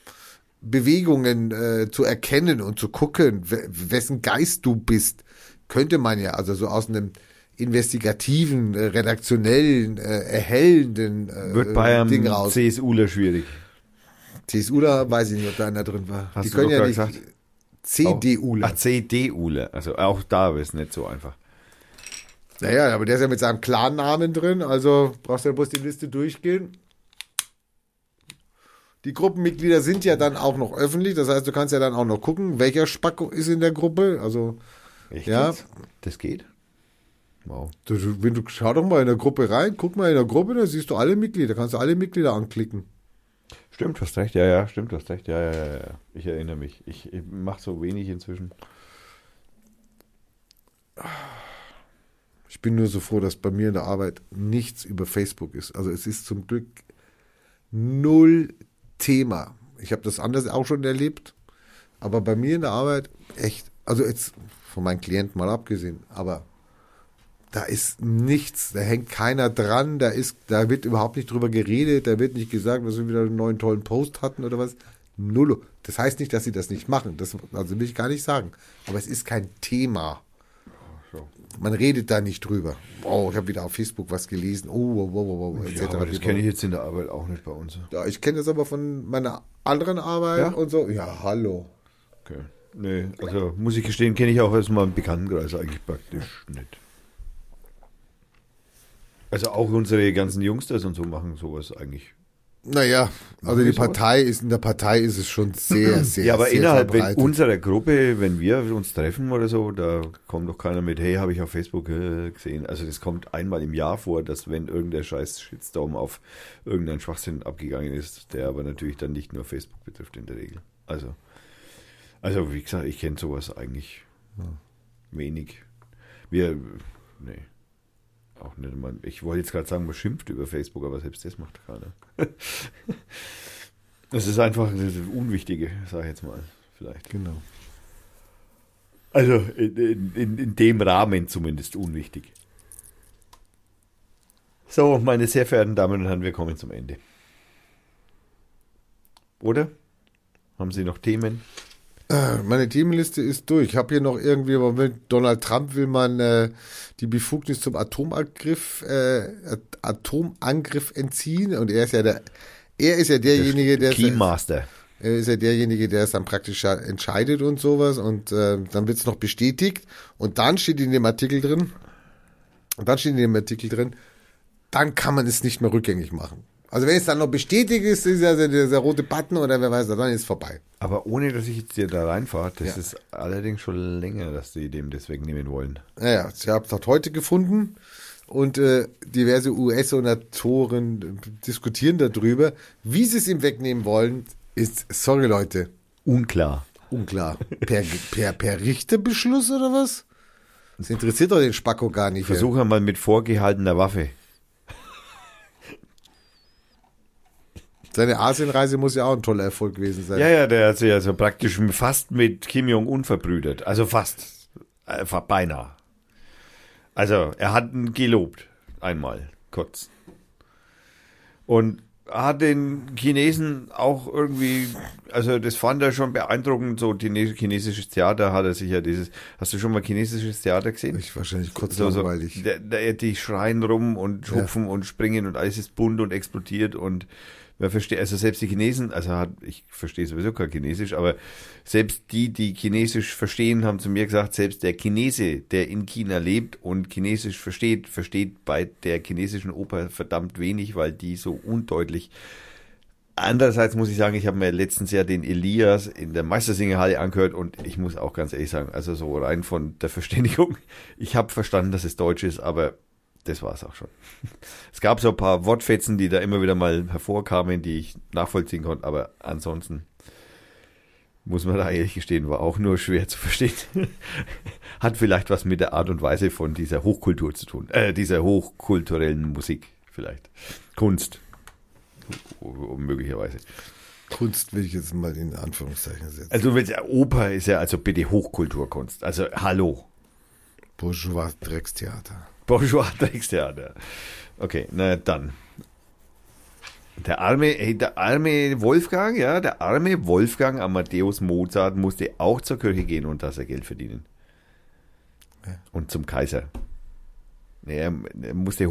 Bewegungen zu erkennen und zu gucken, wessen Geist du bist. Könnte man ja, also so aus einem investigativen, redaktionellen, erhellenden Wird bei Ding einem raus. CSUler schwierig. CSUler, weiß ich nicht, ob da einer drin war. Hast Die du können doch ja gerade nicht. gesagt? CDUler. Ach, CDUler. Also auch da ist es nicht so einfach. Naja, aber der ist ja mit seinem Clan-Namen drin, also brauchst du ja bloß die Liste durchgehen. Die Gruppenmitglieder sind ja dann auch noch öffentlich, das heißt, du kannst ja dann auch noch gucken, welcher Spacko ist in der Gruppe. Also, Echt ja. jetzt? Das geht? Wow. Schau doch mal in der Gruppe rein, guck mal in der Gruppe, da siehst du alle Mitglieder, kannst du alle Mitglieder anklicken. Stimmt, du hast recht. Ja, stimmt, du hast recht. Ja. Ich erinnere mich. Ich mache so wenig inzwischen. Ich bin nur so froh, dass bei mir in der Arbeit nichts über Facebook ist. Also es ist zum Glück null Thema. Ich habe das anders auch schon erlebt, aber bei mir in der Arbeit echt, also jetzt von meinen Klienten mal abgesehen, aber da ist nichts, da hängt keiner dran, da wird überhaupt nicht drüber geredet, da wird nicht gesagt, dass wir wieder einen neuen tollen Post hatten oder was. Null. Das heißt nicht, dass sie das nicht machen, also will ich gar nicht sagen, aber es ist kein Thema. Man redet da nicht drüber. Wow, ich habe wieder auf Facebook was gelesen. Wow, etc. Ja, aber das kenne ich jetzt in der Arbeit auch nicht bei uns. Ja, ich kenne das aber von meiner anderen Arbeit Ja? und so. Ja, hallo. Okay. Nee, also muss ich gestehen, kenne ich auch aus meinem Bekanntenkreis eigentlich praktisch nicht. Also auch unsere ganzen Youngsters und so machen sowas eigentlich. Naja, also wir in der Partei ist es schon sehr, sehr, Ja, aber sehr innerhalb verbreitet. unserer Gruppe, wenn wir uns treffen oder so, da kommt doch keiner mit, hey, habe ich auf Facebook gesehen. Also das kommt einmal im Jahr vor, dass wenn irgendein scheiß Shitstorm auf irgendeinen Schwachsinn abgegangen ist, der aber natürlich dann nicht nur Facebook betrifft in der Regel. Also wie gesagt, ich kenne sowas eigentlich wenig. Nee. Auch nicht. Ich wollte jetzt gerade sagen, man schimpft über Facebook, aber selbst das macht keiner. Das ist einfach das Unwichtige, sage ich jetzt mal, vielleicht. Genau. Also in dem Rahmen zumindest unwichtig. So, meine sehr verehrten Damen und Herren, wir kommen zum Ende. Oder? Haben Sie noch Themen? Meine Themenliste ist durch. Ich habe hier noch irgendwie, aber mit Donald Trump will man die Befugnis zum Atomangriff entziehen. Und er ist ja derjenige, der Keymaster. Er ist ja derjenige, der es dann praktisch entscheidet und sowas. Und dann wird es noch bestätigt. Und dann steht in dem Artikel drin, dann kann man es nicht mehr rückgängig machen. Also wenn es dann noch bestätigt ist, ist ja der rote Button oder wer weiß, dann ist es vorbei. Aber ohne, dass ich jetzt hier da reinfahre, das Ja. ist allerdings schon länger, dass die dem das wegnehmen wollen. Naja, ich habe es heute gefunden und diverse US-Senatoren diskutieren darüber. Wie sie es ihm wegnehmen wollen, ist, sorry Leute, Unklar. unklar. Per Richterbeschluss oder was? Das interessiert doch den Spacko gar nicht. Versuchen wir mal mit vorgehaltener Waffe. Seine Asienreise muss ja auch ein toller Erfolg gewesen sein. Ja, der hat sich also praktisch fast mit Kim Jong-un verbrüdert. Also fast. Beinahe. Also er hat ihn gelobt. Einmal. Kurz. Und hat den Chinesen auch irgendwie, also das fand er schon beeindruckend, so chinesisches Theater hat er sich ja hast du schon mal chinesisches Theater gesehen? Ich wahrscheinlich kurz So, langweilig. die schreien rum und hupfen und springen und alles ist bunt und explodiert und wer versteht, also selbst die Chinesen, ich verstehe sowieso kein Chinesisch, aber selbst die Chinesisch verstehen, haben zu mir gesagt, selbst der Chinese, der in China lebt und Chinesisch versteht bei der chinesischen Oper verdammt wenig, weil die so undeutlich. Andererseits muss ich sagen, ich habe mir letztens ja den Elias in der Meistersingerhalle angehört und ich muss auch ganz ehrlich sagen, also so rein von der Verständigung, ich habe verstanden, dass es Deutsch ist, aber das war es auch schon. Es gab so ein paar Wortfetzen, die da immer wieder mal hervorkamen, die ich nachvollziehen konnte, aber ansonsten muss man da ehrlich gestehen, war auch nur schwer zu verstehen. Hat vielleicht was mit der Art und Weise von dieser Hochkultur zu tun, dieser hochkulturellen Musik vielleicht. Kunst, möglicherweise. Kunst will ich jetzt mal in Anführungszeichen setzen. Also Oper ist ja also bitte Hochkulturkunst, also hallo. Bourgeois Dreckstheater. Bourgeois Dreckstheater. Okay, na dann. Der arme Wolfgang, ja, der arme Wolfgang Amadeus Mozart musste auch zur Kirche gehen und das er Geld verdienen. Ja. Und zum Kaiser. er musste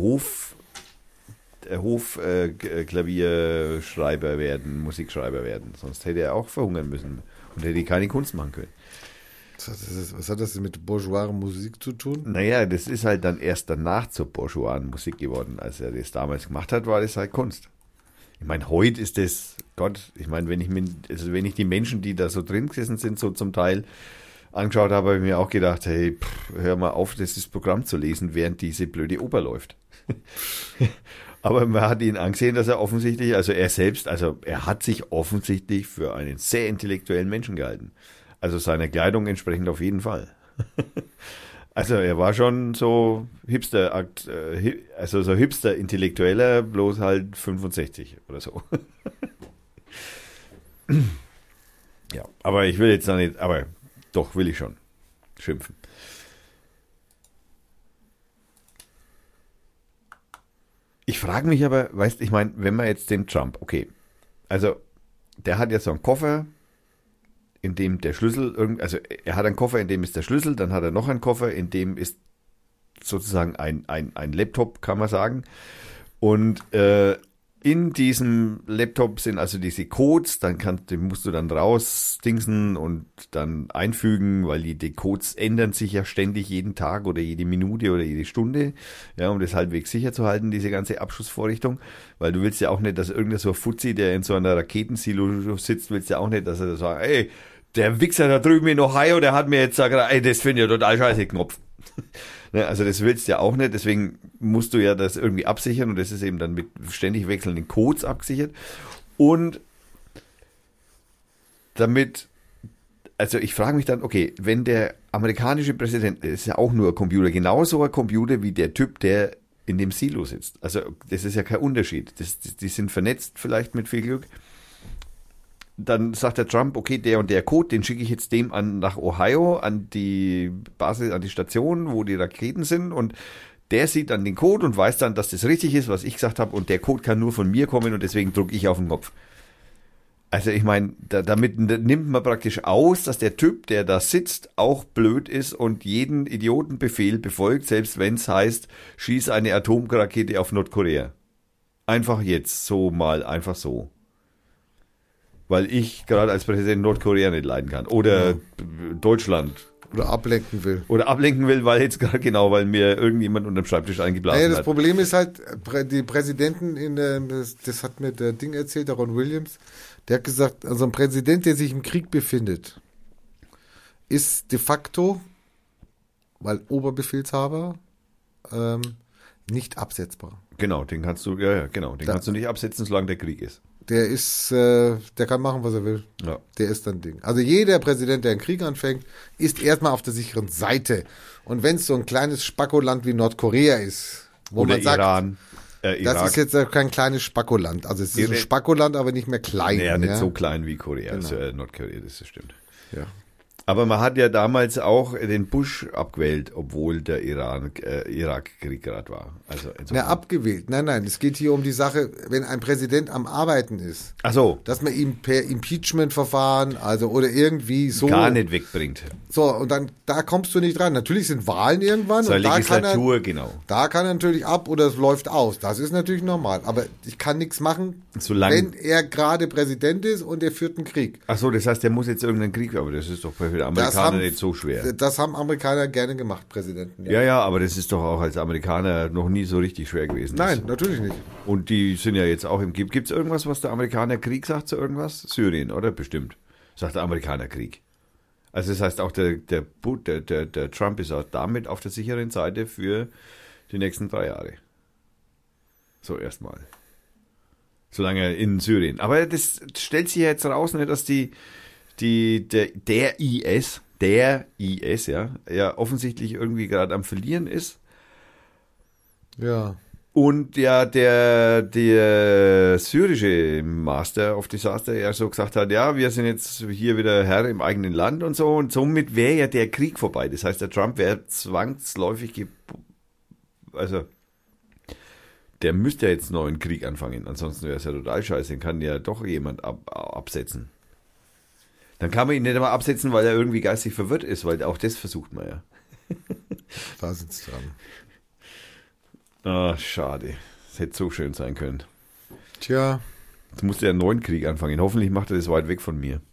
Klavierschreiber werden, Musikschreiber werden. Sonst hätte er auch verhungern müssen und hätte keine Kunst machen können. Was hat das denn mit bourgeoiser Musik zu tun? Naja, das ist halt dann erst danach zur bourgeoisen Musik geworden. Als er das damals gemacht hat, war das halt Kunst. Ich meine, heute ist das, Gott, ich meine, wenn ich die Menschen, die da so drin gesessen sind, so zum Teil angeschaut habe, habe ich mir auch gedacht, hey, hör mal auf, das Programm zu lesen, während diese blöde Oper läuft. Aber man hat ihn angesehen, dass er offensichtlich, er hat sich offensichtlich für einen sehr intellektuellen Menschen gehalten. Also seiner Kleidung entsprechend auf jeden Fall. Also er war schon so Hipster-Intellektueller, bloß halt 65 oder so. Ja, aber ich will jetzt noch nicht, aber doch will ich schon schimpfen. Ich frage mich aber, weißt, ich meine, wenn man jetzt den Trump, okay, also der hat jetzt so einen Koffer, in dem der Schlüssel, er hat einen Koffer, in dem ist der Schlüssel, dann hat er noch einen Koffer, in dem ist sozusagen ein Laptop, kann man sagen. Und in diesem Laptop sind also diese Codes, den musst du dann rausdingsen und dann einfügen, weil die Codes ändern sich ja ständig jeden Tag oder jede Minute oder jede Stunde, ja, um das halbwegs sicher zu halten, diese ganze Abschussvorrichtung, weil du willst ja auch nicht, dass irgendein so ein Fuzzi, der in so einer Raketensilo sitzt, willst ja auch nicht, dass er da sagt, ey, der Wichser da drüben in Ohio, der hat mir jetzt gesagt, ey, das finde ich total scheiße, Knopf. Ne, also das willst du ja auch nicht, deswegen musst du ja das irgendwie absichern und das ist eben dann mit ständig wechselnden Codes abgesichert. Und damit, also ich frage mich dann, okay, wenn der amerikanische Präsident, das ist ja auch nur ein Computer, genauso ein Computer wie der Typ, der in dem Silo sitzt. Also das ist ja kein Unterschied. Die sind vernetzt vielleicht mit viel Glück. Dann sagt der Trump, okay, der und der Code, den schicke ich jetzt dem nach Ohio, an die Basis, an die Station, wo die Raketen sind und der sieht dann den Code und weiß dann, dass das richtig ist, was ich gesagt habe und der Code kann nur von mir kommen und deswegen drücke ich auf den Knopf. Also ich meine, damit nimmt man praktisch aus, dass der Typ, der da sitzt, auch blöd ist und jeden Idiotenbefehl befolgt, selbst wenn es heißt, schieß eine Atomrakete auf Nordkorea. Einfach jetzt, so mal, einfach so. Weil ich gerade als Präsident Nordkorea nicht leiden kann. Oder Deutschland. Oder ablenken will. Weil jetzt gerade genau, weil mir irgendjemand unter dem Schreibtisch eingeblasen hat. Das Problem ist halt, die Präsidenten das hat mir der Ding erzählt, der Ron Williams, der hat gesagt, also ein Präsident, der sich im Krieg befindet, ist de facto, weil Oberbefehlshaber, nicht absetzbar. Genau, den kannst du, kannst du nicht absetzen, solange der Krieg ist. Der kann machen, was er will. Ja. Der ist dann Ding. Also jeder Präsident, der einen Krieg anfängt, ist erstmal auf der sicheren Seite. Und wenn es so ein kleines Spackoland wie Nordkorea ist, wo oder man sagt, Iran, das Irak. ist jetzt kein kleines Spackoland. Also es ist ein Spackoland, aber nicht mehr klein. Naja, nicht so klein wie Korea, Genau. also, Nordkorea, das stimmt. Ja. Aber man hat ja damals auch den Bush abgewählt, obwohl der Irakkrieg gerade war. Also Abgewählt. Nein, es geht hier um die Sache, wenn ein Präsident am Arbeiten ist, Ach so, dass man ihn per Impeachment-Verfahren, also oder irgendwie so. gar nicht wegbringt. So, und dann, da kommst du nicht dran. Natürlich sind Wahlen irgendwann. Zur und da Legislatur, genau. Da kann er natürlich ab oder es läuft aus. Das ist natürlich normal. Aber ich kann nichts machen, wenn er gerade Präsident ist und er führt einen Krieg. Ach so, das heißt, der muss jetzt irgendeinen Krieg, aber das ist doch für die Amerikaner nicht so schwer. Das haben Amerikaner gerne gemacht, Präsidenten. Ja, aber das ist doch auch als Amerikaner noch nie so richtig schwer gewesen. Nein, natürlich nicht. Und die sind ja jetzt auch im Krieg. Gibt es irgendwas, was der Amerikaner Krieg sagt zu irgendwas? Syrien, oder? Bestimmt. Sagt der Amerikaner Krieg. Also das heißt auch, der Trump ist auch damit auf der sicheren Seite für die nächsten 3 Jahre. So erstmal. Solange in Syrien. Aber das stellt sich ja jetzt raus, ne, dass der IS, ja offensichtlich irgendwie gerade am Verlieren ist. Ja. Und ja, der syrische Master of Disaster ja so gesagt hat, ja, wir sind jetzt hier wieder Herr im eigenen Land und so. Und somit wäre ja der Krieg vorbei. Das heißt, der Trump wäre zwangsläufig, also der müsste ja jetzt einen neuen Krieg anfangen. Ansonsten wäre es ja total scheiße. Den kann ja doch jemand absetzen. Dann kann man ihn nicht einmal absetzen, weil er irgendwie geistig verwirrt ist, weil auch das versucht man ja. Da sind's dran. Ah, schade. Das hätte so schön sein können. Tja. Jetzt musste er einen neuen Krieg anfangen. Hoffentlich macht er das weit weg von mir.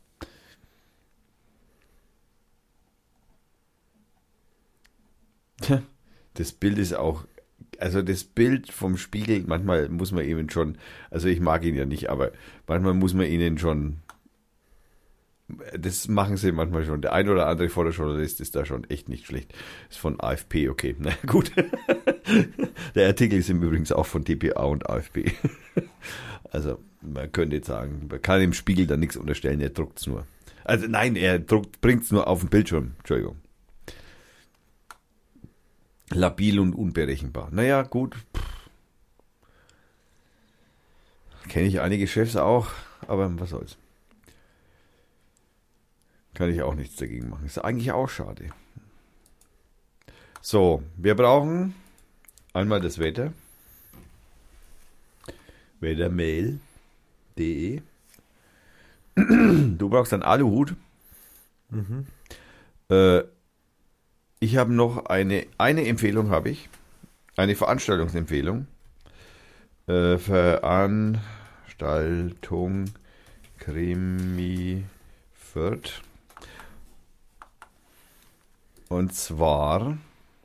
Tja, das Bild ist auch, also das Bild vom Spiegel, manchmal muss man eben schon, also ich mag ihn ja nicht, aber manchmal muss man ihnen schon, das machen sie manchmal schon. Der ein oder andere Fotojournalist ist da schon echt nicht schlecht. Ist von AFP, okay. Na gut. Der Artikel ist übrigens auch von dpa und AFP. Also man könnte jetzt sagen, man kann dem Spiegel da nichts unterstellen, er druckt es nur. Also nein, er bringt es nur auf den Bildschirm. Entschuldigung. Labil und unberechenbar. Naja, gut. Kenne ich einige Chefs auch, aber was soll's. Kann ich auch nichts dagegen machen. Ist eigentlich auch schade. So, wir brauchen einmal das Wetter. Wettermail.de. Du brauchst einen Aluhut. Mhm. Ich habe noch eine Empfehlung, habe ich. Eine Veranstaltungsempfehlung. Veranstaltung Krimi Fürth. Und zwar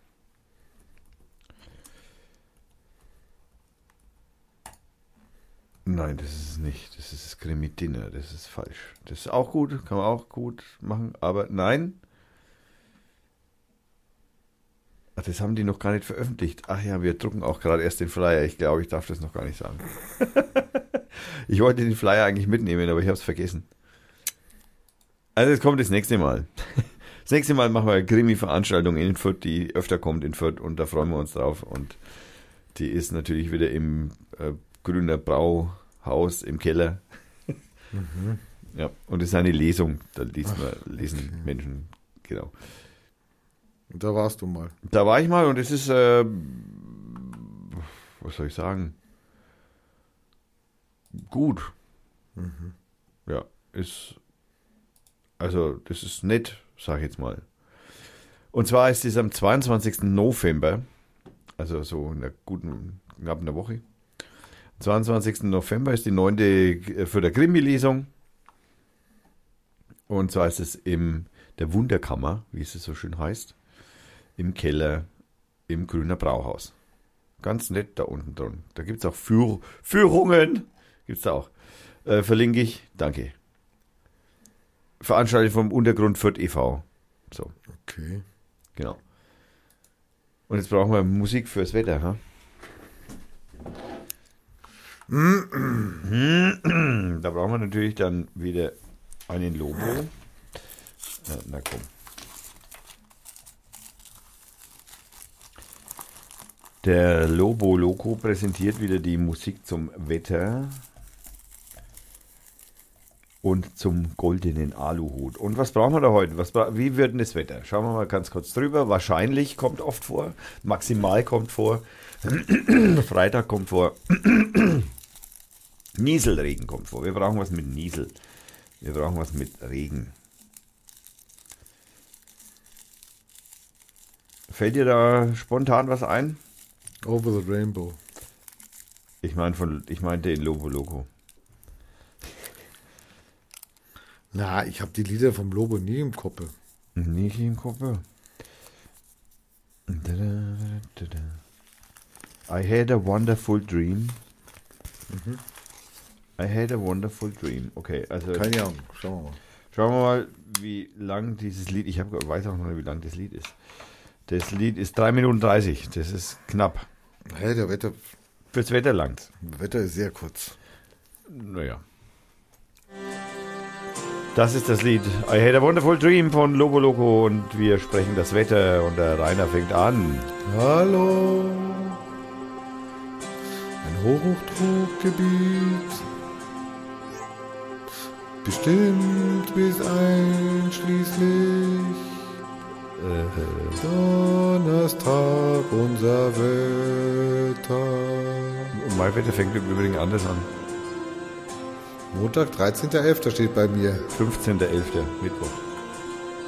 nein, das ist es nicht. Das ist das Krimi Dinner. Das ist falsch. Das ist auch gut. Kann man auch gut machen. Aber nein. Ach, das haben die noch gar nicht veröffentlicht. Ach ja, wir drucken auch gerade erst den Flyer. Ich glaube, ich darf das noch gar nicht sagen. Ich wollte den Flyer eigentlich mitnehmen, aber ich habe es vergessen. Also es kommt das nächste Mal. Das nächste Mal machen wir eine Krimi-Veranstaltung in Fürth, die öfter kommt in Fürth und da freuen wir uns drauf. Und die ist natürlich wieder im Grüner Brauhaus im Keller. Mhm. Ja, und es ist eine Lesung. Da lesen Menschen, genau. Und da warst du mal. Da war ich mal und es ist, was soll ich sagen? Gut. Mhm. Ja, das ist nett, sag ich jetzt mal. Und zwar ist es am 22. November, also so in knapp einer Woche. Am 22. November ist die 9. für der Krimi-Lesung. Und zwar ist es in der Wunderkammer, wie es so schön heißt, im Keller im Grüner Brauhaus. Ganz nett da unten drin. Da gibt es auch Führungen. Gibt's da auch. Verlinke ich. Danke. Veranstaltet vom Untergrund Fürth e.V. So. Okay. Genau. Und jetzt brauchen wir Musik fürs Wetter, ha? Da brauchen wir natürlich dann wieder einen Lobo. Na komm. Der Lobo Loco präsentiert wieder die Musik zum Wetter und zum goldenen Aluhut. Und was brauchen wir da heute? Wie wird denn das Wetter? Schauen wir mal ganz kurz drüber. Wahrscheinlich kommt oft vor. Maximal kommt vor. Freitag kommt vor. Nieselregen kommt vor. Wir brauchen was mit Niesel. Wir brauchen was mit Regen. Fällt dir da spontan was ein? Over the Rainbow. Ich meinte den Lobo Loco. Na, ich habe die Lieder vom Lobo nie im Kopf. Nicht im Kopf. I had a wonderful dream. Mhm. I had a wonderful dream. Okay, also. Keine Ahnung, schauen wir mal. Schauen wir mal, wie lang dieses Lied. Ich weiß auch noch nicht, wie lang das Lied ist. Das Lied ist 3 Minuten 30. Das ist knapp. Hey, der Wetter. Fürs Wetter langt. Das Wetter ist sehr kurz. Naja. Das ist das Lied I Had a Wonderful Dream von Lobo Loco und wir sprechen das Wetter und der Rainer fängt an. Hallo. Ein Hochdruckgebiet. Bestimmt bis einschließlich Donnerstag unser Wetter. Und mein Wetter fängt im Übrigen anders an. Montag, 13.11. steht bei mir. 15.11. Mittwoch.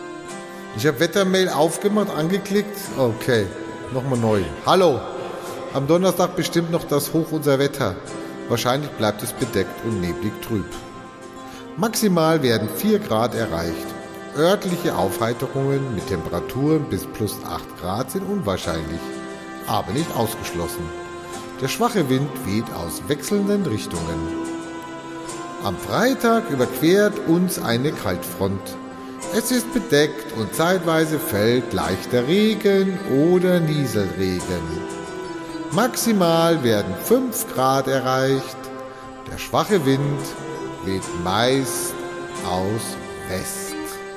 Ich habe Wettermail aufgemacht, angeklickt. Okay, nochmal neu. Hallo. Am Donnerstag bestimmt noch das Hoch unser Wetter. Wahrscheinlich bleibt es bedeckt und neblig trüb. Maximal werden 4 Grad erreicht. Örtliche Aufheiterungen mit Temperaturen bis plus 8 Grad sind unwahrscheinlich, aber nicht ausgeschlossen. Der schwache Wind weht aus wechselnden Richtungen. Am Freitag überquert uns eine Kaltfront. Es ist bedeckt und zeitweise fällt leichter Regen oder Nieselregen. Maximal werden 5 Grad erreicht. Der schwache Wind weht meist aus West.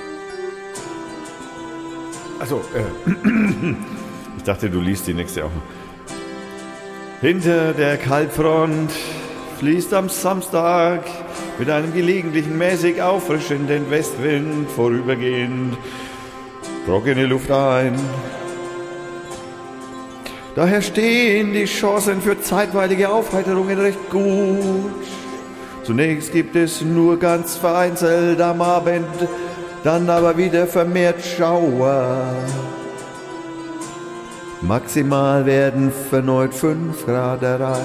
Also, ich dachte, du liest die nächste auch. Hinter der Kaltfront fließt am Samstag mit einem gelegentlichen mäßig auffrischenden Westwind vorübergehend trockene Luft ein. Daher stehen die Chancen für zeitweilige Aufheiterungen recht gut. Zunächst gibt es nur ganz vereinzelt am Abend, dann aber wieder vermehrt Schauer. Maximal werden erneut 5 Grad erreicht.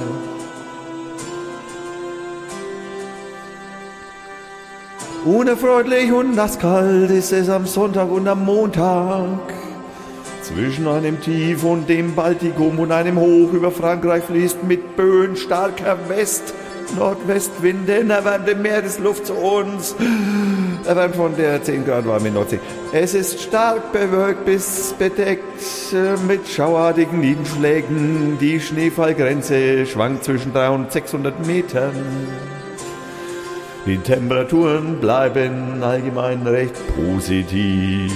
Unerfreulich und nasskalt ist es am Sonntag und am Montag. Zwischen einem Tief und dem Baltikum und einem Hoch über Frankreich fließt mit Böen starker Nordwestwind, erwärmte Meeresluft zu uns. Erwärmt von der 10 Grad warme Nordsee. Es ist stark bewölkt bis bedeckt mit schauartigen Niederschlägen. Die Schneefallgrenze schwankt zwischen 300 und 600 Metern. Die Temperaturen bleiben allgemein recht positiv.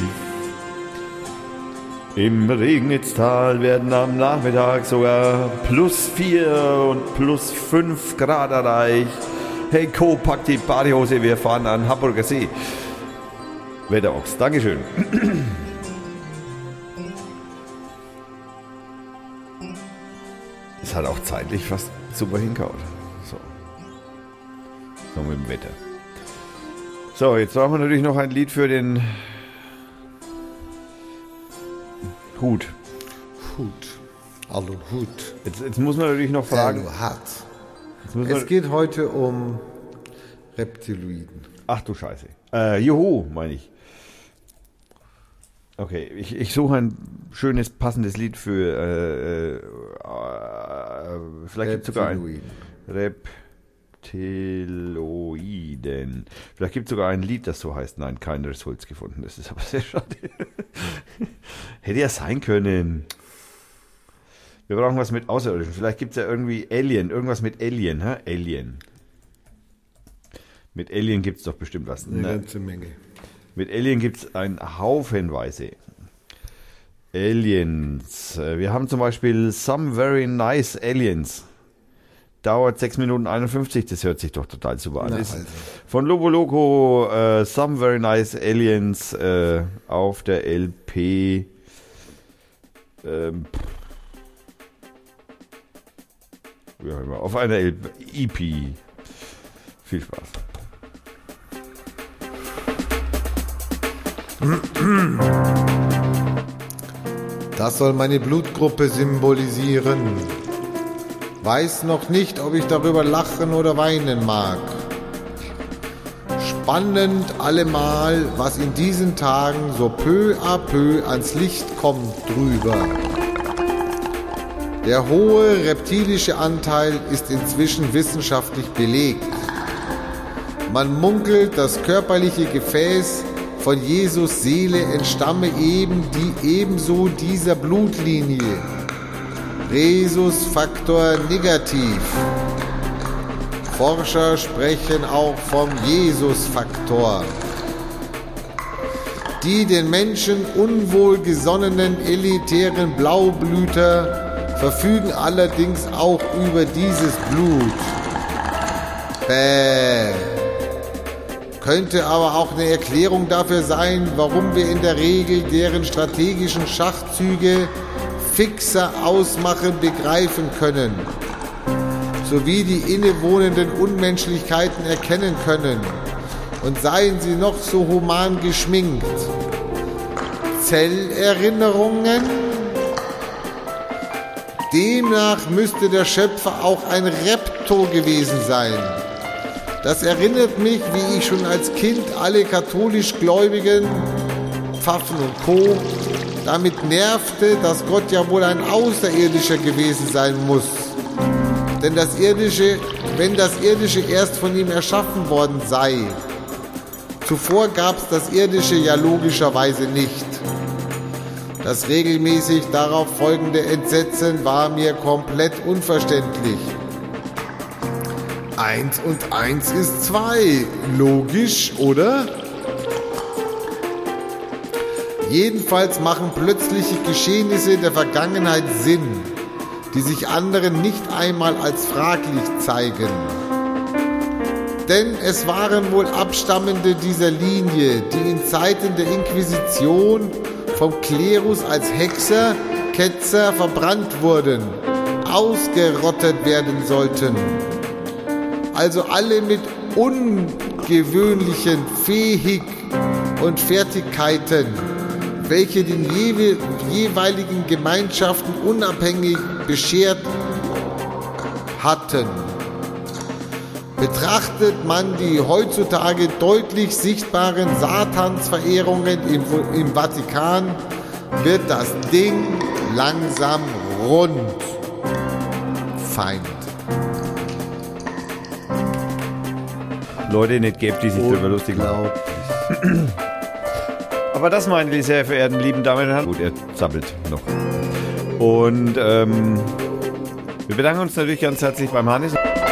Im Regnitztal werden am Nachmittag sogar plus 4 und plus 5 Grad erreicht. Hey Co, pack die Badehose, wir fahren an Hamburger See. Wetterochs, Dankeschön. Es hat auch zeitlich fast super hingehauen. So mit dem Wetter. So, jetzt brauchen wir natürlich noch ein Lied für den Hut. Hut. Jetzt muss man natürlich noch fragen. Es geht heute um Reptiloiden. Ach du Scheiße. Juhu, meine ich. Okay, ich suche ein schönes, passendes Lied für vielleicht gibt es sogar ein Reptiloiden. Vielleicht gibt es sogar ein Lied, das so heißt. Nein, kein Results gefunden. Das ist aber sehr schade. Hätte ja sein können. Wir brauchen was mit Außerirdischen. Vielleicht gibt es ja irgendwie Alien. Irgendwas mit Alien. Hä? Alien. Mit Alien gibt es doch bestimmt was. Eine ganze Menge. Mit Alien gibt es einen Haufenweise. Aliens. Wir haben zum Beispiel Some Very Nice Aliens. Dauert 6 Minuten 51, das hört sich doch total super an. Also. Von Lobo Loco, Some Very Nice Aliens auf der LP. Auf einer EP. Viel Spaß. Das soll meine Blutgruppe symbolisieren. Weiß noch nicht, ob ich darüber lachen oder weinen mag. Spannend allemal, was in diesen Tagen so peu à peu ans Licht kommt drüber. Der hohe reptilische Anteil ist inzwischen wissenschaftlich belegt. Man munkelt, das körperliche Gefäß von Jesus Seele entstamme ebenso dieser Blutlinie. Rhesusfaktor negativ. Forscher sprechen auch vom Jesusfaktor. Die den Menschen unwohlgesonnenen elitären Blaublüter verfügen allerdings auch über dieses Blut. Könnte aber auch eine Erklärung dafür sein, warum wir in der Regel deren strategischen Schachzüge fixer ausmachen begreifen können, sowie die innewohnenden Unmenschlichkeiten erkennen können, und seien sie noch so human geschminkt. Zellerinnerungen? Demnach müsste der Schöpfer auch ein Repto gewesen sein. Das erinnert mich, wie ich schon als Kind alle katholisch Gläubigen, Pfaffen und Co. damit nervte, dass Gott ja wohl ein Außerirdischer gewesen sein muss. Denn wenn das Irdische erst von ihm erschaffen worden sei. Zuvor gab es das Irdische ja logischerweise nicht. Das regelmäßig darauf folgende Entsetzen war mir komplett unverständlich. 1 und 1 ist 2. Logisch, oder? Jedenfalls machen plötzliche Geschehnisse der Vergangenheit Sinn, die sich anderen nicht einmal als fraglich zeigen. Denn es waren wohl Abstammende dieser Linie, die in Zeiten der Inquisition vom Klerus als Hexer, Ketzer verbrannt wurden, ausgerottet werden sollten. Also alle mit ungewöhnlichen Fähigkeiten und Fertigkeiten, welche den jeweiligen Gemeinschaften unabhängig beschert hatten. Betrachtet man die heutzutage deutlich sichtbaren Satansverehrungen im Vatikan, wird das Ding langsam rund. Feind. Leute, nicht gebt, die sich darüber lustig machen. Aber das, meine sehr verehrten lieben Damen und Herren. Gut, er zappelt noch. Und wir bedanken uns natürlich ganz herzlich beim Hannes.